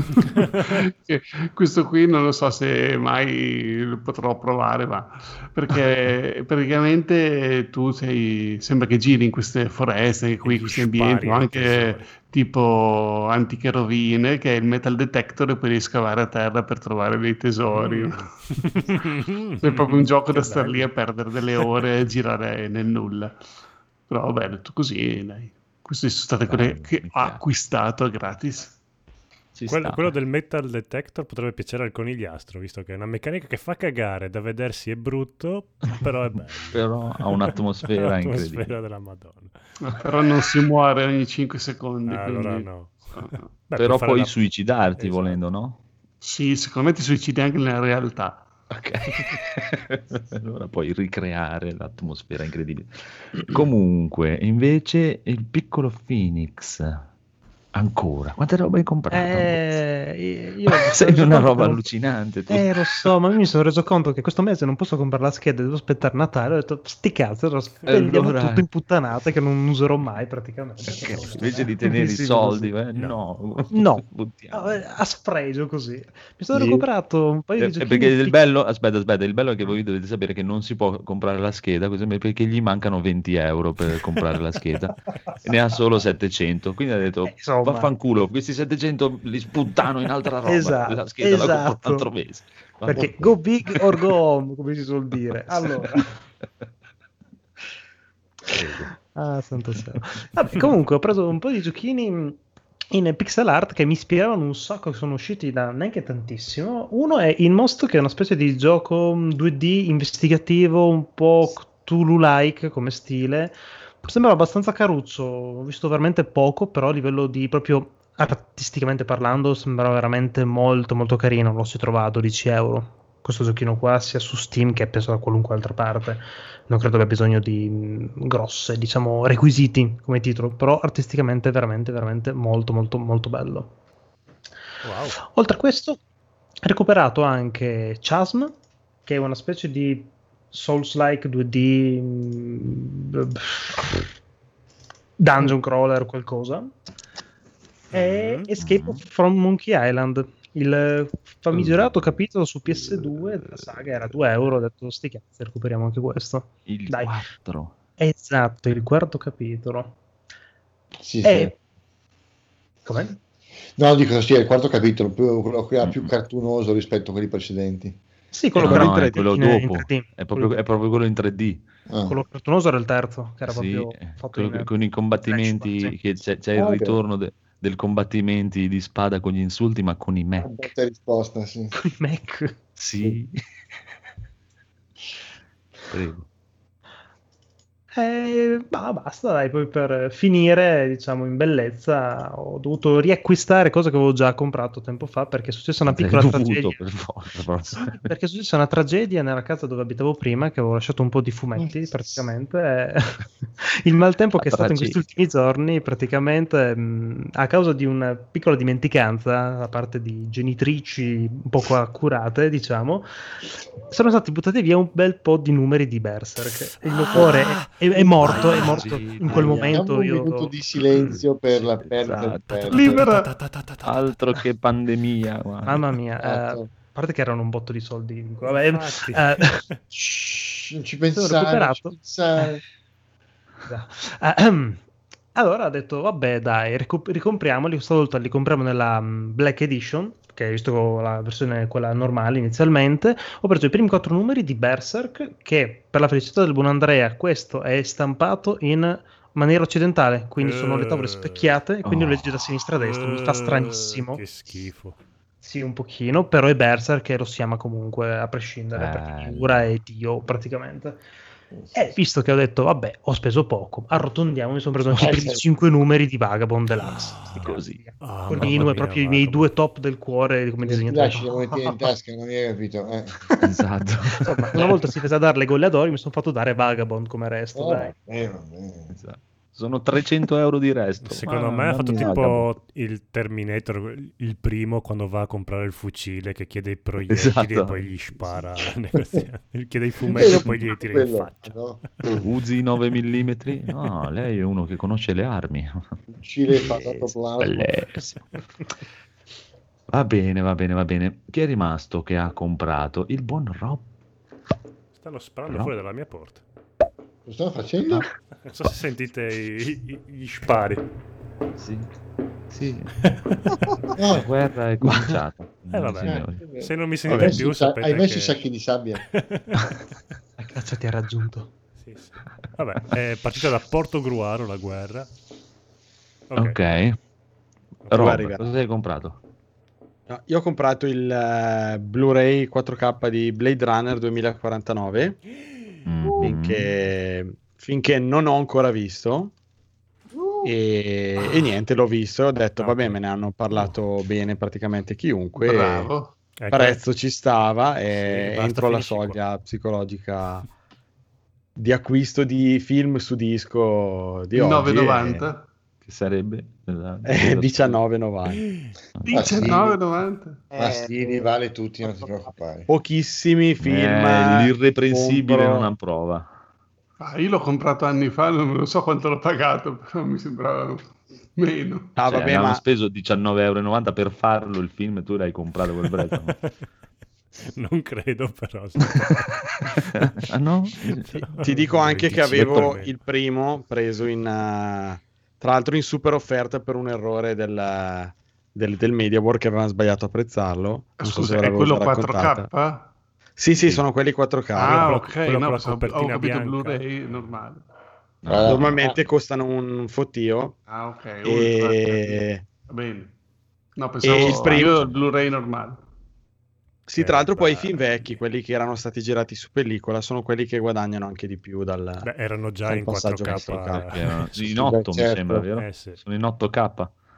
Speaker 5: Questo qui non lo so se mai lo potrò provare, ma perché praticamente tu sembra che giri in queste foreste, qui, questi ambienti, o anche tipo antiche rovine, che è il metal detector e puoi scavare a terra per trovare dei tesori. È proprio un gioco da star lì a perdere delle ore e girare nel nulla. Però vabbè, detto così, dai. Queste sono state quelle che ho acquistato gratis.
Speaker 9: Quello del metal detector potrebbe piacere al conigliastro, visto che è una meccanica che fa cagare, da vedersi è brutto, però è bello.
Speaker 2: Però ha un'atmosfera incredibile.
Speaker 9: Della Madonna.
Speaker 5: Però non si muore ogni 5 secondi.
Speaker 9: Allora
Speaker 5: quindi...
Speaker 9: no.
Speaker 2: Beh, però puoi suicidarti volendo, no?
Speaker 5: Sì, secondo me ti suicidi anche nella realtà.
Speaker 2: Ok, allora puoi ricreare l'atmosfera incredibile. Comunque, invece, il piccolo Phoenix, ancora, quante robe hai comprato?
Speaker 3: Io
Speaker 2: sei una roba allucinante. Tu.
Speaker 3: Lo so, ma mi sono reso conto che questo mese non posso comprare la scheda, devo aspettare Natale. Ho detto, sti cazzo, spendiamo tutto in puttanate che non userò mai praticamente.
Speaker 2: Invece di tenere i soldi, no,
Speaker 3: a sfregio così. Mi sono recuperato un paio di giochini.
Speaker 2: Perché il bello, aspetta, il bello è che voi dovete sapere che non si può comprare la scheda, perché gli mancano 20 euro per comprare la scheda, e ne ha solo 700, quindi ha detto vaffanculo, questi 700 li sputtano in altra roba.
Speaker 3: Esatto,
Speaker 2: la scheda la compro un altro mese.
Speaker 3: Perché go big or go home, come si suol dire. Allora. Santo cielo. Vabbè, comunque ho preso un po' di giochini in pixel art che mi ispiravano un sacco, che sono usciti da neanche tantissimo. Uno è Inmost, che è una specie di gioco 2D investigativo, un po' Cthulhu-like come stile. Sembrava abbastanza caruccio, ho visto veramente poco, però a livello di proprio artisticamente parlando sembrava veramente molto molto carino. Lo si trova a 12 euro, questo giochino qua, sia su Steam che penso da qualunque altra parte. Non credo abbia bisogno di grosse, diciamo, requisiti come titolo, però artisticamente è veramente, veramente molto, molto, molto bello.
Speaker 9: Wow.
Speaker 3: Oltre a questo, ho recuperato anche Chasm, che è una specie di Souls-like 2D dungeon crawler o qualcosa, e Escape from Monkey Island, il famigerato capitolo su PS2 della saga. Era €2, ho detto sti cazzi, recuperiamo anche questo.
Speaker 2: Il
Speaker 3: Dai.
Speaker 2: 4.
Speaker 3: Esatto, il quarto capitolo.
Speaker 7: Sì,
Speaker 3: E... com'è?
Speaker 7: No, dico sì, è il quarto capitolo, quello che era più cartunoso rispetto a quelli precedenti.
Speaker 3: Sì, quello
Speaker 2: No,
Speaker 3: in
Speaker 2: è quello
Speaker 3: in
Speaker 2: dopo.
Speaker 3: 3D.
Speaker 2: È proprio quello in 3D.
Speaker 3: Quello cartunoso era il terzo, che era
Speaker 2: Sì,
Speaker 3: proprio fatto
Speaker 2: quello con i combattimenti,
Speaker 3: flashback,
Speaker 2: che c'è il ritorno del combattimenti di spada con gli insulti, ma con i mech.
Speaker 7: Botta e risposta, sì.
Speaker 3: Con i mech.
Speaker 2: Sì. Prego.
Speaker 3: Basta, dai, poi per finire, diciamo, in bellezza, ho dovuto riacquistare cose che avevo già comprato tempo fa, perché è successa una piccola tragedia.
Speaker 2: Per forza.
Speaker 3: Sì, perché è successa una tragedia nella casa dove abitavo prima, che avevo lasciato un po' di fumetti, praticamente. Il maltempo che è stato in questi ultimi giorni, praticamente, a causa di una piccola dimenticanza da parte di genitrici un poco accurate, diciamo, sono stati buttati via un bel po' di numeri di Berserk. Il mio cuore è morto in quel momento.
Speaker 7: Un minuto di silenzio per la perdita.
Speaker 5: Libera!
Speaker 2: Altro che pandemia. Guarda.
Speaker 3: Mamma mia, a parte che erano un botto di soldi. Vabbè,
Speaker 7: non ci pensare.
Speaker 3: Allora ho detto, vabbè, dai, ricompriamoli. Stavolta li compriamo nella Black Edition, che hai visto la versione quella normale inizialmente. Ho preso i primi 4 numeri di Berserk, che per la felicità del buon Andrea, questo è stampato in maniera occidentale, quindi sono le tavole specchiate e quindi lo leggi da sinistra a destra. Mi fa stranissimo.
Speaker 9: Che schifo.
Speaker 3: Sì, un pochino, però è Berserk che lo si ama comunque a prescindere, perché Miura è Dio praticamente. E visto che ho detto, vabbè, ho speso poco, arrotondiamo, mi sono preso anche i primi 5 numeri di Vagabond Deluxe.
Speaker 2: Così.
Speaker 3: Con proprio i miei 2 top del cuore, come disegnato.
Speaker 7: Lasci le monetine in tasca, non mi hai capito.
Speaker 2: Esatto.
Speaker 3: Insomma, una volta si fece a dare le goleadori, mi sono fatto dare Vagabond come resto. Dai.
Speaker 2: Esatto. Sono 300 euro di resto.
Speaker 9: Secondo me ha fatto tipo il Terminator, il primo, quando va a comprare il fucile, che chiede i proiettili e poi gli spara. Chiede i fumetti e poi gli tira in faccia.
Speaker 7: No?
Speaker 2: Uzi 9 mm? No, lei è uno che conosce le armi.
Speaker 7: Fucile passato plasma.
Speaker 2: Va bene. Chi è rimasto che ha comprato? Il buon Rob.
Speaker 9: Stanno sparando fuori dalla mia porta.
Speaker 7: Lo stanno facendo?
Speaker 9: Non so se sentite gli spari.
Speaker 2: Sì. La guerra è cominciata.
Speaker 9: Vabbè. Se non mi sentite più, sapete
Speaker 7: hai messo
Speaker 9: che...
Speaker 7: i sacchi di sabbia.
Speaker 3: La caccia ti ha raggiunto.
Speaker 9: Sì. Vabbè, è partita da Portogruaro la guerra.
Speaker 2: Ok. Rob, cosa hai comprato?
Speaker 6: No, io ho comprato il Blu-ray 4K di Blade Runner 2049. Finché non ho ancora visto e niente, l'ho visto, ho detto vabbè, me ne hanno parlato bene praticamente chiunque.
Speaker 5: Bravo.
Speaker 6: Prezzo ci stava e entro la soglia psicologica di acquisto di film su disco di oggi
Speaker 5: 9,90
Speaker 2: che sarebbe
Speaker 6: 19,90.
Speaker 5: 19,90.
Speaker 7: Mastini vale tutti, non ti preoccupare.
Speaker 6: Pochissimi film.
Speaker 2: L'irreprensibile non ha prova.
Speaker 5: Io l'ho comprato anni fa, non so quanto l'ho pagato, però mi sembrava meno.
Speaker 2: Vabbè, hanno speso 19,90 € per farlo il film e tu l'hai comprato quel prezzo.
Speaker 9: Non credo, però.
Speaker 2: No?
Speaker 6: Ti dico anche che avevo il primo preso tra l'altro in super offerta per un errore del MediaWorld che avevano sbagliato a prezzarlo.
Speaker 5: Scusa, è quello 4K?
Speaker 6: Sì, sono quelli 4K.
Speaker 5: Ah, ok,
Speaker 9: no,
Speaker 5: ho
Speaker 9: capito
Speaker 5: bianca. Blu-ray normale.
Speaker 6: Normalmente costano un fottio.
Speaker 5: Ah, ok. Va bene. No, pensavo il Blu-ray normale.
Speaker 6: Sì, tra l'altro poi i film vecchi, quelli che erano stati girati su pellicola, sono quelli che guadagnano anche di più
Speaker 9: erano già in 4K.
Speaker 2: In 8 mi sembra, vero?
Speaker 9: Sì.
Speaker 2: Sono in 8K.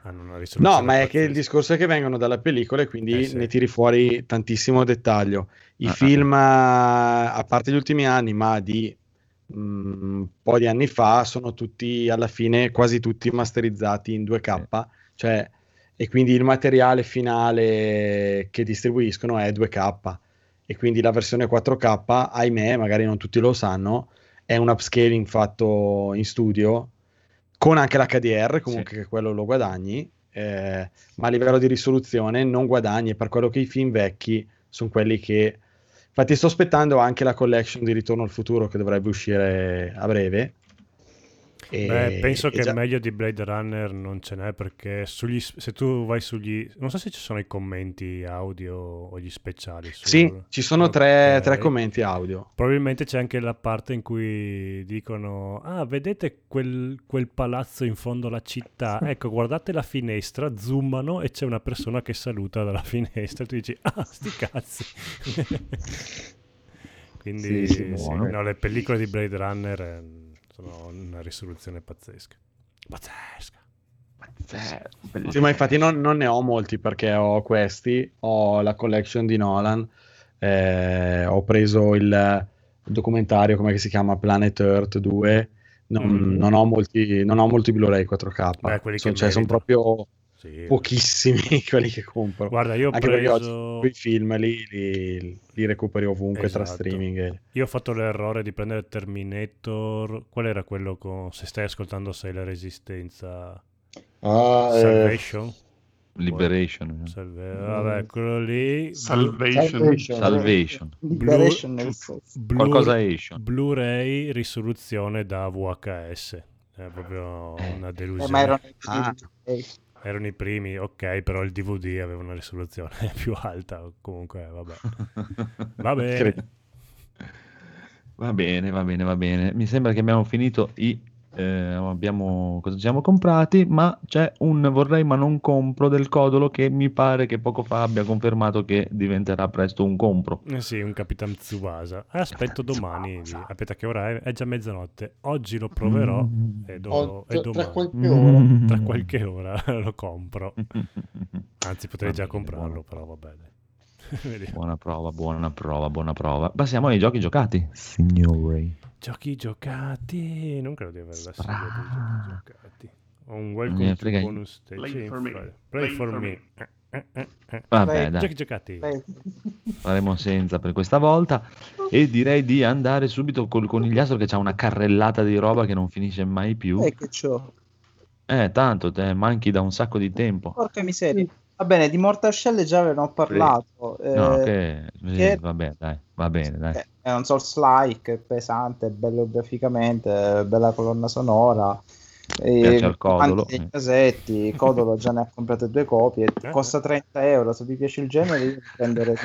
Speaker 9: hanno una risoluzione
Speaker 6: No, ma è che
Speaker 9: pazzesca.
Speaker 6: il discorso è che vengono dalla pellicola e quindi
Speaker 9: Sì.
Speaker 6: ne tiri fuori tantissimo dettaglio. I film, a parte gli ultimi anni, ma di un po' di anni fa, sono tutti alla fine quasi tutti masterizzati in 2K, cioè, e quindi il materiale finale che distribuiscono è 2K e quindi la versione 4K, ahimè, magari non tutti lo sanno, è un upscaling fatto in studio con anche l'HDR, comunque che quello lo guadagni, ma a livello di risoluzione non guadagni, per quello che i film vecchi sono quelli che... Infatti sto aspettando anche la collection di Ritorno al Futuro che dovrebbe uscire a breve.
Speaker 9: Penso che
Speaker 6: già...
Speaker 9: meglio di Blade Runner non ce n'è, perché se tu vai sugli... Non so se ci sono i commenti audio o gli speciali.
Speaker 6: Sì, ci sono tre commenti audio.
Speaker 9: Probabilmente c'è anche la parte in cui dicono: ah, vedete quel palazzo in fondo alla città? Ecco, guardate la finestra, zoomano e c'è una persona che saluta dalla finestra e tu dici: ah, sti cazzi. Quindi no, le pellicole di Blade Runner sono una risoluzione pazzesca.
Speaker 6: Sì, ma infatti non ne ho molti, perché ho questi, ho la collection di Nolan, ho preso il documentario, come si chiama, Planet Earth 2, non ho molti Blu-ray 4K.
Speaker 9: Beh,
Speaker 6: Sono proprio pochissimi quelli che compro.
Speaker 9: Guarda, io ho
Speaker 6: anche
Speaker 9: preso...
Speaker 6: perché oggi i film li recuperi ovunque, tra streaming.
Speaker 9: Io ho fatto l'errore di prendere Terminator. Qual era quello con... Se stai ascoltando sei la Resistenza... Salvation?
Speaker 2: Liberation.
Speaker 9: Vabbè, quello lì...
Speaker 2: Salvation. Qualcosa Asian.
Speaker 9: Blu-ray risoluzione da VHS. È proprio una delusione.
Speaker 4: Ma
Speaker 9: erano i primi, ok, però il DVD aveva una risoluzione più alta. Comunque, vabbè. Va bene.
Speaker 2: Va bene. Mi sembra che abbiamo finito cosa ci siamo comprati, ma c'è un vorrei ma non compro del Codolo che mi pare che poco fa abbia confermato che diventerà presto un compro.
Speaker 9: Sì, un Capitan Tsubasa. Aspetto domani. Aspetta, che ora è già mezzanotte. Oggi lo proverò e domani. Tra qualche ora lo compro. Anzi, potrei già comprarlo, però va bene.
Speaker 2: Buona prova. Passiamo ai giochi giocati, signori.
Speaker 9: Giochi giocati, non credo di avere la sigla dei giochi giocati. Ho un welcome to bonus stage. Play for me.
Speaker 2: Vabbè, dai.
Speaker 9: Giochi giocati.
Speaker 2: Faremo senza per questa volta e direi di andare subito col conigliastro che c'ha una carrellata di roba che non finisce mai più.
Speaker 4: Che c'ho?
Speaker 2: Tanto te manchi da un sacco di tempo.
Speaker 4: Porca miseria. Va bene, di Mortal Shell già ve ne ho parlato.
Speaker 2: Vabbè, dai, va bene, dai.
Speaker 4: È un Souls-like, pesante, bello graficamente, bella colonna sonora.
Speaker 2: Piace al Codolo.
Speaker 4: Casetti, Codolo già ne ha comprate 2 copie, costa 30 euro. Se vi piace il genere, io prenderete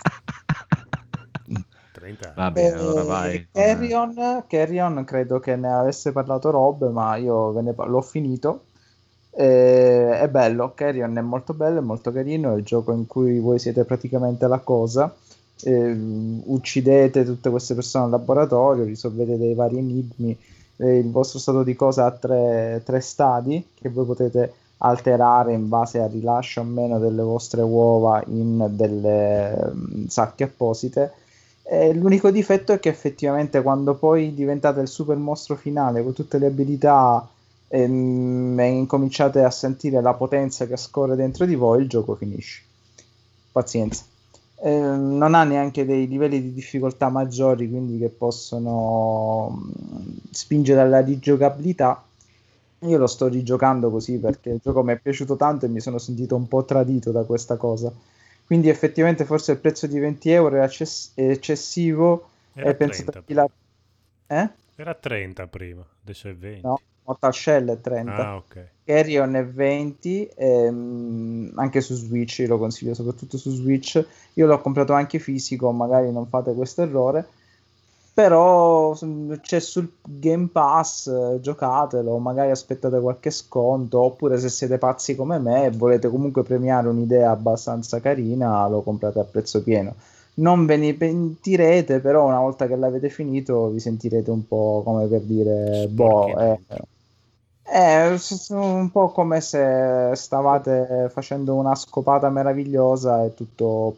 Speaker 9: 30.
Speaker 2: Va bene, allora vai.
Speaker 4: Carrion credo che ne avesse parlato Rob, ma io l'ho finito. È bello, Carrion è molto bello, è molto carino, è il gioco in cui voi siete praticamente la cosa, uccidete tutte queste persone al laboratorio, risolvete dei vari enigmi, il vostro stato di cosa ha tre stadi che voi potete alterare in base al rilascio o meno delle vostre uova in delle sacche apposite. L'unico difetto è che effettivamente quando poi diventate il super mostro finale con tutte le abilità e incominciate a sentire la potenza che scorre dentro di voi, il gioco finisce. Pazienza. Non ha neanche dei livelli di difficoltà maggiori, quindi che possono spingere alla rigiocabilità. Io lo sto rigiocando così perché il gioco mi è piaciuto tanto e mi sono sentito un po' tradito da questa cosa. Quindi effettivamente forse il prezzo di 20 euro è eccessivo.
Speaker 9: Era
Speaker 4: e penso
Speaker 9: 30 Era 30 prima, adesso è 20.
Speaker 4: No, Mortal Shell è 30.
Speaker 9: Ah, ok.
Speaker 4: Carrion è 20, anche su Switch, io lo consiglio soprattutto su Switch. Io l'ho comprato anche fisico, magari non fate questo errore. Però c'è sul Game Pass, giocatelo, magari aspettate qualche sconto, oppure se siete pazzi come me e volete comunque premiare un'idea abbastanza carina, lo comprate a prezzo pieno. Non ve ne pentirete, però una volta che l'avete finito vi sentirete un po' come per dire Un po' come se stavate facendo una scopata meravigliosa e tutto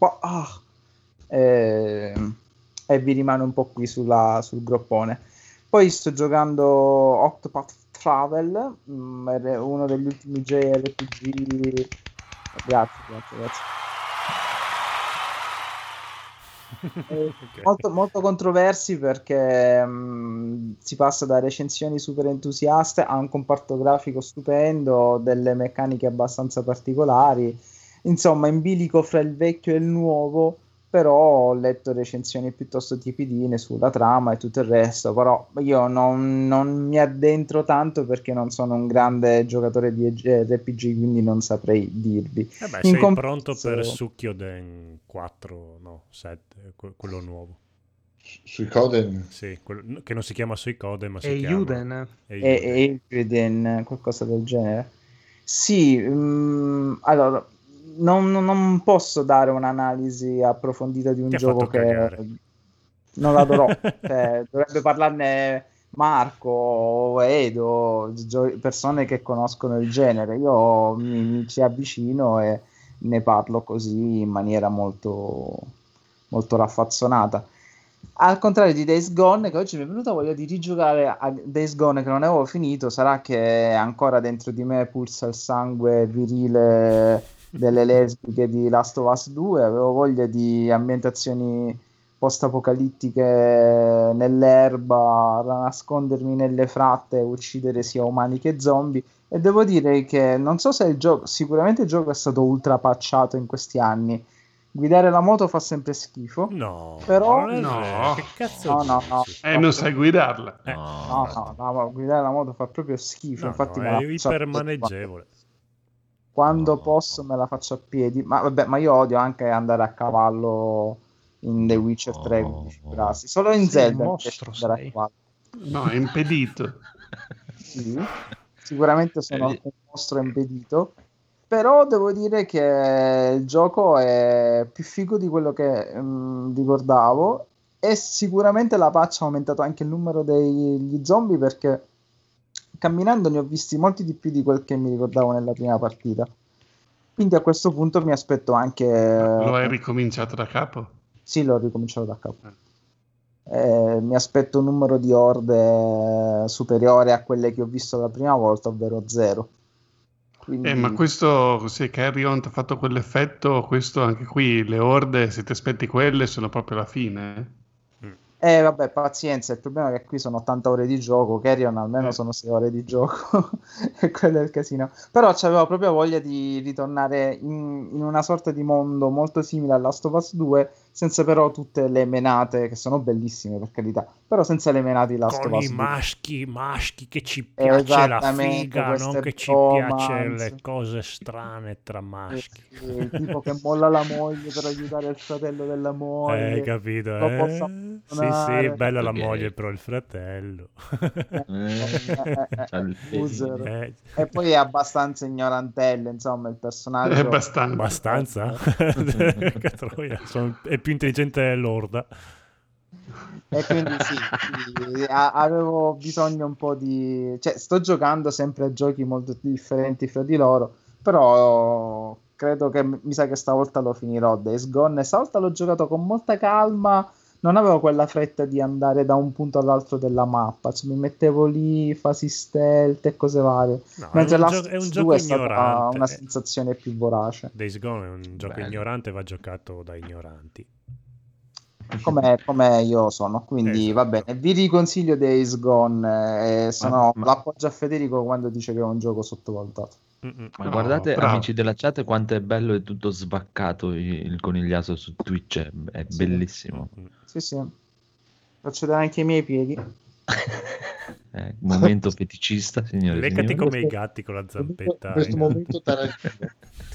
Speaker 4: e vi rimane un po' qui sul groppone. Poi sto giocando Octopath Travel, è uno degli ultimi JRPG. Grazie.
Speaker 9: Okay.
Speaker 4: Molto, molto controversi perché si passa da recensioni super entusiaste a un comparto grafico stupendo, delle meccaniche abbastanza particolari, insomma in bilico fra il vecchio e il nuovo, però ho letto recensioni piuttosto tiepidine sulla trama e tutto il resto, però io non mi addentro tanto perché non sono un grande giocatore di RPG, quindi non saprei dirvi.
Speaker 9: Sei pronto per Suikoden 4, no, 7, quello nuovo.
Speaker 7: Suikoden?
Speaker 9: Sì, quello che non si chiama Suikoden, ma si
Speaker 3: chiama
Speaker 4: Eiyuden, qualcosa del genere. Sì, allora non posso dare un'analisi approfondita di un gioco che non la darò. Dovrebbe parlarne Marco o Edo, persone che conoscono il genere. Io mi ci avvicino e ne parlo così in maniera molto, molto raffazzonata. Al contrario di Days Gone, che oggi mi è venuta voglia di rigiocare a Days Gone che non avevo finito, sarà che ancora dentro di me pulsa il sangue virile delle lesbiche di Last of Us 2, avevo voglia di ambientazioni post-apocalittiche nell'erba, nascondermi nelle fratte e uccidere sia umani che zombie, e devo dire che non so se il gioco, sicuramente il gioco è stato ultra patchato in questi anni. Guidare la moto fa sempre schifo.
Speaker 9: No,
Speaker 4: però
Speaker 5: no.
Speaker 9: Che cazzo
Speaker 4: no.
Speaker 5: Non sai guidarla.
Speaker 4: No, guidare la moto fa proprio schifo. Infatti
Speaker 9: è ipermaneggevole.
Speaker 4: Quando posso me la faccio a piedi. Ma vabbè, ma io odio anche andare a cavallo in The Witcher 3. Solo in Zelda
Speaker 3: mostro
Speaker 4: andare a cavallo.
Speaker 5: No, è impedito.
Speaker 4: Sì, sicuramente sono un mostro impedito. Però devo dire che il gioco è più figo di quello che ricordavo, e sicuramente la patch ha aumentato anche il numero degli zombie, perché camminando ne ho visti molti di più di quel che mi ricordavo nella prima partita. Quindi a questo punto mi aspetto anche...
Speaker 5: Lo hai ricominciato da capo?
Speaker 4: Sì, l'ho ricominciato da capo. Mi aspetto un numero di orde superiore a quelle che ho visto la prima volta, ovvero 0. Quindi...
Speaker 5: ma questo, se Carrion ti ha fatto quell'effetto, questo anche qui, le orde, se ti aspetti quelle, sono proprio la fine.
Speaker 4: Vabbè, pazienza, il problema è che qui sono 80 ore di gioco, Carrion almeno sono 6 ore di gioco, e quello è il casino. Però c'avevo proprio voglia di ritornare in una sorta di mondo molto simile a Last of Us 2, senza però tutte le menate, che sono bellissime per carità, però senza le menate di Last of Us 2.
Speaker 9: Con i maschi che ci piace la figa, non che ci piace le cose strane tra maschi.
Speaker 4: Il tipo che molla la moglie per aiutare il fratello della moglie.
Speaker 9: Capito, Sì, bella la moglie, però il fratello.
Speaker 4: E poi è abbastanza ignorantello, insomma, il personaggio.
Speaker 5: È abbastanza?
Speaker 9: È più intelligente dell'Orda.
Speaker 4: E quindi sì, avevo bisogno un po' di... Cioè, sto giocando sempre a giochi molto differenti fra di loro, però credo che mi sa che stavolta lo finirò Days Gone. Stavolta l'ho giocato con molta calma, non avevo quella fretta di andare da un punto all'altro della mappa, cioè, mi mettevo lì, fasi stealth e cose varie. Mentre
Speaker 9: è un gioco ignorante.
Speaker 4: Una sensazione più vorace.
Speaker 9: Days Gone è un gioco ignorante, va giocato da ignoranti.
Speaker 4: Come io sono, quindi va bene, vi riconsiglio Days Gone, l'appoggio a Federico quando dice che è un gioco sottovalutato.
Speaker 2: Ma guardate, amici della chat, quanto è bello e tutto sbaccato il conigliato su Twitch, è bellissimo.
Speaker 4: Sì, faccio vedere anche i miei piedi.
Speaker 2: Momento feticista, signore.
Speaker 9: Leccati come i gatti con la zampetta.
Speaker 7: Questo momento Tarantino.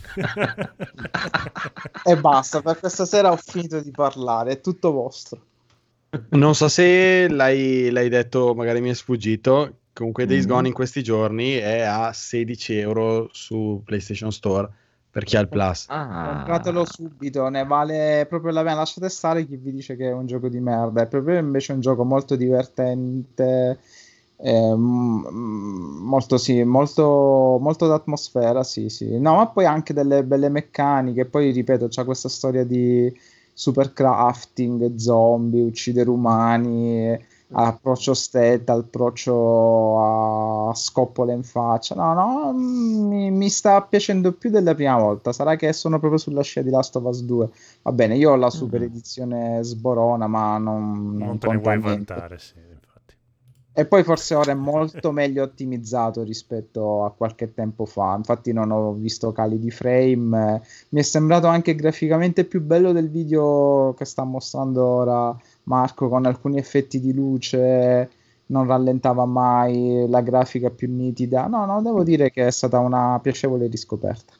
Speaker 4: E basta, per questa sera ho finito di parlare, è tutto vostro.
Speaker 6: Non so se l'hai detto, magari mi è sfuggito. Comunque Days Gone in questi giorni è a 16 euro su PlayStation Store per chi ha il Plus.
Speaker 4: Compratelo subito, ne vale proprio la pena. Lasciate stare chi vi dice che è un gioco di merda, è proprio invece un gioco molto divertente, Molto sì, molto d'atmosfera, sì. No, ma poi anche delle belle meccaniche. Poi ripeto, c'ha questa storia di super crafting, zombie, uccidere umani, approccio stealth, approccio a scoppole in faccia. No, mi sta piacendo più della prima volta. Sarà che sono proprio sulla scia di Last of Us 2. Va bene, io ho la super edizione sborona, ma non
Speaker 9: te ne
Speaker 4: conta
Speaker 9: vuoi
Speaker 4: niente.
Speaker 9: vantare, sì, infatti.
Speaker 4: E poi forse ora è molto meglio ottimizzato rispetto a qualche tempo fa. Infatti non ho visto cali di frame. Mi è sembrato anche graficamente più bello del video che sta mostrando ora Marco, con alcuni effetti di luce, non rallentava mai, la grafica più nitida. No, devo dire che è stata una piacevole riscoperta.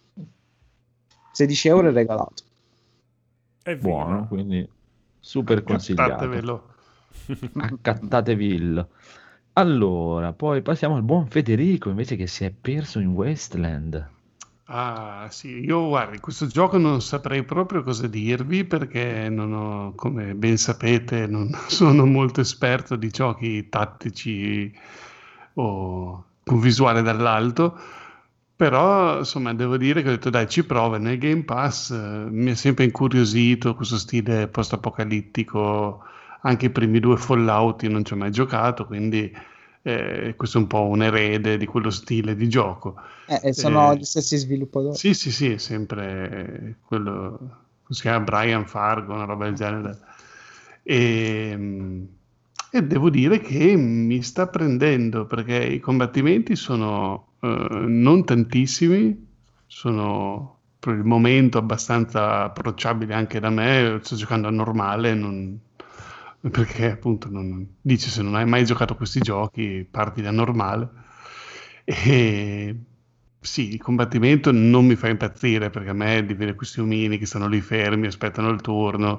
Speaker 4: 16 euro è regalato.
Speaker 9: È
Speaker 2: buono, quindi super consigliato.
Speaker 5: Cattatevelo.
Speaker 2: Accattatevi. Allora, poi passiamo al buon Federico invece, che si è perso in Wasteland.
Speaker 5: Ah sì, io guardi, questo gioco non saprei proprio cosa dirvi perché non ho, come ben sapete, non sono molto esperto di giochi tattici o con visuale dall'alto, però insomma devo dire che ho detto dai, ci provo. Nel Game Pass mi è sempre incuriosito questo stile post-apocalittico, anche i primi 2 Fallout io non ci ho mai giocato, quindi questo è un po' un erede di quello stile di gioco.
Speaker 4: E sono gli stessi sviluppatori.
Speaker 5: Sì, è sempre quello, si chiama Brian Fargo, una roba del genere. E devo dire che mi sta prendendo perché i combattimenti sono non tantissimi, sono per il momento abbastanza approcciabili anche da me. Sto giocando a normale, perché appunto dice, se non hai mai giocato a questi giochi parti da normale. E sì, il combattimento non mi fa impazzire perché a me di vedere questi omini che stanno lì fermi, aspettano il turno,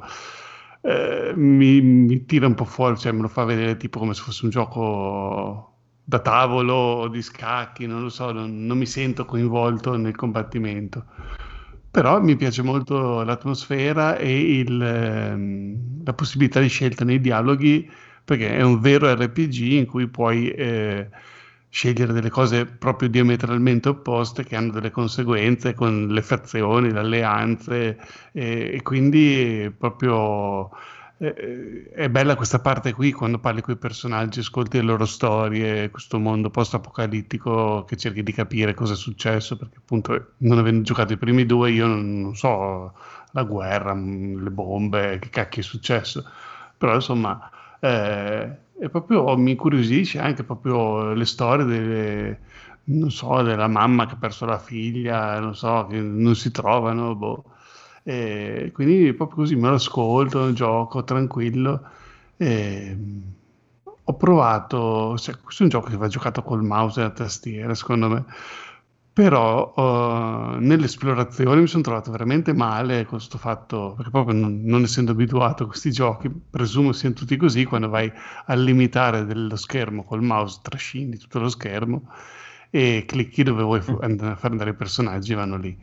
Speaker 5: mi tira un po' fuori, cioè me lo fa vedere tipo come se fosse un gioco da tavolo o di scacchi, non lo so, non mi sento coinvolto nel combattimento. Però mi piace molto l'atmosfera e la possibilità di scelta nei dialoghi, perché è un vero RPG in cui puoi scegliere delle cose proprio diametralmente opposte che hanno delle conseguenze con le fazioni, le alleanze, e quindi proprio è bella questa parte qui quando parli con i personaggi, ascolti le loro storie, questo mondo post-apocalittico che cerchi di capire cosa è successo, perché appunto non avendo giocato i primi 2 io non so la guerra, le bombe, che cacchio è successo, però insomma è proprio, mi incuriosisce anche proprio le storie non so, della mamma che ha perso la figlia, non so, che non si trovano, boh. E quindi proprio così me lo ascolto, gioco tranquillo. Ho provato, cioè, questo è un gioco che va giocato col mouse e la tastiera, secondo me. Però nell'esplorazione mi sono trovato veramente male con questo fatto, perché proprio non essendo abituato a questi giochi, presumo siano tutti così, quando vai al limitare dello schermo col mouse trascini tutto lo schermo e clicchi dove vuoi far andare i personaggi, vanno lì.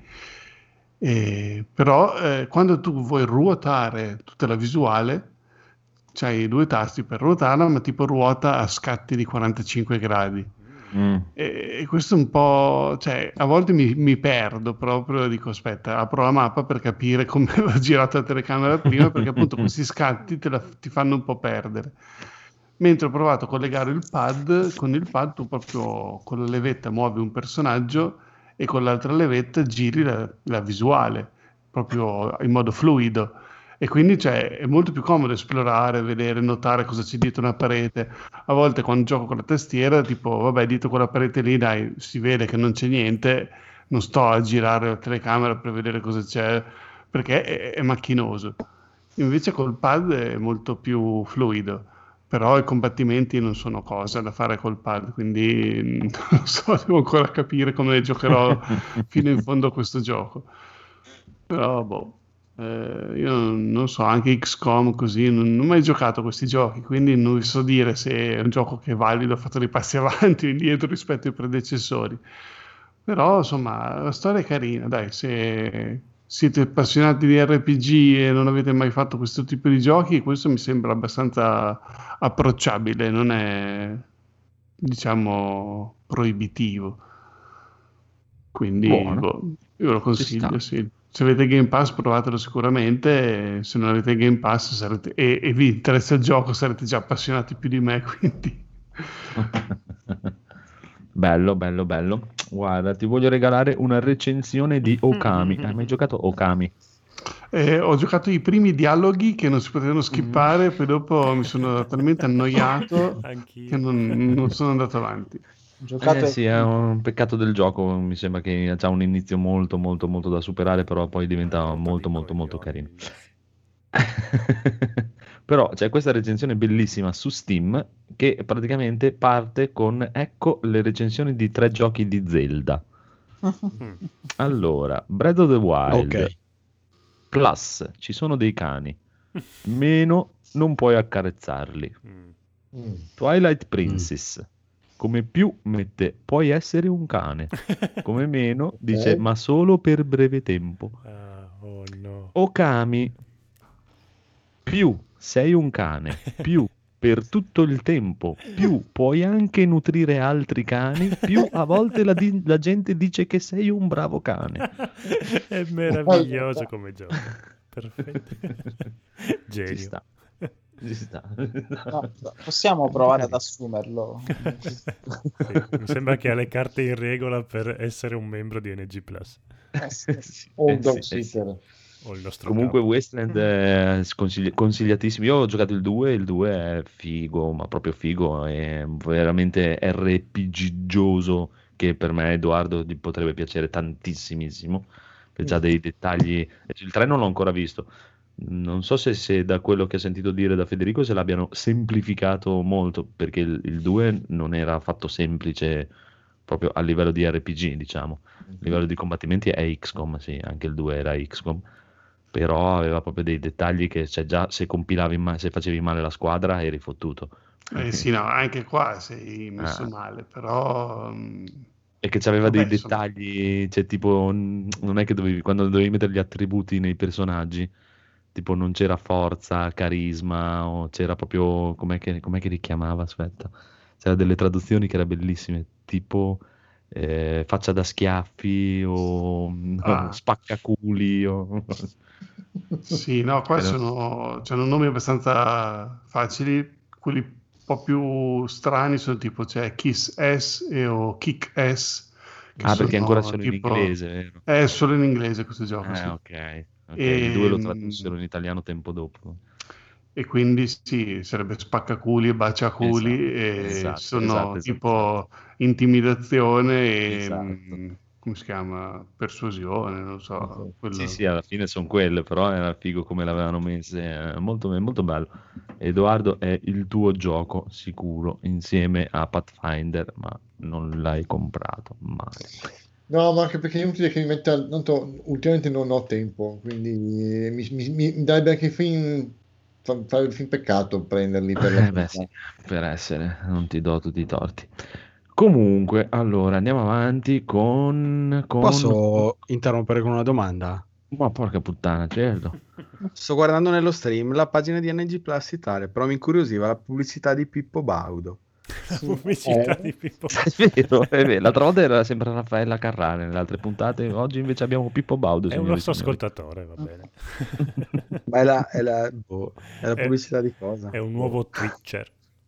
Speaker 5: Però quando tu vuoi ruotare tutta la visuale, c'hai 2 tasti per ruotarla, ma tipo ruota a scatti di 45 gradi. E questo è un po', cioè, a volte mi perdo proprio, dico aspetta, apro la mappa per capire come ho girato la telecamera prima, perché appunto questi scatti ti fanno un po' perdere. Mentre ho provato a collegare il pad, con il pad tu proprio con la levetta muovi un personaggio e con l'altra levetta giri la visuale proprio in modo fluido, e quindi cioè, è molto più comodo esplorare, vedere, notare cosa c'è dietro una parete. A volte quando gioco con la tastiera, tipo vabbè, dietro quella parete lì, dai, si vede che non c'è niente, non sto a girare la telecamera per vedere cosa c'è, perché è macchinoso. Invece col pad è molto più fluido. Però i combattimenti non sono cosa da fare col pad, quindi non so, devo ancora capire come giocherò fino in fondo a questo gioco. Però boh, io non so, anche XCOM così, non ho mai giocato a questi giochi, quindi non vi so dire se è un gioco che è valido, ha fatto dei passi avanti o indietro rispetto ai predecessori. Però insomma la storia è carina, dai, se siete appassionati di RPG e non avete mai fatto questo tipo di giochi, questo mi sembra abbastanza approcciabile, non è diciamo, proibitivo. Quindi io lo consiglio, sì. Se avete Game Pass provatelo sicuramente, se non avete Game Pass e vi interessa il gioco sarete già appassionati più di me, quindi...
Speaker 2: Bello. Guarda, ti voglio regalare una recensione di Okami. Hai mai giocato Okami?
Speaker 5: Ho giocato i primi dialoghi che non si potevano skippare, poi dopo mi sono talmente annoiato che non sono andato avanti.
Speaker 2: Sì, è un peccato del gioco, mi sembra che ha un inizio molto da superare, però poi diventa molto carino. Però c'è questa recensione bellissima su Steam che praticamente parte con ecco le recensioni di 3 giochi di Zelda. Allora, Breath of the Wild, plus ci sono dei cani, meno non puoi accarezzarli. Twilight Princess, come più mette puoi essere un cane, come meno dice ma solo per breve tempo. Okami, più sei un cane, più per tutto il tempo, più puoi anche nutrire altri cani, più a volte la gente dice che sei un bravo cane.
Speaker 9: È meraviglioso come gioco. Perfetto. Genio.
Speaker 2: Ci sta.
Speaker 4: No, possiamo provare ad assumerlo.
Speaker 9: Sì, mi sembra che ha le carte in regola per essere un membro di NG Plus.
Speaker 7: O un dog sitter.
Speaker 9: O il nostro
Speaker 2: Comunque
Speaker 9: capo.
Speaker 2: Wasteland è consigliatissimo. Io ho giocato il 2, il 2 è figo, ma proprio figo, è veramente RPGioso, che per me Edoardo gli potrebbe piacere tantissimissimo, che ha dei dettagli. Il 3 non l'ho ancora visto, non so se da quello che ho sentito dire da Federico se l'abbiano semplificato molto, perché il 2 non era affatto semplice proprio a livello di RPG, diciamo. A livello di combattimenti è XCOM, sì, anche il 2 era XCOM, però aveva proprio dei dettagli che già se compilavi se facevi male la squadra eri fottuto.
Speaker 5: Sì, no, anche qua sei messo male, però...
Speaker 2: E che c'aveva dei dettagli, cioè tipo, non è che quando dovevi mettere gli attributi nei personaggi, tipo non c'era forza, carisma, o c'era proprio, com'è che li chiamava, aspetta, c'era delle traduzioni che erano bellissime, tipo faccia da schiaffi o spaccaculi o...
Speaker 5: Sì, no, qua c'hanno nomi abbastanza facili, quelli un po' più strani sono tipo c'è Kiss S o Kick S.
Speaker 2: Perché ancora solo in inglese, vero?
Speaker 5: È solo in inglese questo gioco, sì.
Speaker 2: Ok. Il 2 lo tradussero in italiano tempo dopo.
Speaker 5: E quindi sì, sarebbe spaccaculi e baciaculi,
Speaker 2: esatto,
Speaker 5: tipo intimidazione e come si chiama? Persuasione, non so.
Speaker 2: Sì, alla fine sono quelle, però era figo come l'avevano messe, molto, molto bello. Edoardo, è il tuo gioco sicuro insieme a Pathfinder, ma non l'hai comprato mai.
Speaker 7: No, ma anche perché è inutile che mi metta, tanto ultimamente non ho tempo, quindi mi darebbe anche fare il fin peccato prenderli
Speaker 2: per essere, non ti do tutti i torti. Comunque, allora andiamo avanti con...
Speaker 6: Posso interrompere con una domanda?
Speaker 2: Ma porca puttana, certo.
Speaker 6: Sto guardando nello stream la pagina di NG Plus Italia, però mi incuriosiva la pubblicità di Pippo Baudo.
Speaker 9: Pubblicità di Pippo
Speaker 2: Baudo. È vero. L'altra volta era sempre Raffaella Carrà nelle altre puntate, oggi invece abbiamo Pippo Baudo.
Speaker 9: È un nostro ascoltatore, va bene.
Speaker 6: Ma è la pubblicità di cosa?
Speaker 9: È un nuovo Twitcher.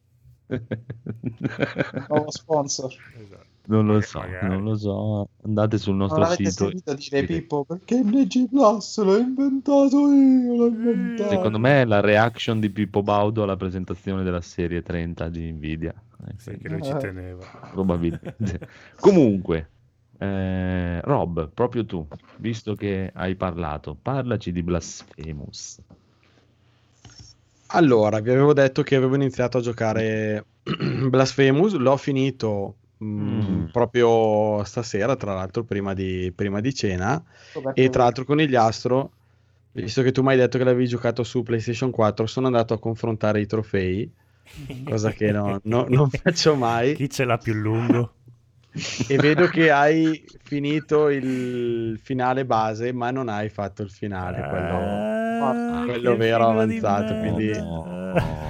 Speaker 4: Nuovo sponsor.
Speaker 9: Esatto.
Speaker 2: Non lo so, andate sul nostro
Speaker 4: non avete
Speaker 2: sito.
Speaker 4: sentito dire Pippo perché NG Plus l'ho inventato io,
Speaker 2: Secondo me è la reaction di Pippo Baudo alla presentazione della serie 30 di Nvidia.
Speaker 9: Sì, che lui ci teneva.
Speaker 2: Probabilmente. Comunque, Rob, proprio tu, visto che hai parlato, parlaci di Blasphemous.
Speaker 6: Allora, vi avevo detto che avevo iniziato a giocare Blasphemous, l'ho finito proprio stasera, tra l'altro prima di cena, e tra l'altro Conigliastro, visto che tu mi hai detto che l'avevi giocato su PlayStation 4, sono andato a confrontare i trofei, cosa che non faccio mai.
Speaker 9: Chi ce l'ha più lungo?
Speaker 6: E vedo che hai finito il finale base, ma non hai fatto il finale, quello vero avanzato, quindi...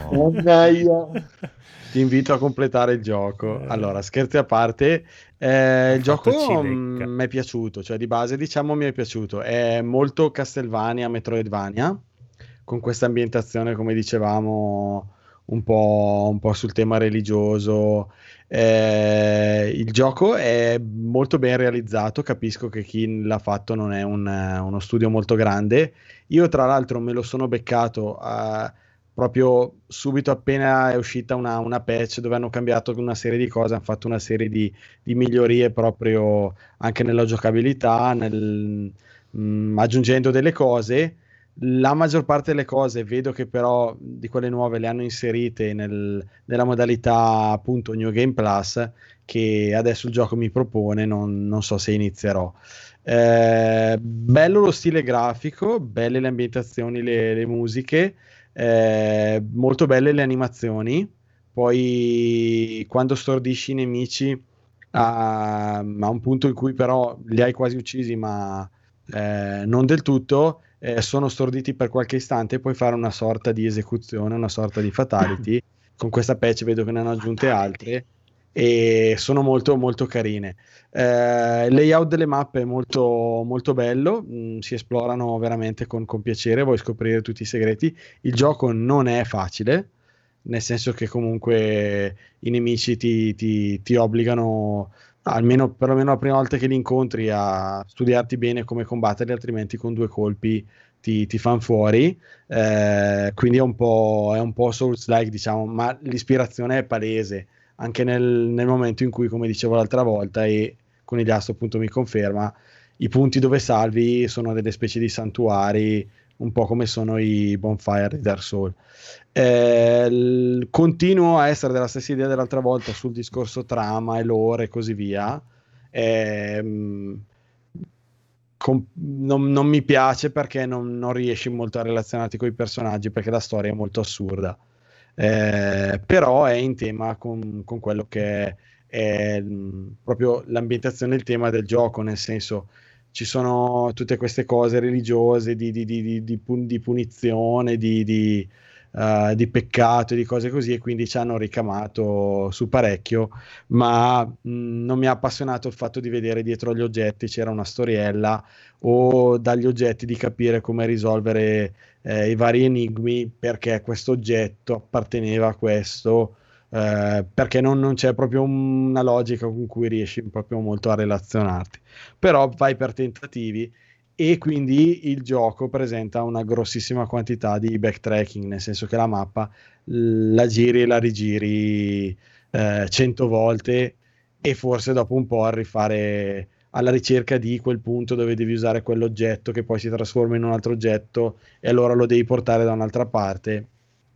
Speaker 6: Ti invito a completare il gioco. Allora, scherzi a parte, il gioco mi è piaciuto, cioè di base diciamo mi è piaciuto. È molto Castlevania, Metroidvania, con questa ambientazione, come dicevamo, un po' sul tema religioso. Il gioco è molto ben realizzato, capisco che chi l'ha fatto non è uno studio molto grande. Io tra l'altro me lo sono beccato proprio subito appena è uscita una patch dove hanno cambiato una serie di cose, hanno fatto una serie di migliorie proprio anche nella giocabilità, aggiungendo delle cose. La maggior parte delle cose vedo che però di quelle nuove le hanno inserite nella modalità appunto New Game Plus, che adesso il gioco mi propone, non so se inizierò. Bello lo stile grafico, belle le ambientazioni, le musiche, molto belle le animazioni. Poi quando stordisci i nemici a un punto in cui però li hai quasi uccisi, ma non del tutto, sono storditi per qualche istante e puoi fare una sorta di esecuzione, una sorta di fatality. Con questa patch vedo che ne hanno aggiunte altre e sono molto molto carine. Il layout delle mappe è molto molto bello, si esplorano veramente con piacere, vuoi scoprire tutti i segreti. Il gioco non è facile, nel senso che comunque i nemici ti obbligano, almeno perlomeno la prima volta che li incontri, a studiarti bene come combatterli, altrimenti con 2 colpi ti fanno fuori. Quindi è un po' Souls-like, diciamo, ma l'ispirazione è palese anche nel momento in cui, come dicevo l'altra volta, e con il Conigliastro appunto mi conferma, i punti dove salvi sono delle specie di santuari, un po' come sono i bonfire di Dark Souls. Continuo a essere della stessa idea dell'altra volta sul discorso trama e lore e così via. Non mi piace perché non riesci molto a relazionarti con i personaggi, perché la storia è molto assurda. Però è in tema con quello che è proprio l'ambientazione, il tema del gioco, nel senso ci sono tutte queste cose religiose di punizione, di peccato e di cose così, e quindi ci hanno ricamato su parecchio, ma non mi ha appassionato il fatto di vedere dietro agli oggetti c'era una storiella, o dagli oggetti di capire come risolvere i vari enigmi, perché questo oggetto apparteneva a questo, perché non c'è proprio una logica con cui riesci proprio molto a relazionarti, però vai per tentativi. E quindi il gioco presenta una grossissima quantità di backtracking, nel senso che la mappa la giri e la rigiri 100 volte, e forse dopo un po' a rifare alla ricerca di quel punto dove devi usare quell'oggetto che poi si trasforma in un altro oggetto e allora lo devi portare da un'altra parte.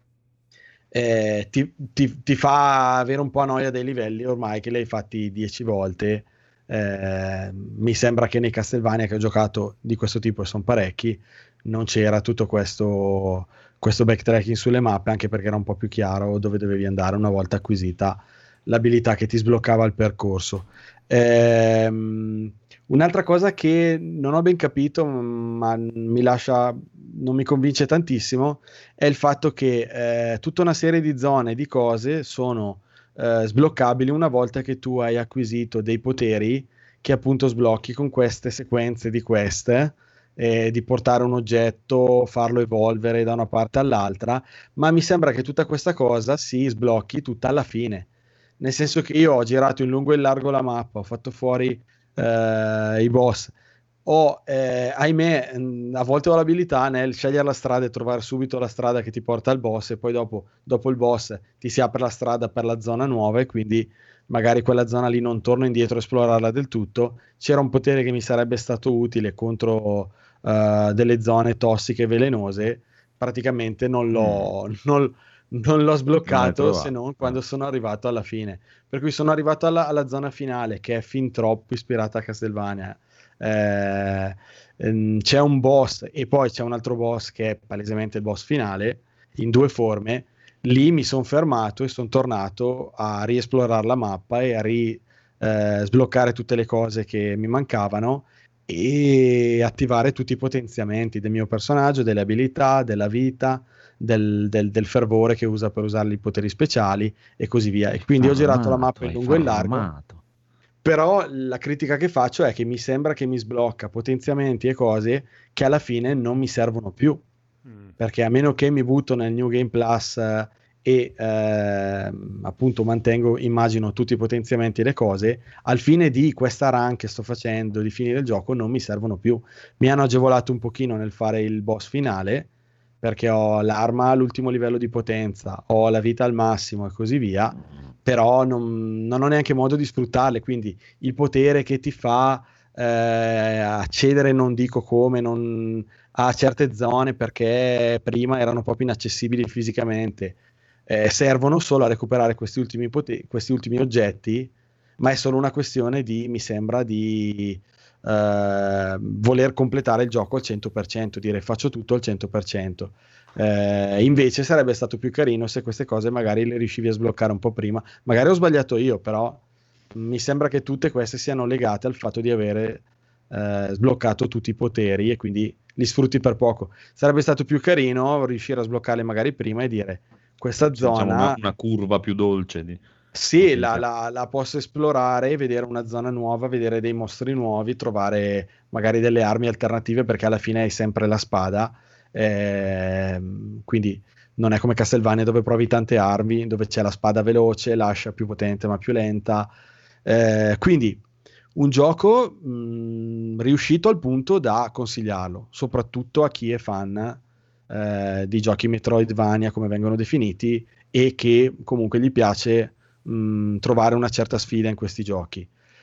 Speaker 6: Ti fa avere un po' a noia dei livelli ormai che li hai fatti 10 volte. Mi sembra che nei Castlevania che ho giocato di questo tipo, e sono parecchi, non c'era tutto questo backtracking sulle mappe, anche perché era un po' più chiaro dove dovevi andare una volta acquisita l'abilità che ti sbloccava il percorso. Un'altra cosa che non ho ben capito, ma non mi convince tantissimo, è il fatto che tutta una serie di zone, di cose sono sbloccabili una volta che tu hai acquisito dei poteri che appunto sblocchi con queste sequenze di quest, di portare un oggetto, farlo evolvere da una parte all'altra, ma mi sembra che tutta questa cosa si sblocchi tutta alla fine, nel senso che io ho girato in lungo e in largo la mappa, ho fatto fuori i boss, ahimè, a volte ho l'abilità nel scegliere la strada e trovare subito la strada che ti porta al boss, e poi dopo il boss ti si apre la strada per la zona nuova, e quindi magari quella zona lì non torno indietro a esplorarla del tutto. C'era un potere che mi sarebbe stato utile contro delle zone tossiche e velenose, praticamente non l'ho sbloccato se non quando sono arrivato alla fine, per cui sono arrivato alla zona finale, che è fin troppo ispirata a Castlevania. C'è un boss e poi c'è un altro boss che è palesemente il boss finale in 2 forme. Lì mi sono fermato e sono tornato a riesplorare la mappa e a sbloccare tutte le cose che mi mancavano, e attivare tutti i potenziamenti del mio personaggio, delle abilità, della vita, del fervore che usa per usare i poteri speciali e così via. E quindi ho girato la mappa in lungo e in largo. Però la critica che faccio è che mi sembra che mi sblocca potenziamenti e cose che alla fine non mi servono più, perché a meno che mi butto nel New Game Plus e appunto mantengo, immagino, tutti i potenziamenti e le cose, al fine di questa run che sto facendo di finire il gioco non mi servono più. Mi hanno agevolato un pochino nel fare il boss finale, perché ho l'arma all'ultimo livello di potenza, ho la vita al massimo e così via, però non ho neanche modo di sfruttarle, quindi il potere che ti fa accedere, non dico come, a certe zone perché prima erano proprio inaccessibili fisicamente, servono solo a recuperare questi ultimi oggetti, ma è solo una questione mi sembra di voler completare il gioco al 100%, dire faccio tutto al 100%. Invece sarebbe stato più carino se queste cose magari le riuscivi a sbloccare un po' prima. Magari ho sbagliato io, però mi sembra che tutte queste siano legate al fatto di avere sbloccato tutti i poteri e quindi li sfrutti per poco. Sarebbe stato più carino riuscire a sbloccarle magari prima e dire questa zona,
Speaker 2: una curva più dolce
Speaker 6: sì, la posso esplorare, vedere una zona nuova, vedere dei mostri nuovi, trovare magari delle armi alternative, perché alla fine hai sempre la spada, quindi non è come Castlevania dove provi tante armi, dove c'è la spada veloce, l'ascia più potente ma più lenta, quindi un gioco riuscito al punto da consigliarlo, soprattutto a chi è fan di giochi Metroidvania come vengono definiti e che comunque gli piace trovare una certa sfida in questi giochi.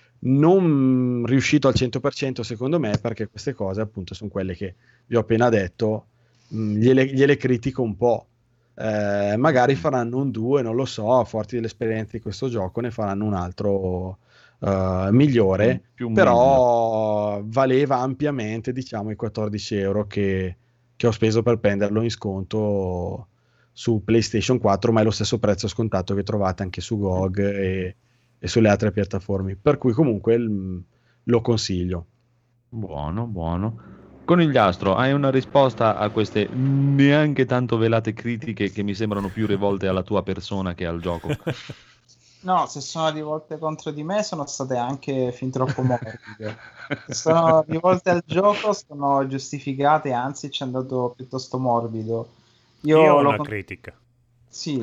Speaker 6: Non riuscito al 100% secondo me, perché queste cose appunto sono quelle che vi ho appena detto, gliele critico un po'. Magari faranno un 2, non lo so, forti dell'esperienza di questo gioco ne faranno un altro migliore, però valeva ampiamente, diciamo, i 14 euro che ho speso per prenderlo in sconto su PlayStation 4, ma è lo stesso prezzo scontato che trovate anche su GOG e sulle altre piattaforme, per cui comunque lo consiglio.
Speaker 2: Buono. Conigliastro, hai una risposta a queste neanche tanto velate critiche che mi sembrano più rivolte alla tua persona che al gioco?
Speaker 4: No, se sono rivolte contro di me sono state anche fin troppo morbide. Se sono rivolte al gioco sono giustificate, anzi ci è andato piuttosto morbido.
Speaker 9: Io ho una critica.
Speaker 4: Sì.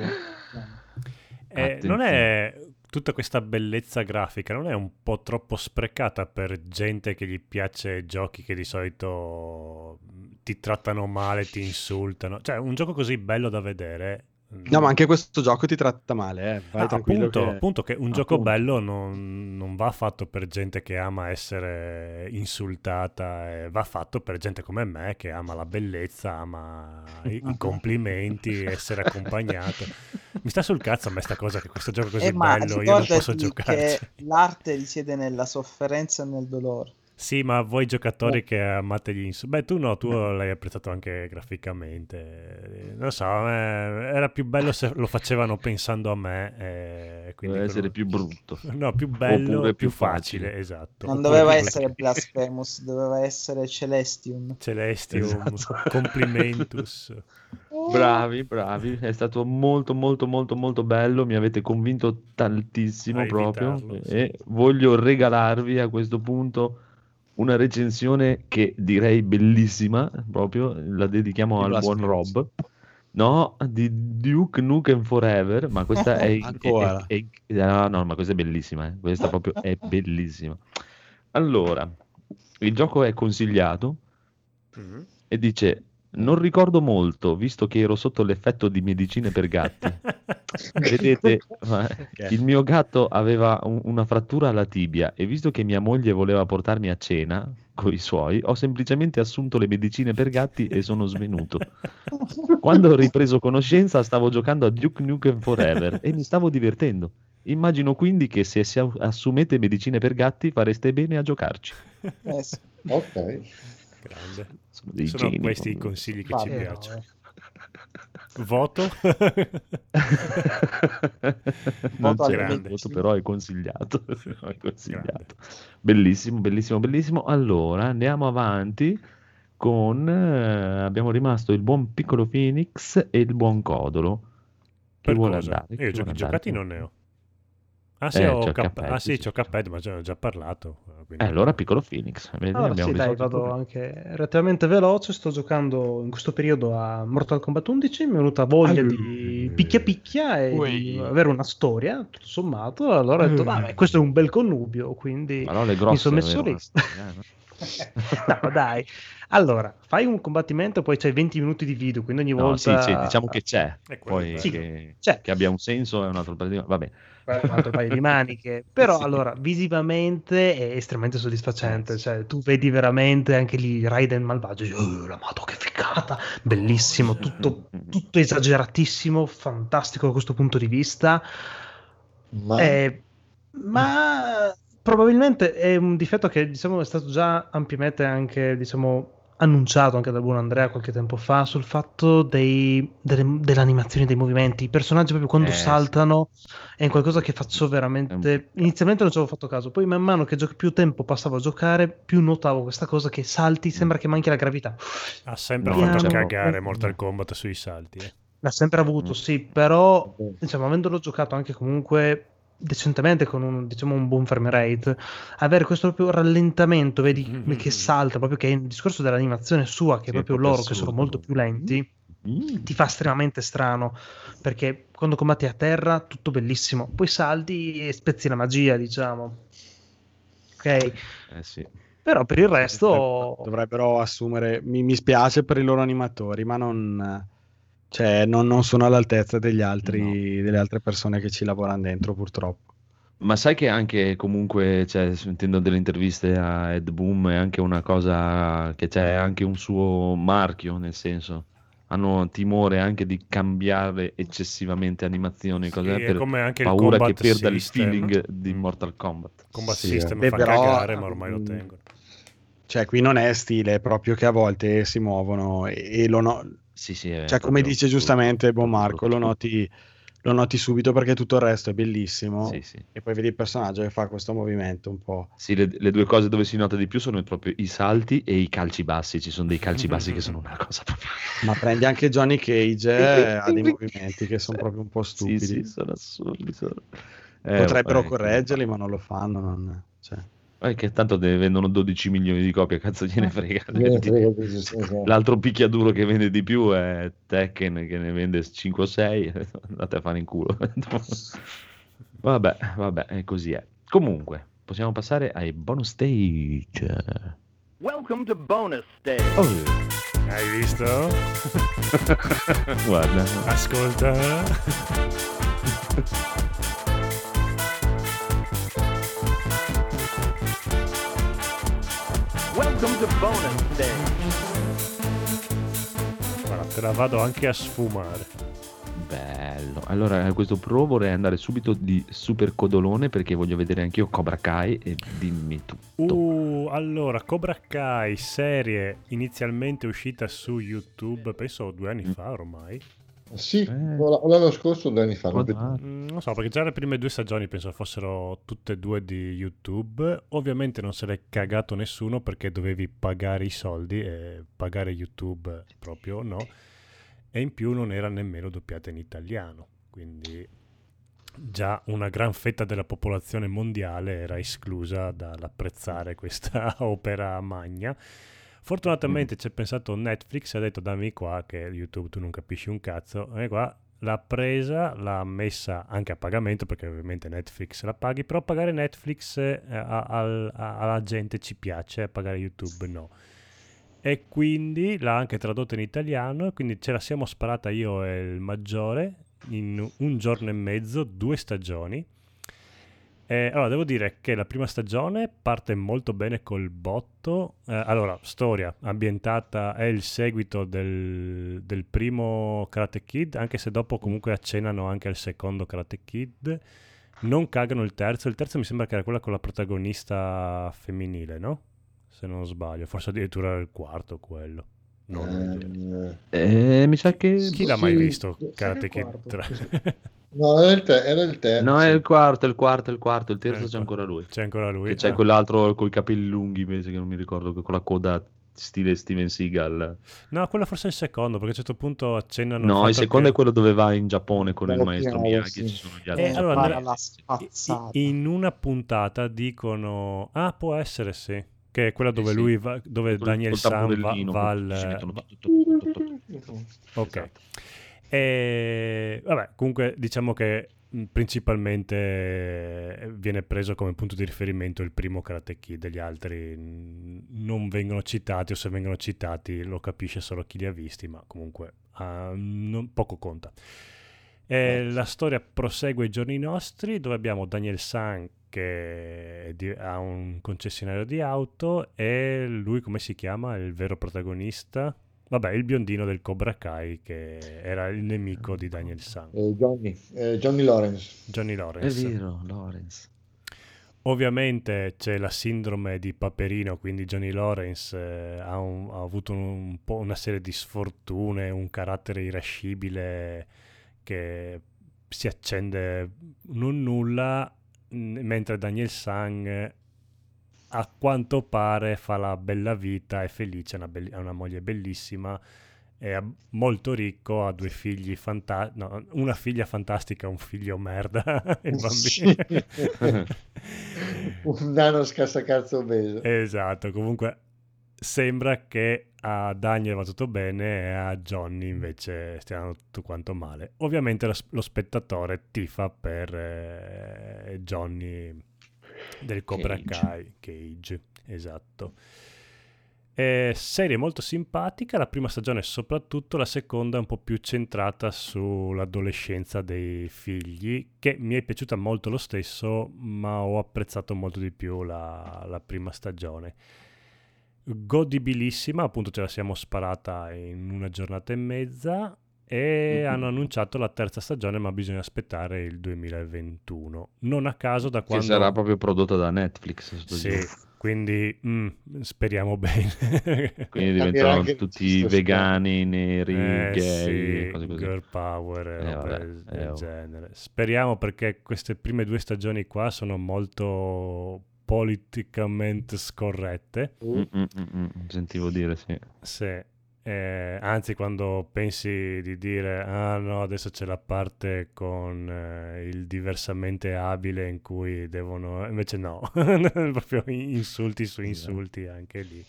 Speaker 9: Non è tutta questa bellezza grafica, non è un po' troppo sprecata per gente che gli piace giochi che di solito ti trattano male, ti insultano? Cioè, un gioco così bello da vedere.
Speaker 6: No, ma anche questo gioco ti tratta male, vai tranquillo.
Speaker 9: Appunto che un gioco bello non va fatto per gente che ama essere insultata, va fatto per gente come me che ama la bellezza, ama i complimenti, essere accompagnato. Mi sta sul cazzo a me sta cosa che questo gioco così bello io non posso giocarci.
Speaker 4: Che l'arte risiede nella sofferenza e nel dolore.
Speaker 9: Sì, ma voi giocatori che amate gli insulti, tu l'hai apprezzato anche graficamente, non so, era più bello se lo facevano pensando a me, quindi
Speaker 2: deve essere più brutto,
Speaker 9: no, più bello,
Speaker 2: oppure
Speaker 9: più facile, esatto.
Speaker 4: Non doveva essere Blasphemous, doveva essere Celestium,
Speaker 9: esatto. Complimentus.
Speaker 2: Bravi, è stato molto bello, mi avete convinto tantissimo proprio, e voglio regalarvi a questo punto una recensione che direi bellissima, proprio la dedichiamo al buon Rob. No, di Duke Nukem Forever, ma questa è
Speaker 6: ancora.
Speaker 2: No, ma questa è bellissima, questa proprio è bellissima. Allora, il gioco è consigliato e dice: non ricordo molto, visto che ero sotto l'effetto di medicine per gatti. Vedete, il mio gatto aveva una frattura alla tibia e visto che mia moglie voleva portarmi a cena con i suoi, ho semplicemente assunto le medicine per gatti e sono svenuto. Quando ho ripreso conoscenza stavo giocando a Duke Nukem Forever e mi stavo divertendo. Immagino quindi che se assumete medicine per gatti fareste bene a giocarci.
Speaker 4: Sì.
Speaker 7: Ok.
Speaker 9: Grande. Sono questi i consigli che ci piacciono. Voto?
Speaker 2: Non
Speaker 4: Voto
Speaker 2: c'era
Speaker 4: alle
Speaker 2: il voto,
Speaker 4: 20.
Speaker 2: però è consigliato. È consigliato. Bellissimo, bellissimo, bellissimo. Allora, andiamo avanti con... abbiamo rimasto il buon Piccolo Phoenix e il buon Codolo. Chi
Speaker 9: Per
Speaker 2: vuole
Speaker 9: cosa?
Speaker 2: andare?
Speaker 9: Io
Speaker 2: Chi vuole andare?
Speaker 9: giocati non ne ho. Ah sì,
Speaker 2: C'ho Cuphead,
Speaker 9: sì,
Speaker 2: sì.
Speaker 9: c'ho Cuphead, ma già ho già parlato. Quindi...
Speaker 2: Allora Piccolo Phoenix. Vedi,
Speaker 3: Allora
Speaker 2: abbiamo
Speaker 3: sì, dai,
Speaker 2: risolto il
Speaker 3: vado
Speaker 2: problema.
Speaker 3: anche relativamente veloce. Sto giocando in questo periodo a Mortal Kombat 11. Mi è venuta voglia di picchia picchia e di avere una storia, tutto sommato. Allora ho detto, vabbè, questo è un bel connubio, quindi
Speaker 2: Parole
Speaker 3: mi
Speaker 2: grosse,
Speaker 3: sono messo
Speaker 2: vero?
Speaker 3: lì. No, dai. Allora, fai un combattimento, poi c'hai 20 minuti di video, quindi ogni
Speaker 2: No, sì,
Speaker 3: volta...
Speaker 2: diciamo che c'è.
Speaker 9: È quello
Speaker 2: Poi
Speaker 9: bello.
Speaker 3: Sì,
Speaker 2: che
Speaker 3: c'è.
Speaker 2: abbia un senso è un altro paradigma. Vabbè.
Speaker 3: Un altro paio di maniche, però
Speaker 2: Sì.
Speaker 3: allora visivamente è estremamente soddisfacente,
Speaker 2: Sì.
Speaker 3: cioè tu vedi veramente anche lì Raiden malvagio, la madò che figata, bellissimo, tutto esageratissimo, fantastico da questo punto di vista.
Speaker 7: Ma
Speaker 3: Ma probabilmente è un difetto che diciamo è stato già ampiamente anche diciamo annunciato anche dal buon Andrea qualche tempo fa sul fatto delle animazioni dei movimenti. I personaggi proprio quando
Speaker 2: Sì.
Speaker 3: saltano è qualcosa che faccio
Speaker 2: È un
Speaker 3: veramente...
Speaker 2: peccato.
Speaker 3: Inizialmente non ci avevo fatto caso, poi man mano che più tempo passavo a giocare, più notavo questa cosa che salti, sembra che manchi la gravità.
Speaker 9: Ha sempre
Speaker 2: No,
Speaker 9: fatto
Speaker 2: c'è
Speaker 9: cagare
Speaker 2: proprio-
Speaker 9: Mortal Kombat sui salti.
Speaker 3: L'ha sempre avuto, sì, però diciamo, avendolo giocato anche comunque decentemente con un buon frame rate, avere questo proprio rallentamento, vedi che salta, proprio che è il discorso dell'animazione sua, che
Speaker 2: Sì,
Speaker 3: è proprio
Speaker 2: proprio
Speaker 3: loro che sono
Speaker 2: assurdo.
Speaker 3: molto più lenti, ti fa estremamente strano, perché quando combatti a terra tutto bellissimo, poi salti e spezzi la magia, diciamo. Ok?
Speaker 2: Sì.
Speaker 3: Però per il resto...
Speaker 6: Dovrebbero assumere, mi spiace per i loro animatori, ma non sono all'altezza delle altre persone che ci lavorano dentro, purtroppo.
Speaker 2: Ma sai che anche comunque, cioè, sentendo delle interviste a Ed Boon, è anche una cosa che c'è anche un suo marchio, nel senso, hanno timore anche di cambiare eccessivamente animazioni, cose
Speaker 9: È
Speaker 2: per
Speaker 9: come anche il
Speaker 2: paura che
Speaker 9: combat
Speaker 2: perda il
Speaker 9: system.
Speaker 2: feeling di Mortal Kombat.
Speaker 9: Combat
Speaker 6: Sì,
Speaker 9: system
Speaker 6: beh,
Speaker 9: fa
Speaker 6: però,
Speaker 9: cagare, ma ormai lo tengono.
Speaker 6: Cioè, qui non è stile, è proprio che a volte si muovono e
Speaker 2: Sì, sì,
Speaker 6: cioè, come
Speaker 2: proprio
Speaker 6: dice giustamente Buon
Speaker 2: proprio
Speaker 6: Marco, lo
Speaker 2: brutto.
Speaker 6: noti subito perché tutto il resto è bellissimo.
Speaker 2: Sì, sì.
Speaker 6: E poi vedi il personaggio che fa questo movimento un po'.
Speaker 2: Sì, le due cose dove si nota di più sono proprio i salti e i calci bassi. Ci sono dei calci bassi che sono una cosa proprio...
Speaker 6: Ma prendi anche Johnny Cage, ha dei movimenti che sono proprio un po'
Speaker 2: Sì,
Speaker 6: stupidi.
Speaker 2: sì, sono assurdi.
Speaker 6: Potrebbero correggerli, ma non lo fanno. Cioè.
Speaker 2: Che tanto ne vendono 12 milioni di copie, cazzo gliene frega.
Speaker 7: esatto.
Speaker 2: L'altro picchiaduro che vende di più è Tekken, che ne vende 5 o 6. Andate a fare in culo. Vabbè, è così è. Comunque, possiamo passare ai bonus stage.
Speaker 12: Welcome to bonus stage.
Speaker 2: Oh,
Speaker 9: Hai visto?
Speaker 2: guarda.
Speaker 9: Ascolta.
Speaker 12: Welcome to bonus stage.
Speaker 9: Guarda, te la vado anche a sfumare.
Speaker 2: Bello. Allora, a questo pro vorrei andare subito di super codolone perché voglio vedere anch'io Cobra Kai e dimmi tutto.
Speaker 9: Allora, Cobra Kai, serie inizialmente uscita su YouTube, penso 2 anni fa ormai.
Speaker 7: Sì, o l'anno scorso o 2 anni fa.
Speaker 9: Non so, perché già le prime 2 stagioni penso fossero tutte e 2 di YouTube. Ovviamente non se l'è cagato nessuno perché dovevi pagare i soldi e pagare YouTube proprio no. E in più non era nemmeno doppiata in italiano, quindi già una gran fetta della popolazione mondiale era esclusa dall'apprezzare questa opera magna. Fortunatamente ci è pensato Netflix e ha detto dammi qua che YouTube tu non capisci un cazzo, e qua l'ha presa, l'ha messa anche a pagamento perché ovviamente Netflix la paghi, però pagare Netflix alla gente ci piace, pagare YouTube no. E quindi l'ha anche tradotta in italiano, e quindi ce la siamo sparata io e il maggiore in 1 giorno e mezzo, 2 stagioni. Allora, devo dire che la prima stagione parte molto bene col botto. Allora, storia ambientata, è il seguito del primo Karate Kid, anche se dopo comunque accennano anche al secondo Karate Kid. Non cagano il terzo mi sembra che era quella con la protagonista femminile, no? Se non sbaglio, forse addirittura era il quarto quello.
Speaker 2: Mi sa che...
Speaker 9: Chi l'ha mai visto Karate Kid 3?
Speaker 7: No, era il terzo.
Speaker 2: No, è il quarto. Il terzo c'è ancora lui.
Speaker 9: C'è ancora lui.
Speaker 2: Che c'è quell'altro con i capelli lunghi invece, che non mi ricordo, con la coda stile Steven Seagal.
Speaker 9: No, quello forse è il secondo, perché a un certo punto accennano...
Speaker 2: No, il secondo
Speaker 9: che...
Speaker 2: è quello dove va in Giappone con il maestro Miyagi. Ci sono gli altri.
Speaker 9: Allora, in una puntata dicono... Ah, può essere, sì. Che è quella dove lui va, dove Daniel San va al... Ok. Vabbè, comunque diciamo che principalmente viene preso come punto di riferimento il primo Karate Kid, gli altri non vengono citati, o se vengono citati lo capisce solo chi li ha visti, ma comunque poco conta. La storia prosegue ai giorni nostri, dove abbiamo Daniel San che ha un concessionario di auto, e lui, come si chiama, il vero protagonista? Vabbè, il biondino del Cobra Kai, che era il nemico di Daniel San.
Speaker 7: Johnny Lawrence.
Speaker 9: Johnny Lawrence.
Speaker 2: È vero, Lawrence.
Speaker 9: Ovviamente c'è la sindrome di Paperino, quindi Johnny Lawrence ha avuto un po' una serie di sfortune, un carattere irascibile che si accende non nulla, mentre Daniel San a quanto pare fa la bella vita, è felice, ha una moglie bellissima, è molto ricco, ha due figli una figlia fantastica, un figlio merda, il bambino.
Speaker 7: Un nano scassacazzo obeso.
Speaker 9: Esatto, comunque sembra che a Daniel va tutto bene e a Johnny invece stia andando tutto quanto male. Ovviamente lo spettatore tifa per Johnny del Cobra Kai, Cage, esatto. Serie molto simpatica, la prima stagione soprattutto, la seconda è un po' più centrata sull'adolescenza dei figli, che mi è piaciuta molto lo stesso, ma ho apprezzato molto di più la prima stagione. Godibilissima, appunto ce la siamo sparata in una giornata e mezza, e hanno annunciato la terza stagione, ma bisogna aspettare il 2021. Non a caso da quando...
Speaker 2: Che sarà proprio prodotta da Netflix.
Speaker 9: Sì, quindi speriamo bene.
Speaker 2: Quindi diventeranno tutti vegani, neri, gay,
Speaker 9: sì,
Speaker 2: cose così.
Speaker 9: girl power e robe del genere. Speriamo, perché queste prime due stagioni qua sono molto politicamente scorrette.
Speaker 2: Sentivo dire, sì.
Speaker 9: Sì. Anzi, quando pensi di dire ah no, adesso c'è la parte con il diversamente abile in cui devono, invece no, proprio insulti su insulti anche lì,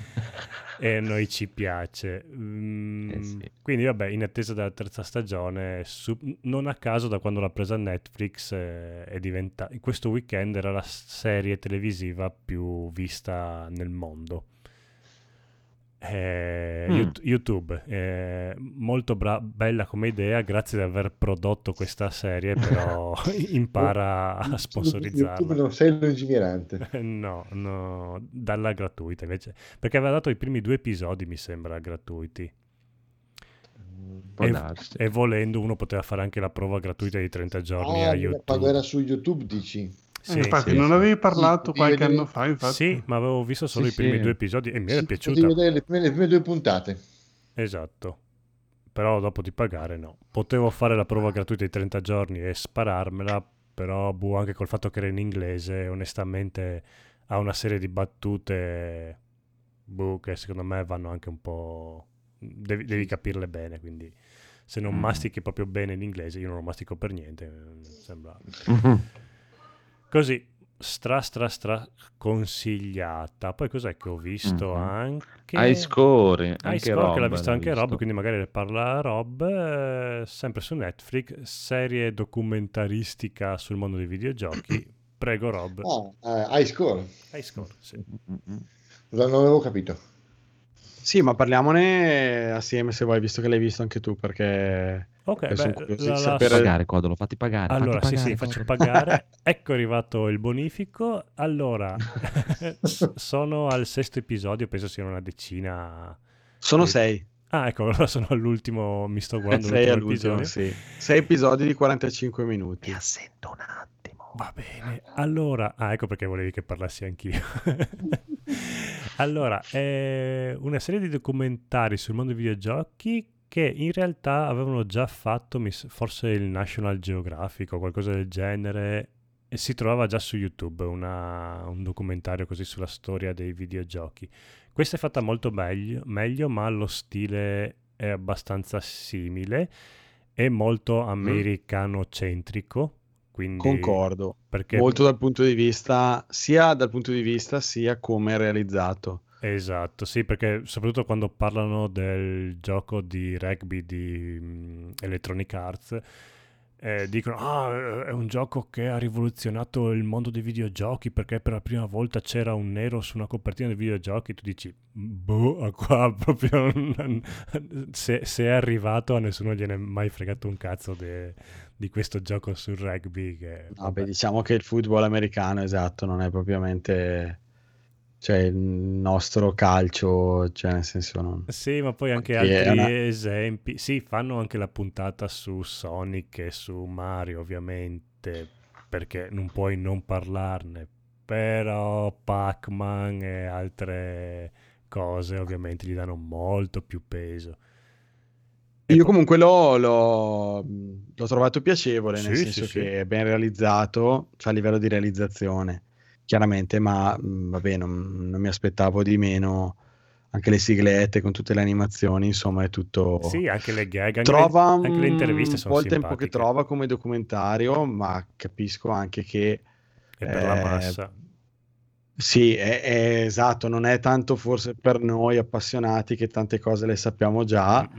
Speaker 9: e a noi ci piace.
Speaker 2: Sì.
Speaker 9: Quindi vabbè, in attesa della terza stagione, non a caso da quando l'ha presa Netflix è diventata, questo weekend era la serie televisiva più vista nel mondo. YouTube, molto bella come idea, grazie ad aver prodotto questa serie, però impara a sponsorizzarla.
Speaker 7: YouTube non sei lungimirante.
Speaker 9: No, dalla gratuita invece, perché aveva dato i primi 2 episodi, mi sembra, gratuiti. E volendo uno poteva fare anche la prova gratuita di 30 giorni a YouTube.
Speaker 7: Quando era su YouTube, dici?
Speaker 5: Sì, infatti non avevi parlato qualche anno fa, infatti.
Speaker 9: Sì, ma avevo visto solo i primi 2 episodi e mi era piaciuta.
Speaker 7: Potevi vedere le prime 2 puntate.
Speaker 9: Esatto. Però dopo di pagare no. Potevo fare la prova gratuita di 30 giorni e spararmela, però anche col fatto che era in inglese, onestamente ha una serie di battute che secondo me vanno anche un po'... Devi capirle bene, quindi se non mastichi proprio bene l'inglese, io non lo mastico per niente, sembra... Così, stra consigliata. Poi cos'è che ho visto anche?
Speaker 2: High Score,
Speaker 9: che l'ha visto anche Rob, quindi magari ne parla Rob. Sempre su Netflix, serie documentaristica sul mondo dei videogiochi. Prego Rob.
Speaker 7: High Score,
Speaker 9: sì.
Speaker 7: Non avevo capito.
Speaker 6: Sì, ma parliamone assieme se vuoi, visto che l'hai visto anche tu, perché...
Speaker 9: Ok,
Speaker 2: pagare, Codolo, fatti pagare.
Speaker 9: Allora,
Speaker 2: fatti pagare,
Speaker 9: faccio pagare. Ecco, è arrivato il bonifico. Allora, sono al 6º episodio, penso siano una decina.
Speaker 6: Sono 6.
Speaker 9: Ah, ecco, allora sono all'ultimo, mi sto guardando
Speaker 6: 6
Speaker 9: l'ultimo episodio.
Speaker 6: Sì. 6 episodi di 45 minuti.
Speaker 2: Mi assento un attimo.
Speaker 9: Va bene. Allora, ecco perché volevi che parlassi anch'io. Allora, è una serie di documentari sul mondo dei videogiochi che in realtà avevano già fatto forse il National Geographic o qualcosa del genere, e si trovava già su YouTube un documentario così sulla storia dei videogiochi. Questa è fatta molto meglio, ma lo stile è abbastanza simile, è molto americanocentrico. Quindi,
Speaker 6: concordo,
Speaker 9: perché
Speaker 6: molto dal punto di vista sia come è realizzato.
Speaker 9: Esatto, sì, perché soprattutto quando parlano del gioco di rugby di Electronic Arts, dicono è un gioco che ha rivoluzionato il mondo dei videogiochi perché per la prima volta c'era un nero su una copertina dei videogiochi. Tu dici, boh, qua proprio se è arrivato a nessuno gliene è mai fregato un cazzo di questo gioco sul rugby.
Speaker 6: Vabbè, diciamo che il football americano, esatto, non è propriamente... cioè il nostro calcio, cioè nel senso non...
Speaker 9: Sì, ma poi anche altri esempi. Sì, fanno anche la puntata su Sonic e su Mario, ovviamente, perché non puoi non parlarne. Però Pac-Man e altre cose ovviamente gli danno molto più peso.
Speaker 6: Io comunque l'ho trovato piacevole, nel
Speaker 9: Sì,
Speaker 6: senso
Speaker 9: sì,
Speaker 6: che è ben realizzato, cioè a livello di realizzazione. Chiaramente, ma vabbè, non mi aspettavo di meno. Anche le siglette con tutte le animazioni, insomma, è tutto...
Speaker 9: Sì, anche le gag,
Speaker 6: trova
Speaker 9: anche le interviste
Speaker 6: un
Speaker 9: sono
Speaker 6: po' il tempo
Speaker 9: simpatiche.
Speaker 6: che trova come documentario, ma capisco anche che...
Speaker 9: È per la massa.
Speaker 6: Sì, è esatto, non è tanto forse per noi appassionati che tante cose le sappiamo già,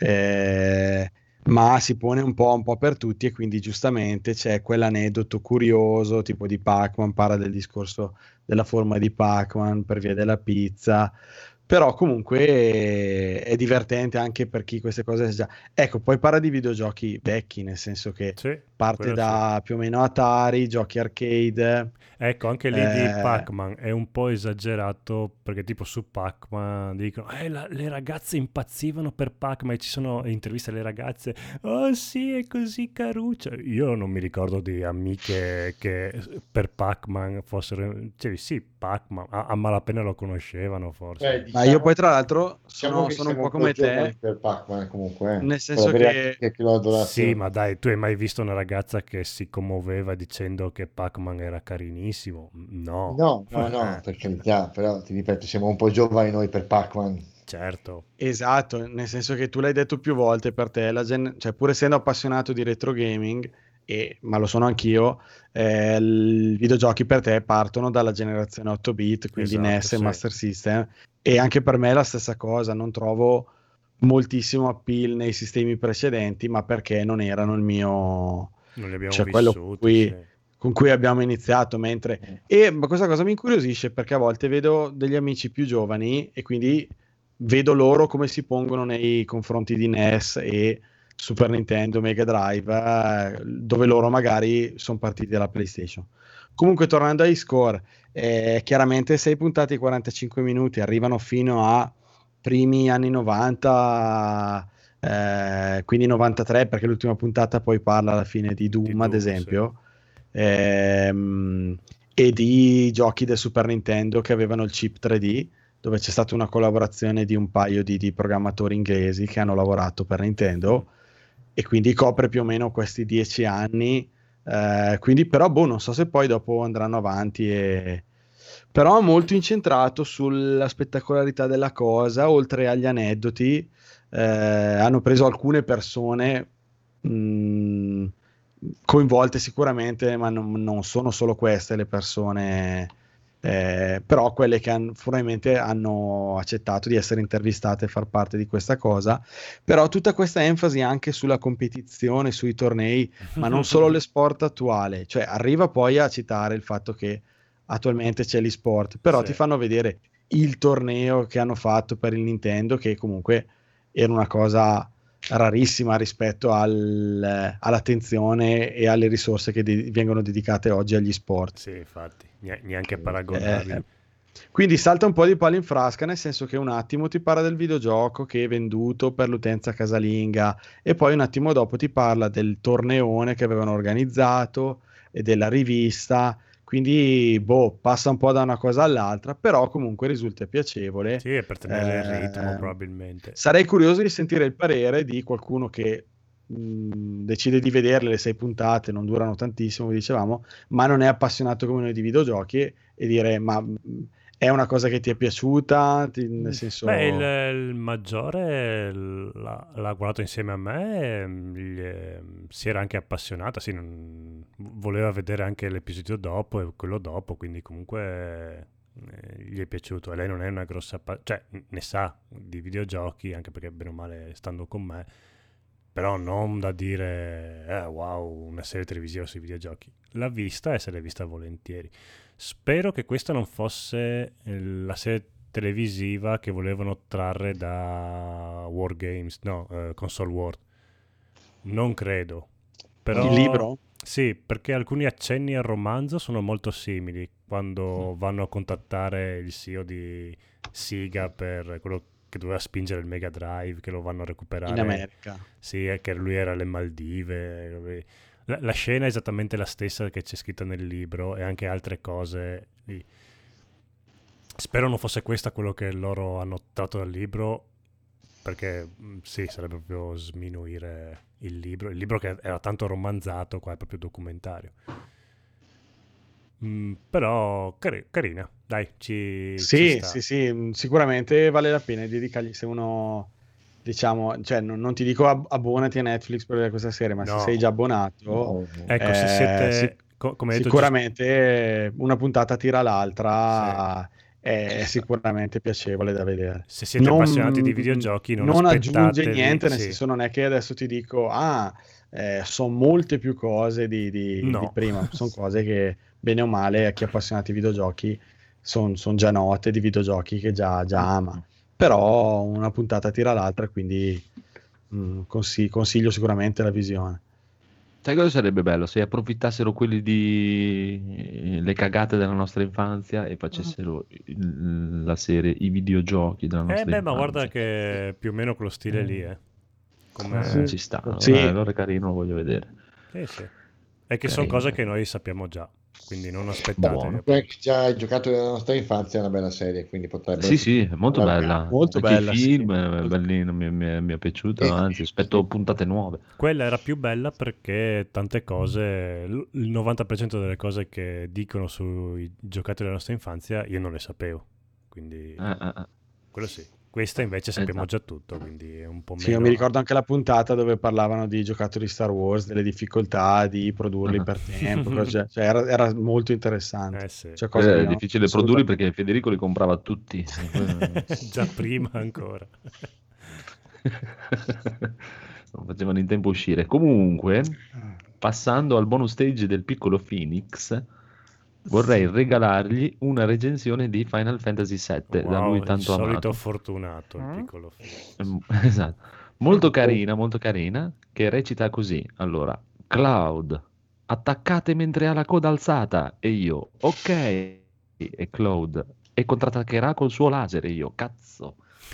Speaker 6: ma si pone un po' per tutti, e quindi giustamente c'è quell'aneddoto curioso tipo di Pac-Man, parla del discorso della forma di Pac-Man per via della pizza, però comunque è divertente anche per chi queste cose già... Ecco, poi parla di videogiochi vecchi, nel senso che parte da più o meno Atari, giochi arcade.
Speaker 9: Ecco, anche lì di Pac-Man è un po' esagerato, perché tipo su Pac-Man dicono le ragazze impazzivano per Pac-Man, e ci sono interviste alle ragazze, oh sì, è così caruccio. Io non mi ricordo di amiche che per Pac-Man fossero, cioè sì, Pac-Man a malapena lo conoscevano forse.
Speaker 6: Ma io poi tra l'altro sono
Speaker 7: che
Speaker 6: un po' come te
Speaker 7: per Pac-Man comunque,
Speaker 6: nel senso che
Speaker 9: sì, ma dai, tu hai mai visto una ragazza che si commuoveva dicendo che Pac-Man era carinissimo? No,
Speaker 7: per carità, però ti ripeto, siamo un po' giovani noi per Pac-Man.
Speaker 9: Certo.
Speaker 6: Esatto, nel senso che tu l'hai detto più volte, per te cioè pur essendo appassionato di retro gaming, ma lo sono anch'io, i videogiochi per te partono dalla generazione 8 bit, quindi
Speaker 9: Esatto,
Speaker 6: NES e
Speaker 9: sì.
Speaker 6: Master System, e anche per me è la stessa cosa, non trovo moltissimo appeal nei sistemi precedenti, ma perché non erano il mio...
Speaker 9: Non li abbiamo
Speaker 6: cioè
Speaker 9: vissuti,
Speaker 6: quello con cui abbiamo iniziato, ma questa cosa mi incuriosisce perché a volte vedo degli amici più giovani e quindi vedo loro come si pongono nei confronti di NES e Super Nintendo, Mega Drive, dove loro magari sono partiti dalla PlayStation. Comunque, tornando ai score, chiaramente 6 puntate di 45 minuti arrivano fino a primi anni 90, quindi 93, perché l'ultima puntata poi parla alla fine di Doom, ad esempio, e di giochi del Super Nintendo che avevano il chip 3D, dove c'è stata una collaborazione di un paio di programmatori inglesi che hanno lavorato per Nintendo, e quindi copre più o meno questi 10 anni, quindi però non so se poi dopo andranno avanti, però molto incentrato sulla spettacolarità della cosa, oltre agli aneddoti. Hanno preso alcune persone coinvolte sicuramente, ma non sono solo queste le persone, però quelle che probabilmente hanno accettato di essere intervistate e far parte di questa cosa. Però tutta questa enfasi anche sulla competizione, sui tornei, ma non solo l'esport attuale, cioè arriva poi a citare il fatto che attualmente c'è l'esport, però ti fanno vedere il torneo che hanno fatto per il Nintendo, che comunque era una cosa rarissima rispetto all'attenzione e alle risorse che vengono dedicate oggi agli sport.
Speaker 9: Sì, infatti, neanche paragonabili.
Speaker 6: Quindi salta un po' di palo in frasca, nel senso che un attimo ti parla del videogioco che è venduto per l'utenza casalinga, e poi un attimo dopo ti parla del torneone che avevano organizzato e della rivista. quindi passa un po' da una cosa all'altra, però comunque risulta piacevole.
Speaker 9: Sì, è per tenere il ritmo probabilmente.
Speaker 6: Sarei curioso di sentire il parere di qualcuno che decide di vederle, le 6 puntate non durano tantissimo, dicevamo, ma non è appassionato come noi di videogiochi, e dire ma è una cosa che ti è piaciuta, nel senso...
Speaker 9: il maggiore l'ha guardato insieme a me, si era anche appassionata, sì, voleva vedere anche l'episodio dopo e quello dopo, quindi comunque gli è piaciuto. E lei non è una grossa... cioè ne sa di videogiochi, anche perché bene o male stando con me, però non da dire wow, una serie televisiva sui videogiochi. L'ha vista e se l'è vista volentieri. Spero che questa non fosse la serie televisiva che volevano trarre da Wargames, Console War. Non credo. Però,
Speaker 6: il libro?
Speaker 9: Sì, perché alcuni accenni al romanzo sono molto simili quando vanno a contattare il CEO di Sega per quello che doveva spingere il Mega Drive, che lo vanno a recuperare
Speaker 6: in America.
Speaker 9: Sì, che lui era alle Maldive. La scena è esattamente la stessa che c'è scritta nel libro, e anche altre cose lì. Spero non fosse questa quello che loro hanno tratto dal libro, perché sì, sarebbe proprio sminuire il libro che era tanto romanzato, qua è proprio documentario. Però carina, dai, ci sta.
Speaker 6: Sì, sicuramente vale la pena dedicargli, se uno, diciamo, cioè non ti dico abbonati a Netflix per vedere questa serie, ma se sei già abbonato,
Speaker 9: ecco, se siete come hai detto,
Speaker 6: sicuramente una puntata tira l'altra. È sicuramente piacevole da vedere.
Speaker 9: Se siete appassionati di videogiochi, non
Speaker 6: aggiunge niente, nel senso, non è che adesso ti dico sono molte più cose di prima, sono cose che bene o male a chi è appassionato di videogiochi sono già note, di videogiochi che già ama, però una puntata tira l'altra, quindi consiglio sicuramente la visione.
Speaker 2: Sai cosa sarebbe bello? Se approfittassero quelli di le cagate della nostra infanzia e facessero la serie I videogiochi della nostra infanzia.
Speaker 9: Ma guarda che più o meno quello stile lì
Speaker 2: ci sta,
Speaker 6: sì.
Speaker 2: Allora è carino, lo voglio vedere.
Speaker 9: Sì. È che sono cose che noi sappiamo già, quindi non aspettate.
Speaker 7: Poi chi già hai giocato nella nostra infanzia è una bella serie, quindi potrebbe...
Speaker 2: Sì, è molto bella.
Speaker 6: Molto bella.
Speaker 2: Il film è bellino, mi è piaciuto, anzi aspetto puntate nuove.
Speaker 9: Quella era più bella perché tante cose, il 90% delle cose che dicono sui giocatori della nostra infanzia io non le sapevo, quindi quello sì. Questa invece sappiamo già tutto, quindi è un po' meno...
Speaker 6: Sì, io mi ricordo anche la puntata dove parlavano di giocattoli Star Wars, delle difficoltà di produrli per tempo, cioè era molto interessante.
Speaker 9: Sì.
Speaker 6: Cioè,
Speaker 2: è difficile produrli perché Federico li comprava tutti.
Speaker 9: Già prima ancora.
Speaker 2: Non facevano in tempo a uscire. Comunque, passando al bonus stage del piccolo Phoenix, vorrei regalargli una recensione di Final Fantasy VII, da lui tanto amato.
Speaker 9: Il solito fortunato, il piccolo Phoenix.
Speaker 2: Esatto. Molto carina, che recita così. Allora, Cloud, attaccate mentre ha la coda alzata, e io, ok, e Cloud, e contrattaccherà col suo laser, e io, cazzo.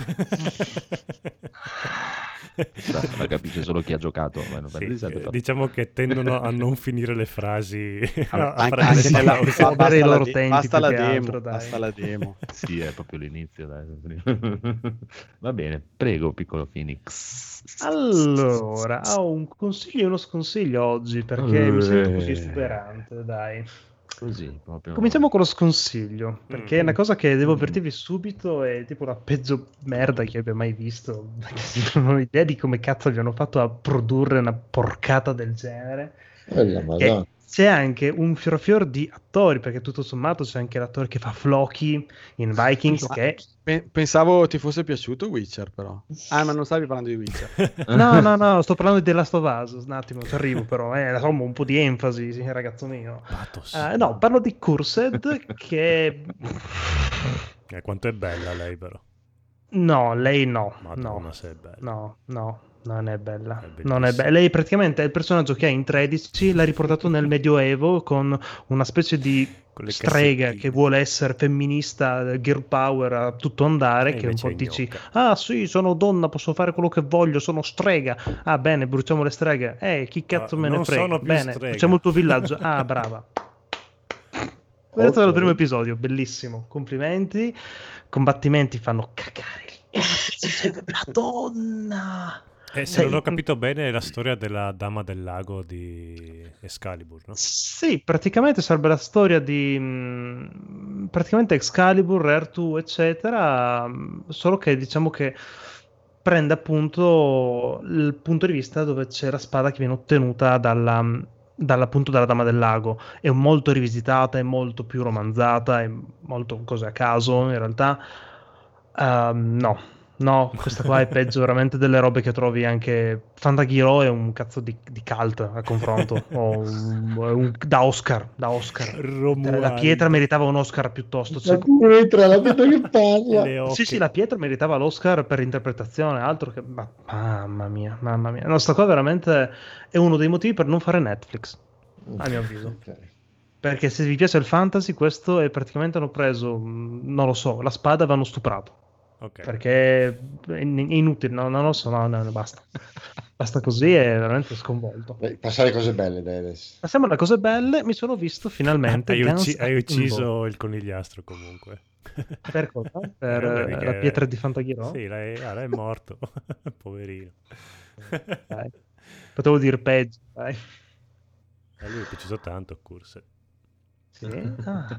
Speaker 2: La capisce solo chi ha giocato.
Speaker 9: Diciamo che tendono a non finire le frasi
Speaker 6: anche nella basta la demo.
Speaker 2: Sì, è proprio l'inizio, dai. Va bene, prego, piccolo Phoenix.
Speaker 3: Allora, ho un consiglio e uno sconsiglio oggi, perché mi sento così esuberante, dai.
Speaker 2: Così, proprio.
Speaker 3: Cominciamo con lo sconsiglio, perché è una cosa che devo avvertirvi subito, è tipo la peggio merda che abbia mai visto, perché non ho idea di come cazzo gli hanno fatto a produrre una porcata del genere. C'è anche un fior di attori, perché tutto sommato c'è anche l'attore che fa Floki in Vikings, che...
Speaker 6: Pensavo ti fosse piaciuto Witcher, però. Ma non stavi parlando di Witcher.
Speaker 3: No, sto parlando di The Last of Us, un attimo, ci arrivo però, insomma, un po' di enfasi, sì, ragazzo mio. No, parlo di Cursed, che...
Speaker 9: quanto è bella lei, però.
Speaker 3: No, lei no.
Speaker 9: Madonna, sei bella.
Speaker 3: No, non è bella. Non è bella. Lei praticamente è il personaggio che ha in 13, l'ha riportato nel Medioevo con una specie di strega che vuole essere femminista, girl power a tutto andare, che un po' dici sì, sono donna, posso fare quello che voglio, sono strega. Bene, bruciamo le streghe. Chi cazzo me ne frega? Bene, bruciamo il tuo villaggio. Brava. Vedete dal primo episodio, bellissimo, complimenti, combattimenti fanno cagare, Madonna!
Speaker 9: Se non ho capito bene, è la storia della Dama del Lago di Excalibur, no?
Speaker 3: Sì, praticamente sarebbe la storia di praticamente Excalibur, Ertu, eccetera, solo che diciamo che prende appunto il punto di vista dove c'è la spada che viene ottenuta dall'appunto dalla Dama del Lago. È molto rivisitata, è molto più romanzata, è molto cose a caso in realtà. No, questa qua è peggio veramente delle robe che trovi anche. Fantaghiro è un cazzo di cult a confronto. Da Oscar. La pietra meritava un Oscar piuttosto.
Speaker 7: La pietra che parla.
Speaker 3: Sì, la pietra meritava l'Oscar per interpretazione, altro che. Mamma mia. No, sta qua veramente è uno dei motivi per non fare Netflix, a mio avviso.
Speaker 7: Okay.
Speaker 3: Perché se vi piace il fantasy, questo è praticamente hanno preso, non lo so, la spada e vanno stuprato.
Speaker 9: Okay.
Speaker 3: Perché è inutile, non lo so, no, basta. Basta così, è veramente sconvolto.
Speaker 7: Passare cose belle, dai, adesso.
Speaker 3: Passiamo alle cose belle, mi sono visto finalmente
Speaker 9: hai ucciso il conigliastro comunque.
Speaker 3: Per cosa? Per la pietra di Fantaghiro?
Speaker 9: Sì, lei è morto. Poverino.
Speaker 3: Dai. Potevo dire peggio, dai.
Speaker 9: A lui è piaciuto tanto Curse.
Speaker 3: Sì? Ah.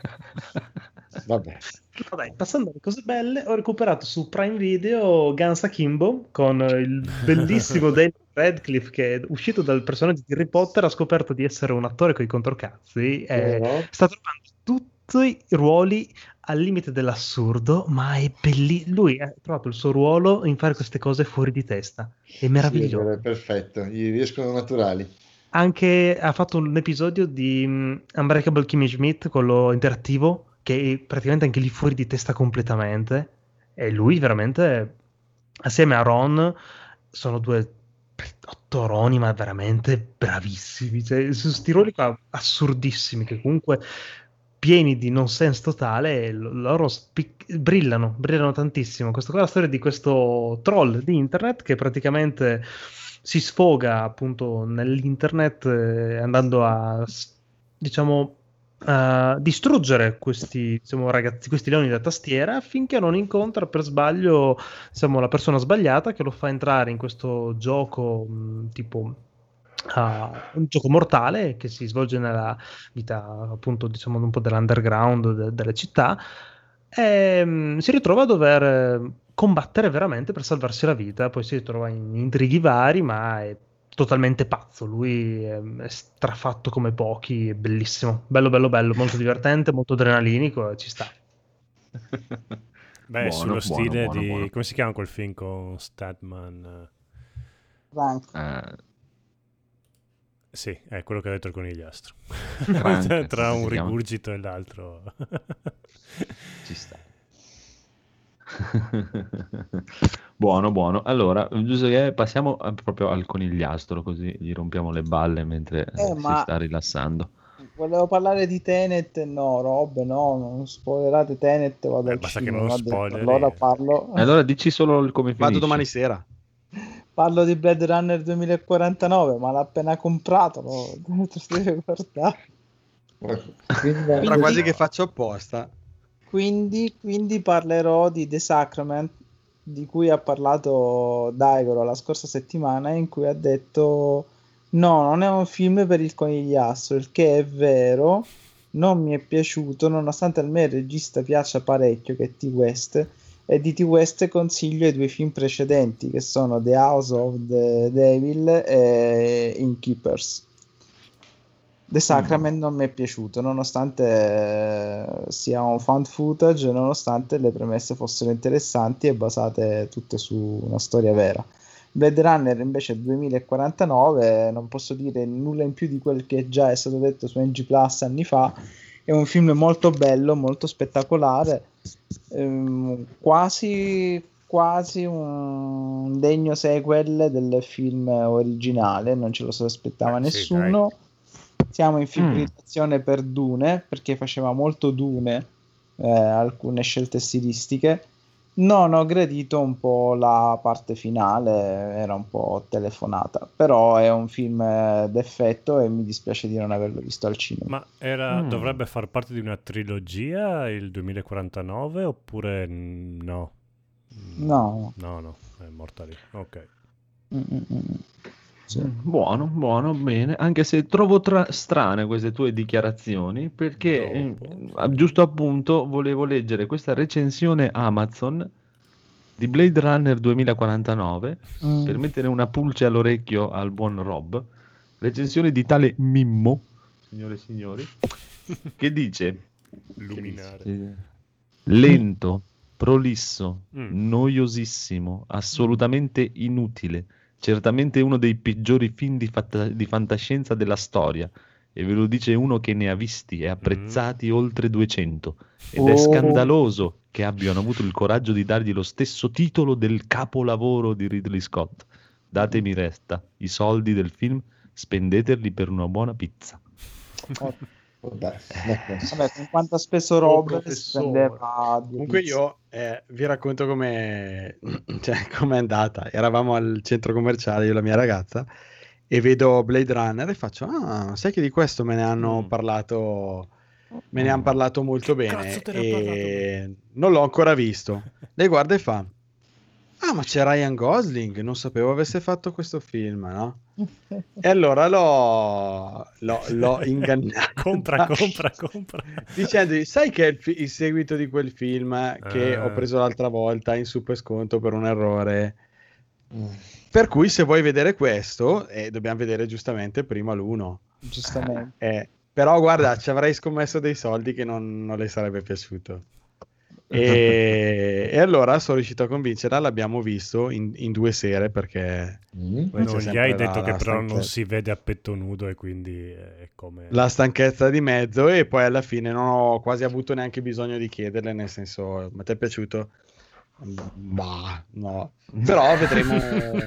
Speaker 7: Vabbè,
Speaker 3: passando alle cose belle, ho recuperato su Prime Video Guns Akimbo con il bellissimo Daniel Radcliffe che è uscito dal personaggio di Harry Potter, ha scoperto di essere un attore coi controcazzi e sta trovando tutti i ruoli al limite dell'assurdo, ma è bellissimo. Lui ha trovato il suo ruolo in fare queste cose fuori di testa, è meraviglioso.
Speaker 7: Sì, è perfetto, gli riescono naturali.
Speaker 3: Anche ha fatto un episodio di Unbreakable Kimmy Schmidt, quello interattivo, che è praticamente anche lì fuori di testa completamente. E lui veramente, assieme a Ron, sono due attoroni, ma veramente bravissimi. Cioè, su sti ruoli qua assurdissimi, che comunque pieni di nonsense totale, e loro brillano tantissimo. Questa qua è la storia di questo troll di internet che praticamente si sfoga appunto nell'internet andando a, diciamo, distruggere questi, diciamo, ragazzi, questi leoni da tastiera, finché non incontra per sbaglio, diciamo, la persona sbagliata che lo fa entrare in questo gioco tipo un gioco mortale che si svolge nella vita appunto, diciamo, un po' dell'underground delle città, e si ritrova a dover combattere veramente per salvarsi la vita. Poi si ritrova in intrighi vari, ma è totalmente pazzo. Lui è strafatto come pochi, è bellissimo, bello, molto divertente, molto adrenalinico, e ci sta.
Speaker 9: Beh, sullo stile di come si chiama quel film con Statman? Sì, è quello che ha detto il conigliastro. Tra un rigurgito e l'altro.
Speaker 2: Ci sta. Buono. Allora, giusto che passiamo proprio al conigliastro, così gli rompiamo le balle mentre si sta rilassando.
Speaker 4: Volevo parlare di Tenet, no, Rob, no, non spoilerate Tenet, vado al
Speaker 9: basta
Speaker 4: cinema,
Speaker 9: che non spoileri.
Speaker 4: Allora parlo.
Speaker 2: Allora dici solo come finisce.
Speaker 6: Vado domani sera.
Speaker 4: Parlo di Blade Runner 2049, ma l'ha appena comprato, lo devi guardare.
Speaker 6: Sembra quasi che faccio apposta.
Speaker 4: Quindi parlerò di The Sacrament, di cui ha parlato Daigoro la scorsa settimana, in cui ha detto no, non è un film per il conigliastro, il che è vero, non mi è piaciuto, nonostante a me il regista piaccia parecchio, che è T. West, e di T. West consiglio i due film precedenti, che sono The House of the Devil e Innkeepers. The Sacrament non mi è piaciuto, nonostante sia un found footage, nonostante le premesse fossero interessanti e basate tutte su una storia vera. Blade Runner invece 2049, non posso dire nulla in più di quel che già è stato detto su NG Plus anni fa. È un film molto bello, molto spettacolare, quasi un degno sequel del film originale, non ce lo aspettava nessuno. Sì, siamo in fibrillazione per Dune, perché faceva molto Dune, alcune scelte stilistiche, Non ho gradito un po' la parte finale, era un po' telefonata, però è un film d'effetto e mi dispiace di non averlo visto al cinema.
Speaker 9: Ma dovrebbe far parte di una trilogia il 2049 oppure no?
Speaker 4: No.
Speaker 9: No, è morta lì. Ok.
Speaker 4: Sì.
Speaker 2: Buono, bene, anche se trovo strane queste tue dichiarazioni, perché giusto appunto volevo leggere questa recensione Amazon di Blade Runner 2049 per mettere una pulce all'orecchio al buon Rob, recensione di tale Mimmo, signore e signori, che dice:
Speaker 9: Luminare.
Speaker 2: lento, prolisso, noiosissimo, assolutamente inutile. Certamente uno dei peggiori film di fantascienza della storia, e ve lo dice uno che ne ha visti e apprezzati oltre 200, ed è scandaloso che abbiano avuto il coraggio di dargli lo stesso titolo del capolavoro di Ridley Scott. Datemi retta, i soldi del film spendeteli per una buona pizza.
Speaker 4: Vabbè, con quanto spesso Rob spendeva.
Speaker 6: Comunque io vi racconto come è andata. Eravamo al centro commerciale io e la mia ragazza e vedo Blade Runner e faccio: sai che di questo me ne hanno parlato molto bene e non l'ho ancora visto. Lei guarda e fa: ma c'è Ryan Gosling, non sapevo avesse fatto questo film, no? E allora l'ho ingannato.
Speaker 9: Compra.
Speaker 6: Dicendogli: sai che è il seguito di quel film che ho preso l'altra volta in super sconto per un errore? Per cui se vuoi vedere questo, dobbiamo vedere giustamente prima l'1.
Speaker 4: Giustamente.
Speaker 6: Però guarda, ci avrei scommesso dei soldi che non le sarebbe piaciuto. E allora sono riuscito a convincerla, l'abbiamo visto in 2 sere perché
Speaker 9: non gli hai detto che però non si vede a petto nudo e quindi è come
Speaker 6: la stanchezza di mezzo, e poi alla fine non ho quasi avuto neanche bisogno di chiederle, nel senso: ma ti è piaciuto? Bah, no, però vedremo.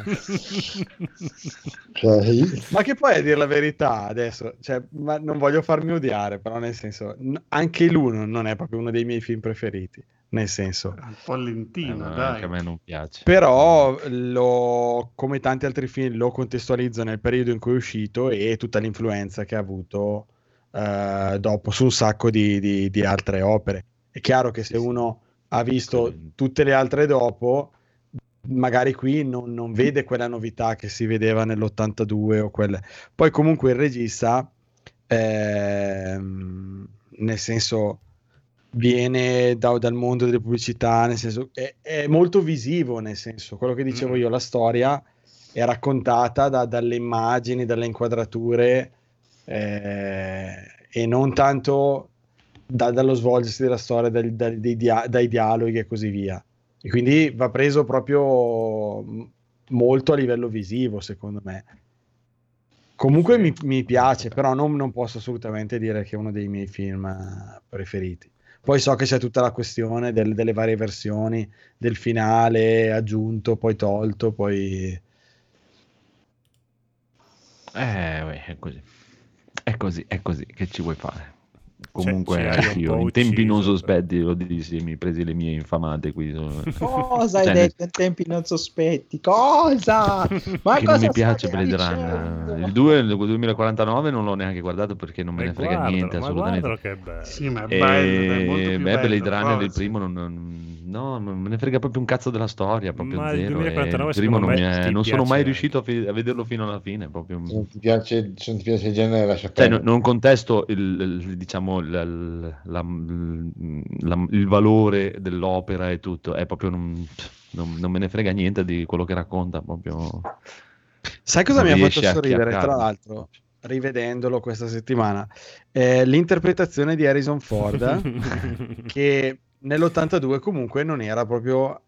Speaker 6: Ma che poi, a dire la verità adesso, ma non voglio farmi odiare, però nel senso anche l'1 non è proprio uno dei miei film preferiti, nel senso
Speaker 5: un po' lentino, dai.
Speaker 2: Anche a me non piace,
Speaker 6: però come tanti altri film lo contestualizzo nel periodo in cui è uscito e tutta l'influenza che ha avuto dopo su un sacco di altre opere. È chiaro che se uno ha visto tutte le altre dopo, magari qui non vede quella novità che si vedeva nell'82 o quelle. Poi comunque il regista nel senso viene dal mondo delle pubblicità, nel senso è molto visivo, nel senso quello che dicevo io, la storia è raccontata dalle immagini, dalle inquadrature e non tanto dallo svolgersi della storia, dai dialoghi e così via, e quindi va preso proprio molto a livello visivo, secondo me. Comunque mi piace, però non posso assolutamente dire che è uno dei miei film preferiti. Poi so che c'è tutta la questione delle varie versioni del finale aggiunto, poi tolto, poi
Speaker 2: è così, che ci vuoi fare? Comunque io in tempi non sospetti lo dissi, mi presi le mie infamate qui.
Speaker 4: Cosa hai detto in tempi non sospetti? Cosa? Ma
Speaker 2: che non mi piace Blade Runner. Il 2 del 2049 non l'ho neanche guardato perché non me ne frega niente assolutamente.
Speaker 9: Che bello.
Speaker 5: Sì, ma è bello, è molto più bello.
Speaker 2: Blade Runner il primo non me ne frega proprio un cazzo della storia, proprio
Speaker 9: ma
Speaker 2: zero.
Speaker 9: Il 2049
Speaker 2: il primo non sono mai
Speaker 9: anche.
Speaker 2: riuscito a vederlo fino alla fine, proprio.
Speaker 7: Se non ti piace il genere, lascia perdere.
Speaker 2: Non contesto diciamo il valore dell'opera e tutto, è proprio non me ne frega niente di quello che racconta, proprio.
Speaker 6: Sai cosa mi ha fatto sorridere, tra l'altro, rivedendolo questa settimana? L'interpretazione di Harrison Ford che nell'82 comunque non era proprio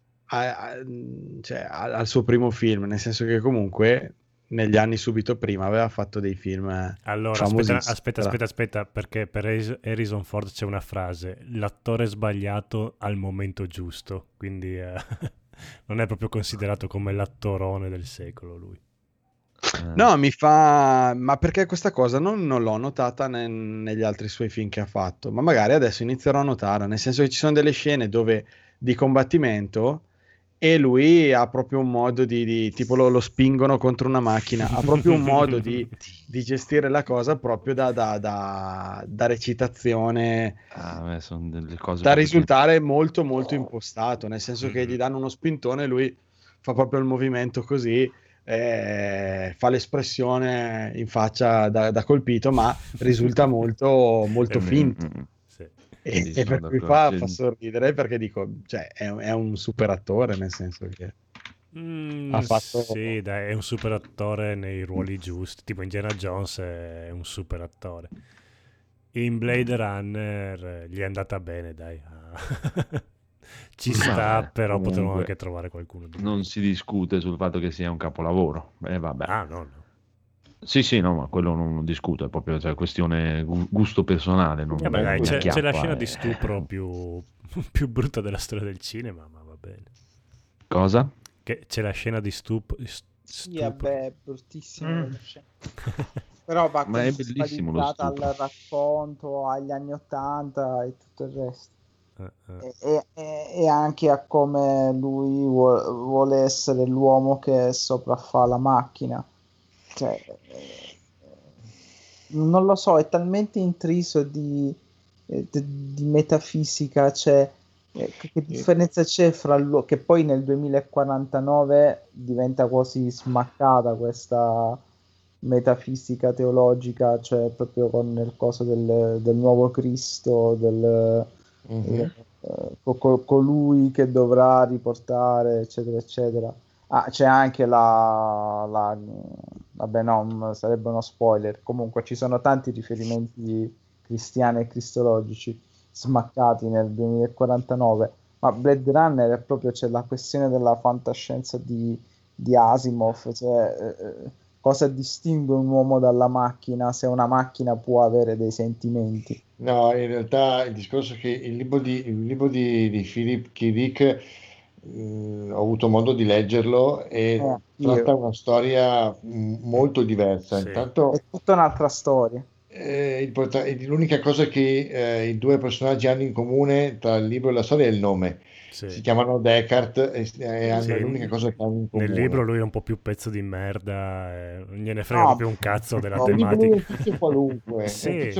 Speaker 6: al suo primo film, nel senso che comunque negli anni subito prima aveva fatto dei film
Speaker 9: aspetta, perché per Harrison Ford c'è una frase: l'attore sbagliato al momento giusto, quindi non è proprio considerato come l'attorone del secolo lui.
Speaker 6: No, ma perché questa cosa non l'ho notata negli altri suoi film che ha fatto, ma magari adesso inizierò a notare, nel senso che ci sono delle scene dove di combattimento, e lui ha proprio un modo di tipo lo spingono contro una macchina, ha proprio un modo di gestire la cosa proprio da recitazione,
Speaker 2: sono delle cose
Speaker 6: da risultare molto molto impostato, nel senso che gli danno uno spintone e lui fa proprio il movimento così, fa l'espressione in faccia da colpito, ma risulta molto molto finto. E per cui fa sorridere, perché dico, cioè, è un super attore, nel senso che ha fatto...
Speaker 9: Sì, dai, è un super attore nei ruoli giusti, tipo Indiana Jones è un super attore. In Blade Runner gli è andata bene, dai. Ci sta, però
Speaker 2: comunque,
Speaker 9: potevano anche trovare qualcuno di
Speaker 2: non si discute sul fatto che sia un capolavoro. Vabbè.
Speaker 9: Ah, no.
Speaker 2: Sì, no, ma quello non discuto, è proprio questione gusto personale.
Speaker 9: Dai, c'è la scena di stupro più brutta della storia del cinema, ma va bene.
Speaker 2: Cosa?
Speaker 9: Che c'è la scena di stupro.
Speaker 4: Sì, vabbè, bruttissima la scena. Però
Speaker 2: ma è bellissimo lo stupro.
Speaker 4: Al racconto, agli anni '80 e tutto il resto. E anche a come lui vuole essere l'uomo che sopraffa la macchina. Cioè, non lo so, è talmente intriso di metafisica, cioè, che differenza c'è fra che poi nel 2049 diventa quasi smaccata questa metafisica teologica, cioè proprio con il coso del nuovo Cristo, colui che dovrà riportare, eccetera eccetera. C'è anche vabbè, no, sarebbe uno spoiler. Comunque ci sono tanti riferimenti cristiani e cristologici smaccati nel 2049, ma Blade Runner è proprio, c'è la questione della fantascienza di Asimov, cioè cosa distingue un uomo dalla macchina, se una macchina può avere dei sentimenti.
Speaker 7: No, in realtà il discorso è che il libro di Philip K. Dick, ho avuto modo di leggerlo e tratta una storia molto diversa.
Speaker 9: Sì.
Speaker 7: Intanto
Speaker 4: è tutta un'altra storia.
Speaker 7: L'unica cosa che i due personaggi hanno in comune tra il libro e la storia è il nome.
Speaker 9: Sì.
Speaker 7: Si chiamano Descartes e hanno l'unica cosa che hanno in comune.
Speaker 9: Nel libro lui è un po' più pezzo di merda, non gliene frega proprio un cazzo della tematica.
Speaker 7: Un tizio qualunque,
Speaker 9: sì.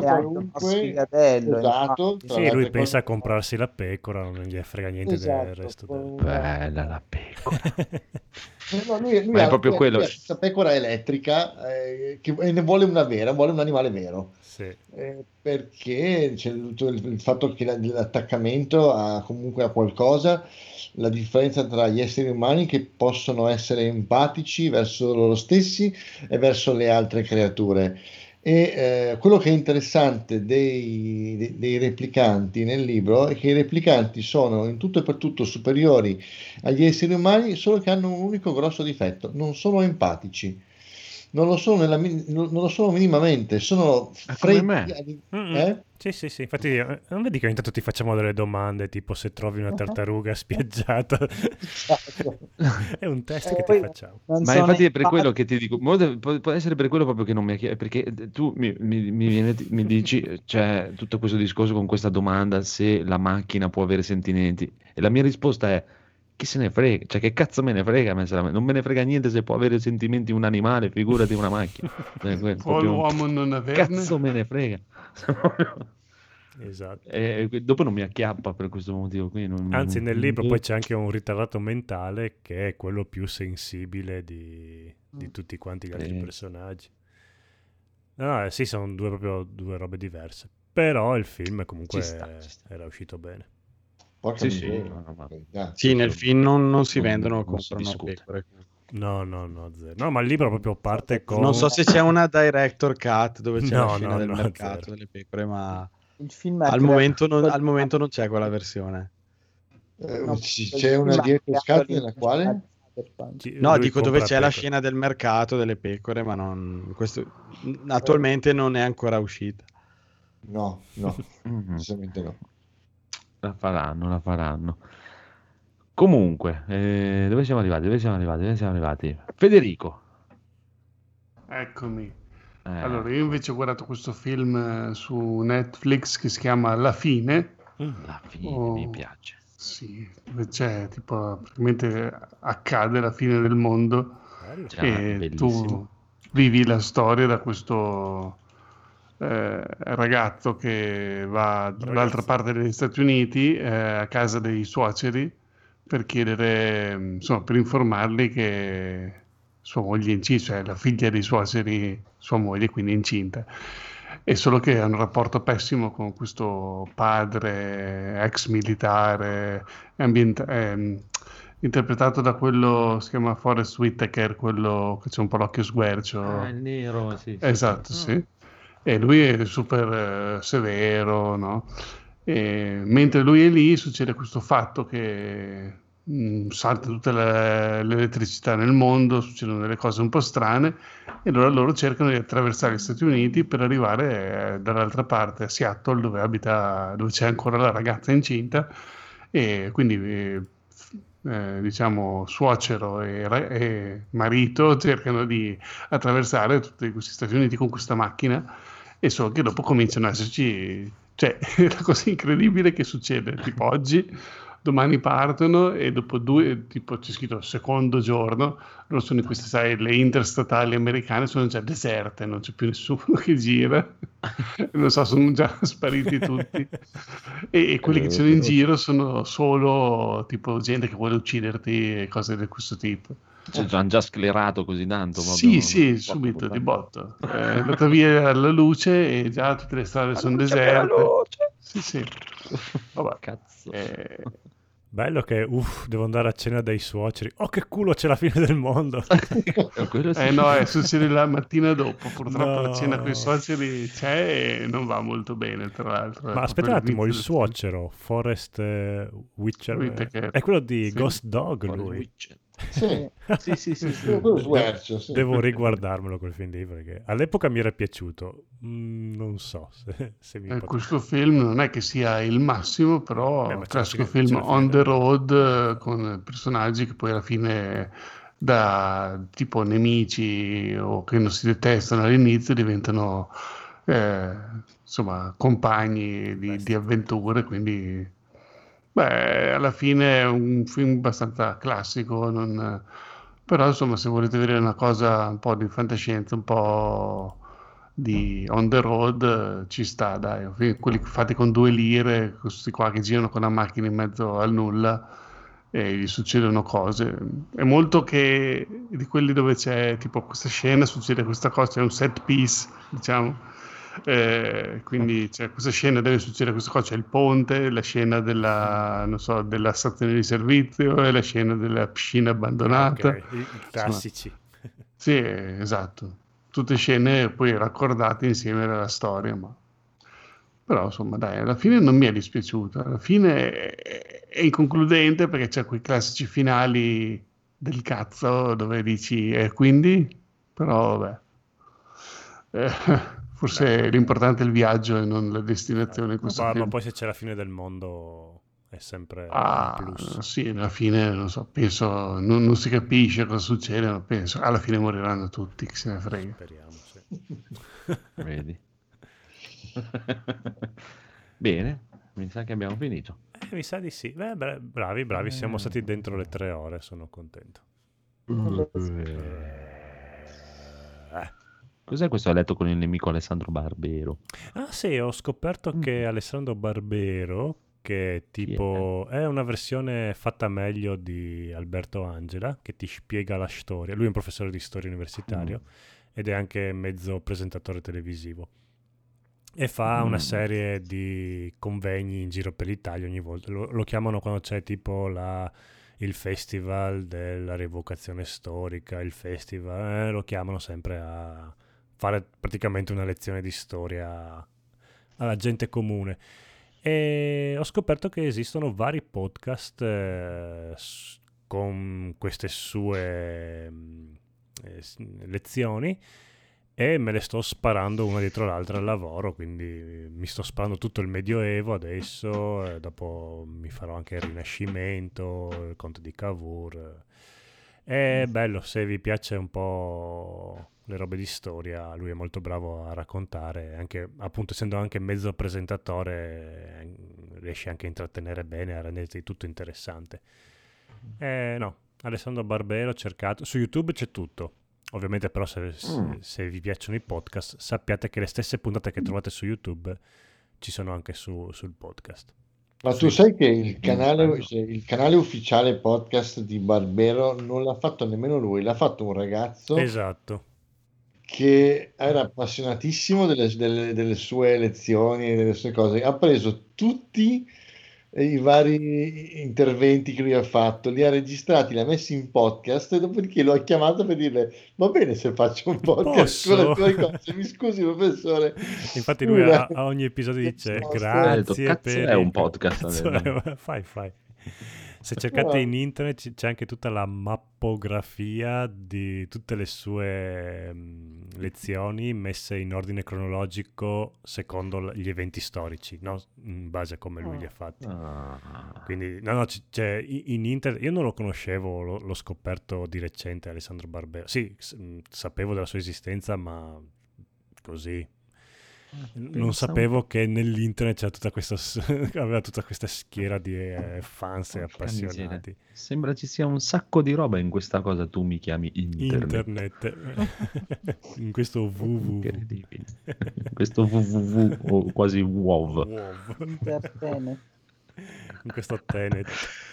Speaker 7: Usato,
Speaker 9: sì, lui pensa a comprarsi la pecora, non gli frega niente del resto.
Speaker 2: Bella la pecora.
Speaker 7: Lui
Speaker 2: ma è proprio quello.
Speaker 7: Questa pecora elettrica e ne vuole una vera, vuole un animale vero.
Speaker 9: Sì.
Speaker 7: Perché c'è il fatto che l'attaccamento comunque a qualcosa, la differenza tra gli esseri umani che possono essere empatici verso loro stessi e verso le altre creature. E quello che è interessante dei replicanti nel libro è che i replicanti sono in tutto e per tutto superiori agli esseri umani, solo che hanno un unico grosso difetto: non sono empatici. Non lo sono, non lo sono minimamente, sono freddi.
Speaker 9: Sì, infatti non vedi che ogni tanto ti facciamo delle domande tipo se trovi una tartaruga spiaggiata. Esatto. È un test che ti facciamo.
Speaker 2: Ma infatti è per quello che ti dico, può essere per quello proprio che non mi ha chiesto, perché tu mi dici, cioè, tutto questo discorso con questa domanda se la macchina può avere sentimenti, e la mia risposta è: chi se ne frega, cioè che cazzo me ne frega, non me ne frega niente se può avere sentimenti un animale, figurati una macchina.
Speaker 5: Può l'uomo non averne?
Speaker 2: Cazzo me ne frega.
Speaker 9: Esatto.
Speaker 2: Dopo non mi acchiappa per questo motivo qui.
Speaker 9: Anzi, nel libro poi c'è anche un ritardato mentale che è quello più sensibile di tutti quanti gli altri personaggi. No, sì, sono proprio due robe diverse. Però il film comunque era uscito bene.
Speaker 6: Sì, nel film non si vendono, comprano pecore.
Speaker 9: No, zero. No, ma il libro proprio parte con...
Speaker 6: Non so se c'è una director cut dove c'è la scena del mercato delle pecore, ma
Speaker 4: il film
Speaker 6: al momento non c'è quella versione.
Speaker 7: C'è una director cut nella quale?
Speaker 6: No, dico dove c'è la scena del mercato delle pecore, ma attualmente non è ancora uscita.
Speaker 7: No, decisamente no.
Speaker 2: La faranno. Comunque, dove siamo arrivati? Federico.
Speaker 5: Eccomi. Allora, io invece ho guardato questo film su Netflix che si chiama La Fine.
Speaker 2: La Fine, mi piace.
Speaker 5: Sì, dove c'è tipo praticamente accade la fine del mondo e
Speaker 2: bellissimo.
Speaker 5: tu vivi la storia da questo ragazzo che va dall'altra parte degli Stati Uniti a casa dei suoceri per chiedere, insomma, per informarli che sua moglie è incinta, cioè la figlia dei suoceri, sua moglie, quindi è incinta. È solo che ha un rapporto pessimo con questo padre ex militare, interpretato da quello si chiama Forrest Whitaker, quello che c'è un po' l'occhio sguercio.
Speaker 2: Il nero, sì.
Speaker 5: Esatto, sì. E lui è super severo, no? E mentre lui è lì succede questo fatto che salta tutta l'elettricità nel mondo, succedono delle cose un po' strane e allora loro cercano di attraversare gli Stati Uniti per arrivare dall'altra parte, a Seattle, dove c'è ancora la ragazza incinta e quindi diciamo suocero e marito cercano di attraversare tutti questi Stati Uniti con questa macchina e solo che dopo cominciano ad esserci, cioè la cosa incredibile che succede tipo oggi, domani partono e dopo tipo c'è scritto il secondo giorno, loro sono in queste, sai, le interstatali americane sono già deserte, non c'è più nessuno che gira, non so, sono già spariti tutti e quelli che sono in giro sono solo tipo gente che vuole ucciderti e cose di questo tipo.
Speaker 2: Cioè, hanno già sclerato così tanto.
Speaker 5: Sì, subito, di botto. È andata via la luce e già tutte le strade sono deserte. Sì. Vabbè.
Speaker 2: Cazzo.
Speaker 9: Bello che, devo andare a cena dai suoceri. Oh, che culo, c'è la fine del mondo.
Speaker 5: No, succede la mattina dopo. Purtroppo la cena con i suoceri c'è e non va molto bene, tra l'altro.
Speaker 9: Ma aspetta un attimo, il suocero, Forrest Whitaker, è quello di Ghost Dog, lui?
Speaker 7: Sì. Quello sguercio, sì.
Speaker 9: Devo riguardarmelo quel film lì perché all'epoca mi era piaciuto. Non so se mi
Speaker 5: questo film non è che sia il massimo, però è un classico film on the road con personaggi che poi alla fine da tipo nemici o che non si detestano all'inizio diventano insomma compagni di avventure, quindi alla fine è un film abbastanza classico, però insomma se volete vedere una cosa un po' di fantascienza, un po' di on the road, ci sta, dai. Quelli fatti con 2 lire, questi qua che girano con la macchina in mezzo al nulla e gli succedono cose. È molto che di quelli dove c'è tipo questa scena, succede questa cosa, c'è un set piece, diciamo. Quindi c'è questa scena dove succede questa cosa, c'è il ponte, la scena della stazione di servizio e la scena della piscina abbandonata.
Speaker 9: Okay, i classici.
Speaker 5: Sì, esatto. Tutte scene poi raccordate insieme alla storia, però insomma dai, alla fine non mi è dispiaciuta, alla fine è inconcludente perché c'è quei classici finali del cazzo dove dici quindi, però vabbè. Forse l'importante è il viaggio e non la destinazione in questo film.
Speaker 9: Ma poi se c'è la fine del mondo è sempre un plus.
Speaker 5: Sì, alla fine non so, penso non si capisce cosa succede, ma penso alla fine moriranno tutti, chi se ne frega.
Speaker 9: Speriamo, sì.
Speaker 2: Vedi. Bene, mi sa che abbiamo finito.
Speaker 9: Mi sa di sì. Bravi, siamo stati dentro le 3 ore, sono contento.
Speaker 2: Cos'è questo a letto con il nemico Alessandro Barbero?
Speaker 9: Ah sì, ho scoperto che Alessandro Barbero, che tipo è una versione fatta meglio di Alberto Angela, che ti spiega la storia. Lui è un professore di storia universitario ed è anche mezzo presentatore televisivo. E fa una serie di convegni in giro per l'Italia ogni volta. Lo chiamano quando c'è tipo il festival della rievocazione storica, il festival, lo chiamano sempre a fare praticamente una lezione di storia alla gente comune. E ho scoperto che esistono vari podcast con queste sue lezioni e me le sto sparando una dietro l'altra al lavoro, quindi mi sto sparando tutto il Medioevo adesso, dopo mi farò anche il Rinascimento, il Conte di Cavour. È bello, se vi piace un po' le robe di storia lui è molto bravo a raccontare, anche appunto essendo anche mezzo presentatore riesce anche a intrattenere bene, a renderti tutto interessante. No, Alessandro Barbero, cercato su YouTube, c'è tutto. Ovviamente però se vi piacciono i podcast sappiate che le stesse puntate che trovate su YouTube ci sono anche sul podcast.
Speaker 7: Ma tu sai che il canale ufficiale podcast di Barbero non l'ha fatto nemmeno lui, l'ha fatto un ragazzo
Speaker 9: Esatto.
Speaker 7: che era appassionatissimo delle sue lezioni, delle sue cose. Ha preso tutti i vari interventi che lui ha fatto, li ha registrati, li ha messi in podcast e dopodiché lo ha chiamato per dirle: va bene se faccio un podcast con le tue cose, mi scusi professore.
Speaker 9: Infatti lui a ogni episodio dice grazie per
Speaker 2: è un podcast.
Speaker 9: Fai. Se cercate in internet c'è anche tutta la mappografia di tutte le sue lezioni messe in ordine cronologico secondo gli eventi storici, no? In base a come lui li ha fatti. Quindi c'è in internet, io non lo conoscevo, l'ho scoperto di recente, Alessandro Barbero. Sì, sapevo della sua esistenza, ma così. Non sapevo che nell'internet c'era aveva tutta questa schiera di fans e appassionati.
Speaker 2: Sembra ci sia un sacco di roba in questa cosa, tu mi chiami internet.
Speaker 9: In questo www.
Speaker 2: Incredibile. Questo www o quasi wow.
Speaker 9: In questo Tenet.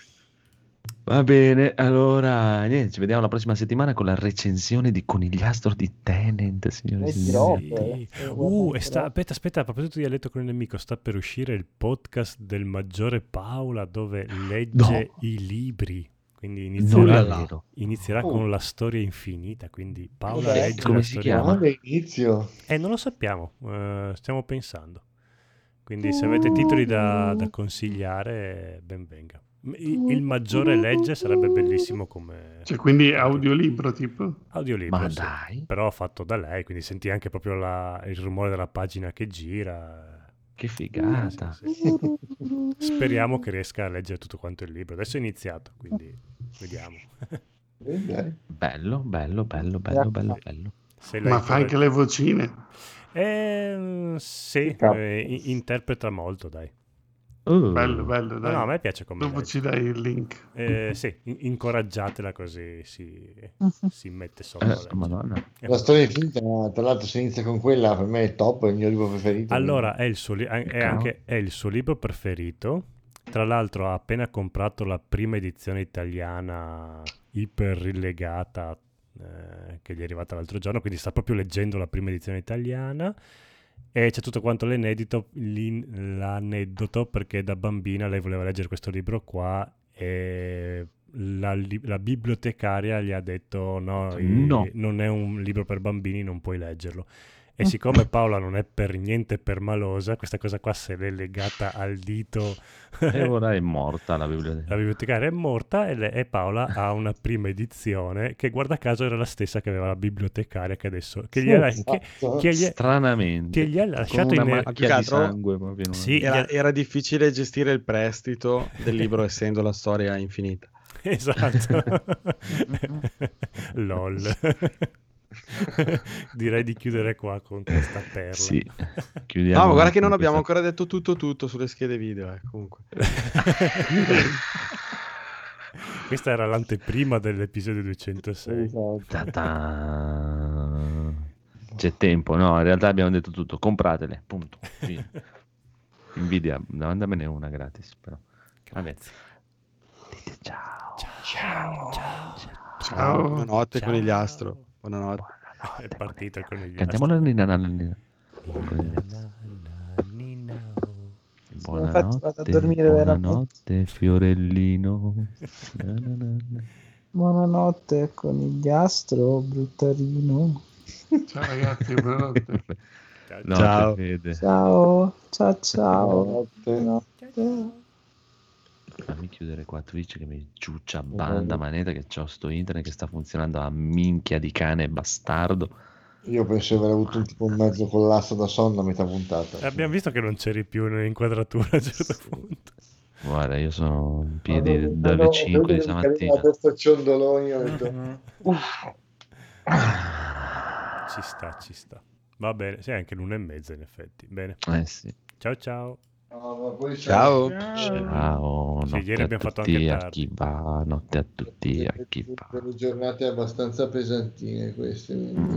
Speaker 2: Va bene, allora niente, ci vediamo la prossima settimana con la recensione di Conigliastro di Tenet, signore e signori.
Speaker 9: Aspetta, a proposito di A letto con il nemico, sta per uscire il podcast del Maggiore Paola dove legge i libri, quindi inizierà con la storia infinita, quindi Paola legge
Speaker 2: come
Speaker 9: la
Speaker 2: si
Speaker 9: storia.
Speaker 2: chiama?
Speaker 7: Inizio.
Speaker 9: Non lo sappiamo, stiamo pensando, quindi se avete titoli da consigliare ben venga. Il Maggiore legge sarebbe bellissimo come...
Speaker 5: Cioè, quindi audiolibro tipo?
Speaker 9: Audiolibro,
Speaker 2: Ma
Speaker 9: sì.
Speaker 2: dai.
Speaker 9: Però fatto da lei, quindi senti anche proprio il rumore della pagina che gira.
Speaker 2: Che figata.
Speaker 9: Sì. Speriamo che riesca a leggere tutto quanto il libro. Adesso è iniziato, quindi vediamo.
Speaker 2: Bello.
Speaker 5: Ma fa anche le vocine?
Speaker 9: Sì, interpreta molto, dai.
Speaker 5: Bello, dai.
Speaker 9: No, a me piace come
Speaker 5: dopo ci dai il link.
Speaker 9: Sì, incoraggiatela così si mette sopra.
Speaker 2: Madonna.
Speaker 7: La storia infinita, tra l'altro, se inizia con quella, per me è top, è il mio libro preferito.
Speaker 9: Allora, è il suo libro preferito. Tra l'altro ha appena comprato la prima edizione italiana iper rilegata che gli è arrivata l'altro giorno, quindi sta proprio leggendo la prima edizione italiana. E c'è tutto quanto l'aneddoto perché da bambina lei voleva leggere questo libro qua e la bibliotecaria gli ha detto no, non è un libro per bambini, non puoi leggerlo. E siccome Paola non è per niente permalosa, questa cosa qua se l'è legata al dito.
Speaker 2: E ora è morta la biblioteca.
Speaker 9: La bibliotecaria è morta e Paola ha una prima edizione che guarda caso era la stessa che aveva la bibliotecaria che adesso...
Speaker 2: Stranamente.
Speaker 9: Che gli ha lasciato
Speaker 2: con una macchia di sangue. Proprio
Speaker 6: sì, era difficile gestire il prestito del libro essendo la storia infinita.
Speaker 9: Esatto. LOL. Direi di chiudere qua con questa perla.
Speaker 2: Sì, chiudiamo.
Speaker 6: No, ma guarda che non abbiamo ancora detto tutto sulle schede video, comunque.
Speaker 9: Questa era l'anteprima dell'episodio 206.
Speaker 2: C'è tempo, no? In realtà abbiamo detto tutto. Compratele, punto. Nvidia, mandamene una gratis, però. Vabbè. Dite ciao.
Speaker 6: Buonanotte conigliastro. Buonanotte.
Speaker 9: È partita il conigliastro.
Speaker 2: Cantiamo la Nina. Buonanotte, Fiorellino.
Speaker 4: Buonanotte, conigliastro, bruttarino.
Speaker 5: Ciao ragazzi, buonanotte.
Speaker 2: Ciao.
Speaker 4: Ciao.
Speaker 2: Buonanotte. Fammi chiudere qua Twitch che mi ciuccia banda manetta, che c'ho sto internet che sta funzionando a minchia di cane bastardo.
Speaker 7: Io penso di aver avuto un mezzo collasso da sonno a metà puntata.
Speaker 9: Abbiamo visto che non c'eri più nell'inquadratura a un certo punto.
Speaker 2: Guarda, io sono in piedi dalle 5 di stamattina.
Speaker 7: Adesso ciondoloni, ho detto...
Speaker 9: Ci sta. Va bene, sei anche l'1:30 in effetti. Bene.
Speaker 2: Sì.
Speaker 9: Ciao ciao.
Speaker 6: Ciao.
Speaker 2: Ciao.
Speaker 9: Sì,
Speaker 2: Notte
Speaker 9: ieri
Speaker 2: a
Speaker 9: abbiamo fatto
Speaker 2: tutti,
Speaker 9: anche
Speaker 2: a
Speaker 9: tardi.
Speaker 2: chi va, notte a tutti, a chi va.
Speaker 7: Delle giornate abbastanza pesantine queste.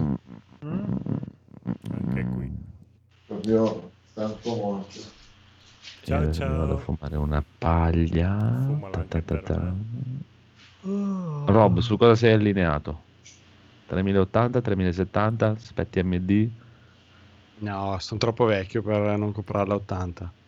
Speaker 9: Anche qui.
Speaker 7: Proprio stanco morto.
Speaker 9: Ciao,
Speaker 2: Io
Speaker 9: ciao.
Speaker 2: vado a fumare una paglia.
Speaker 9: Fumala anche per
Speaker 2: Rob, su cosa sei allineato? 3080, 3070, aspetti AMD?
Speaker 6: No, sono troppo vecchio per non comprarla 80.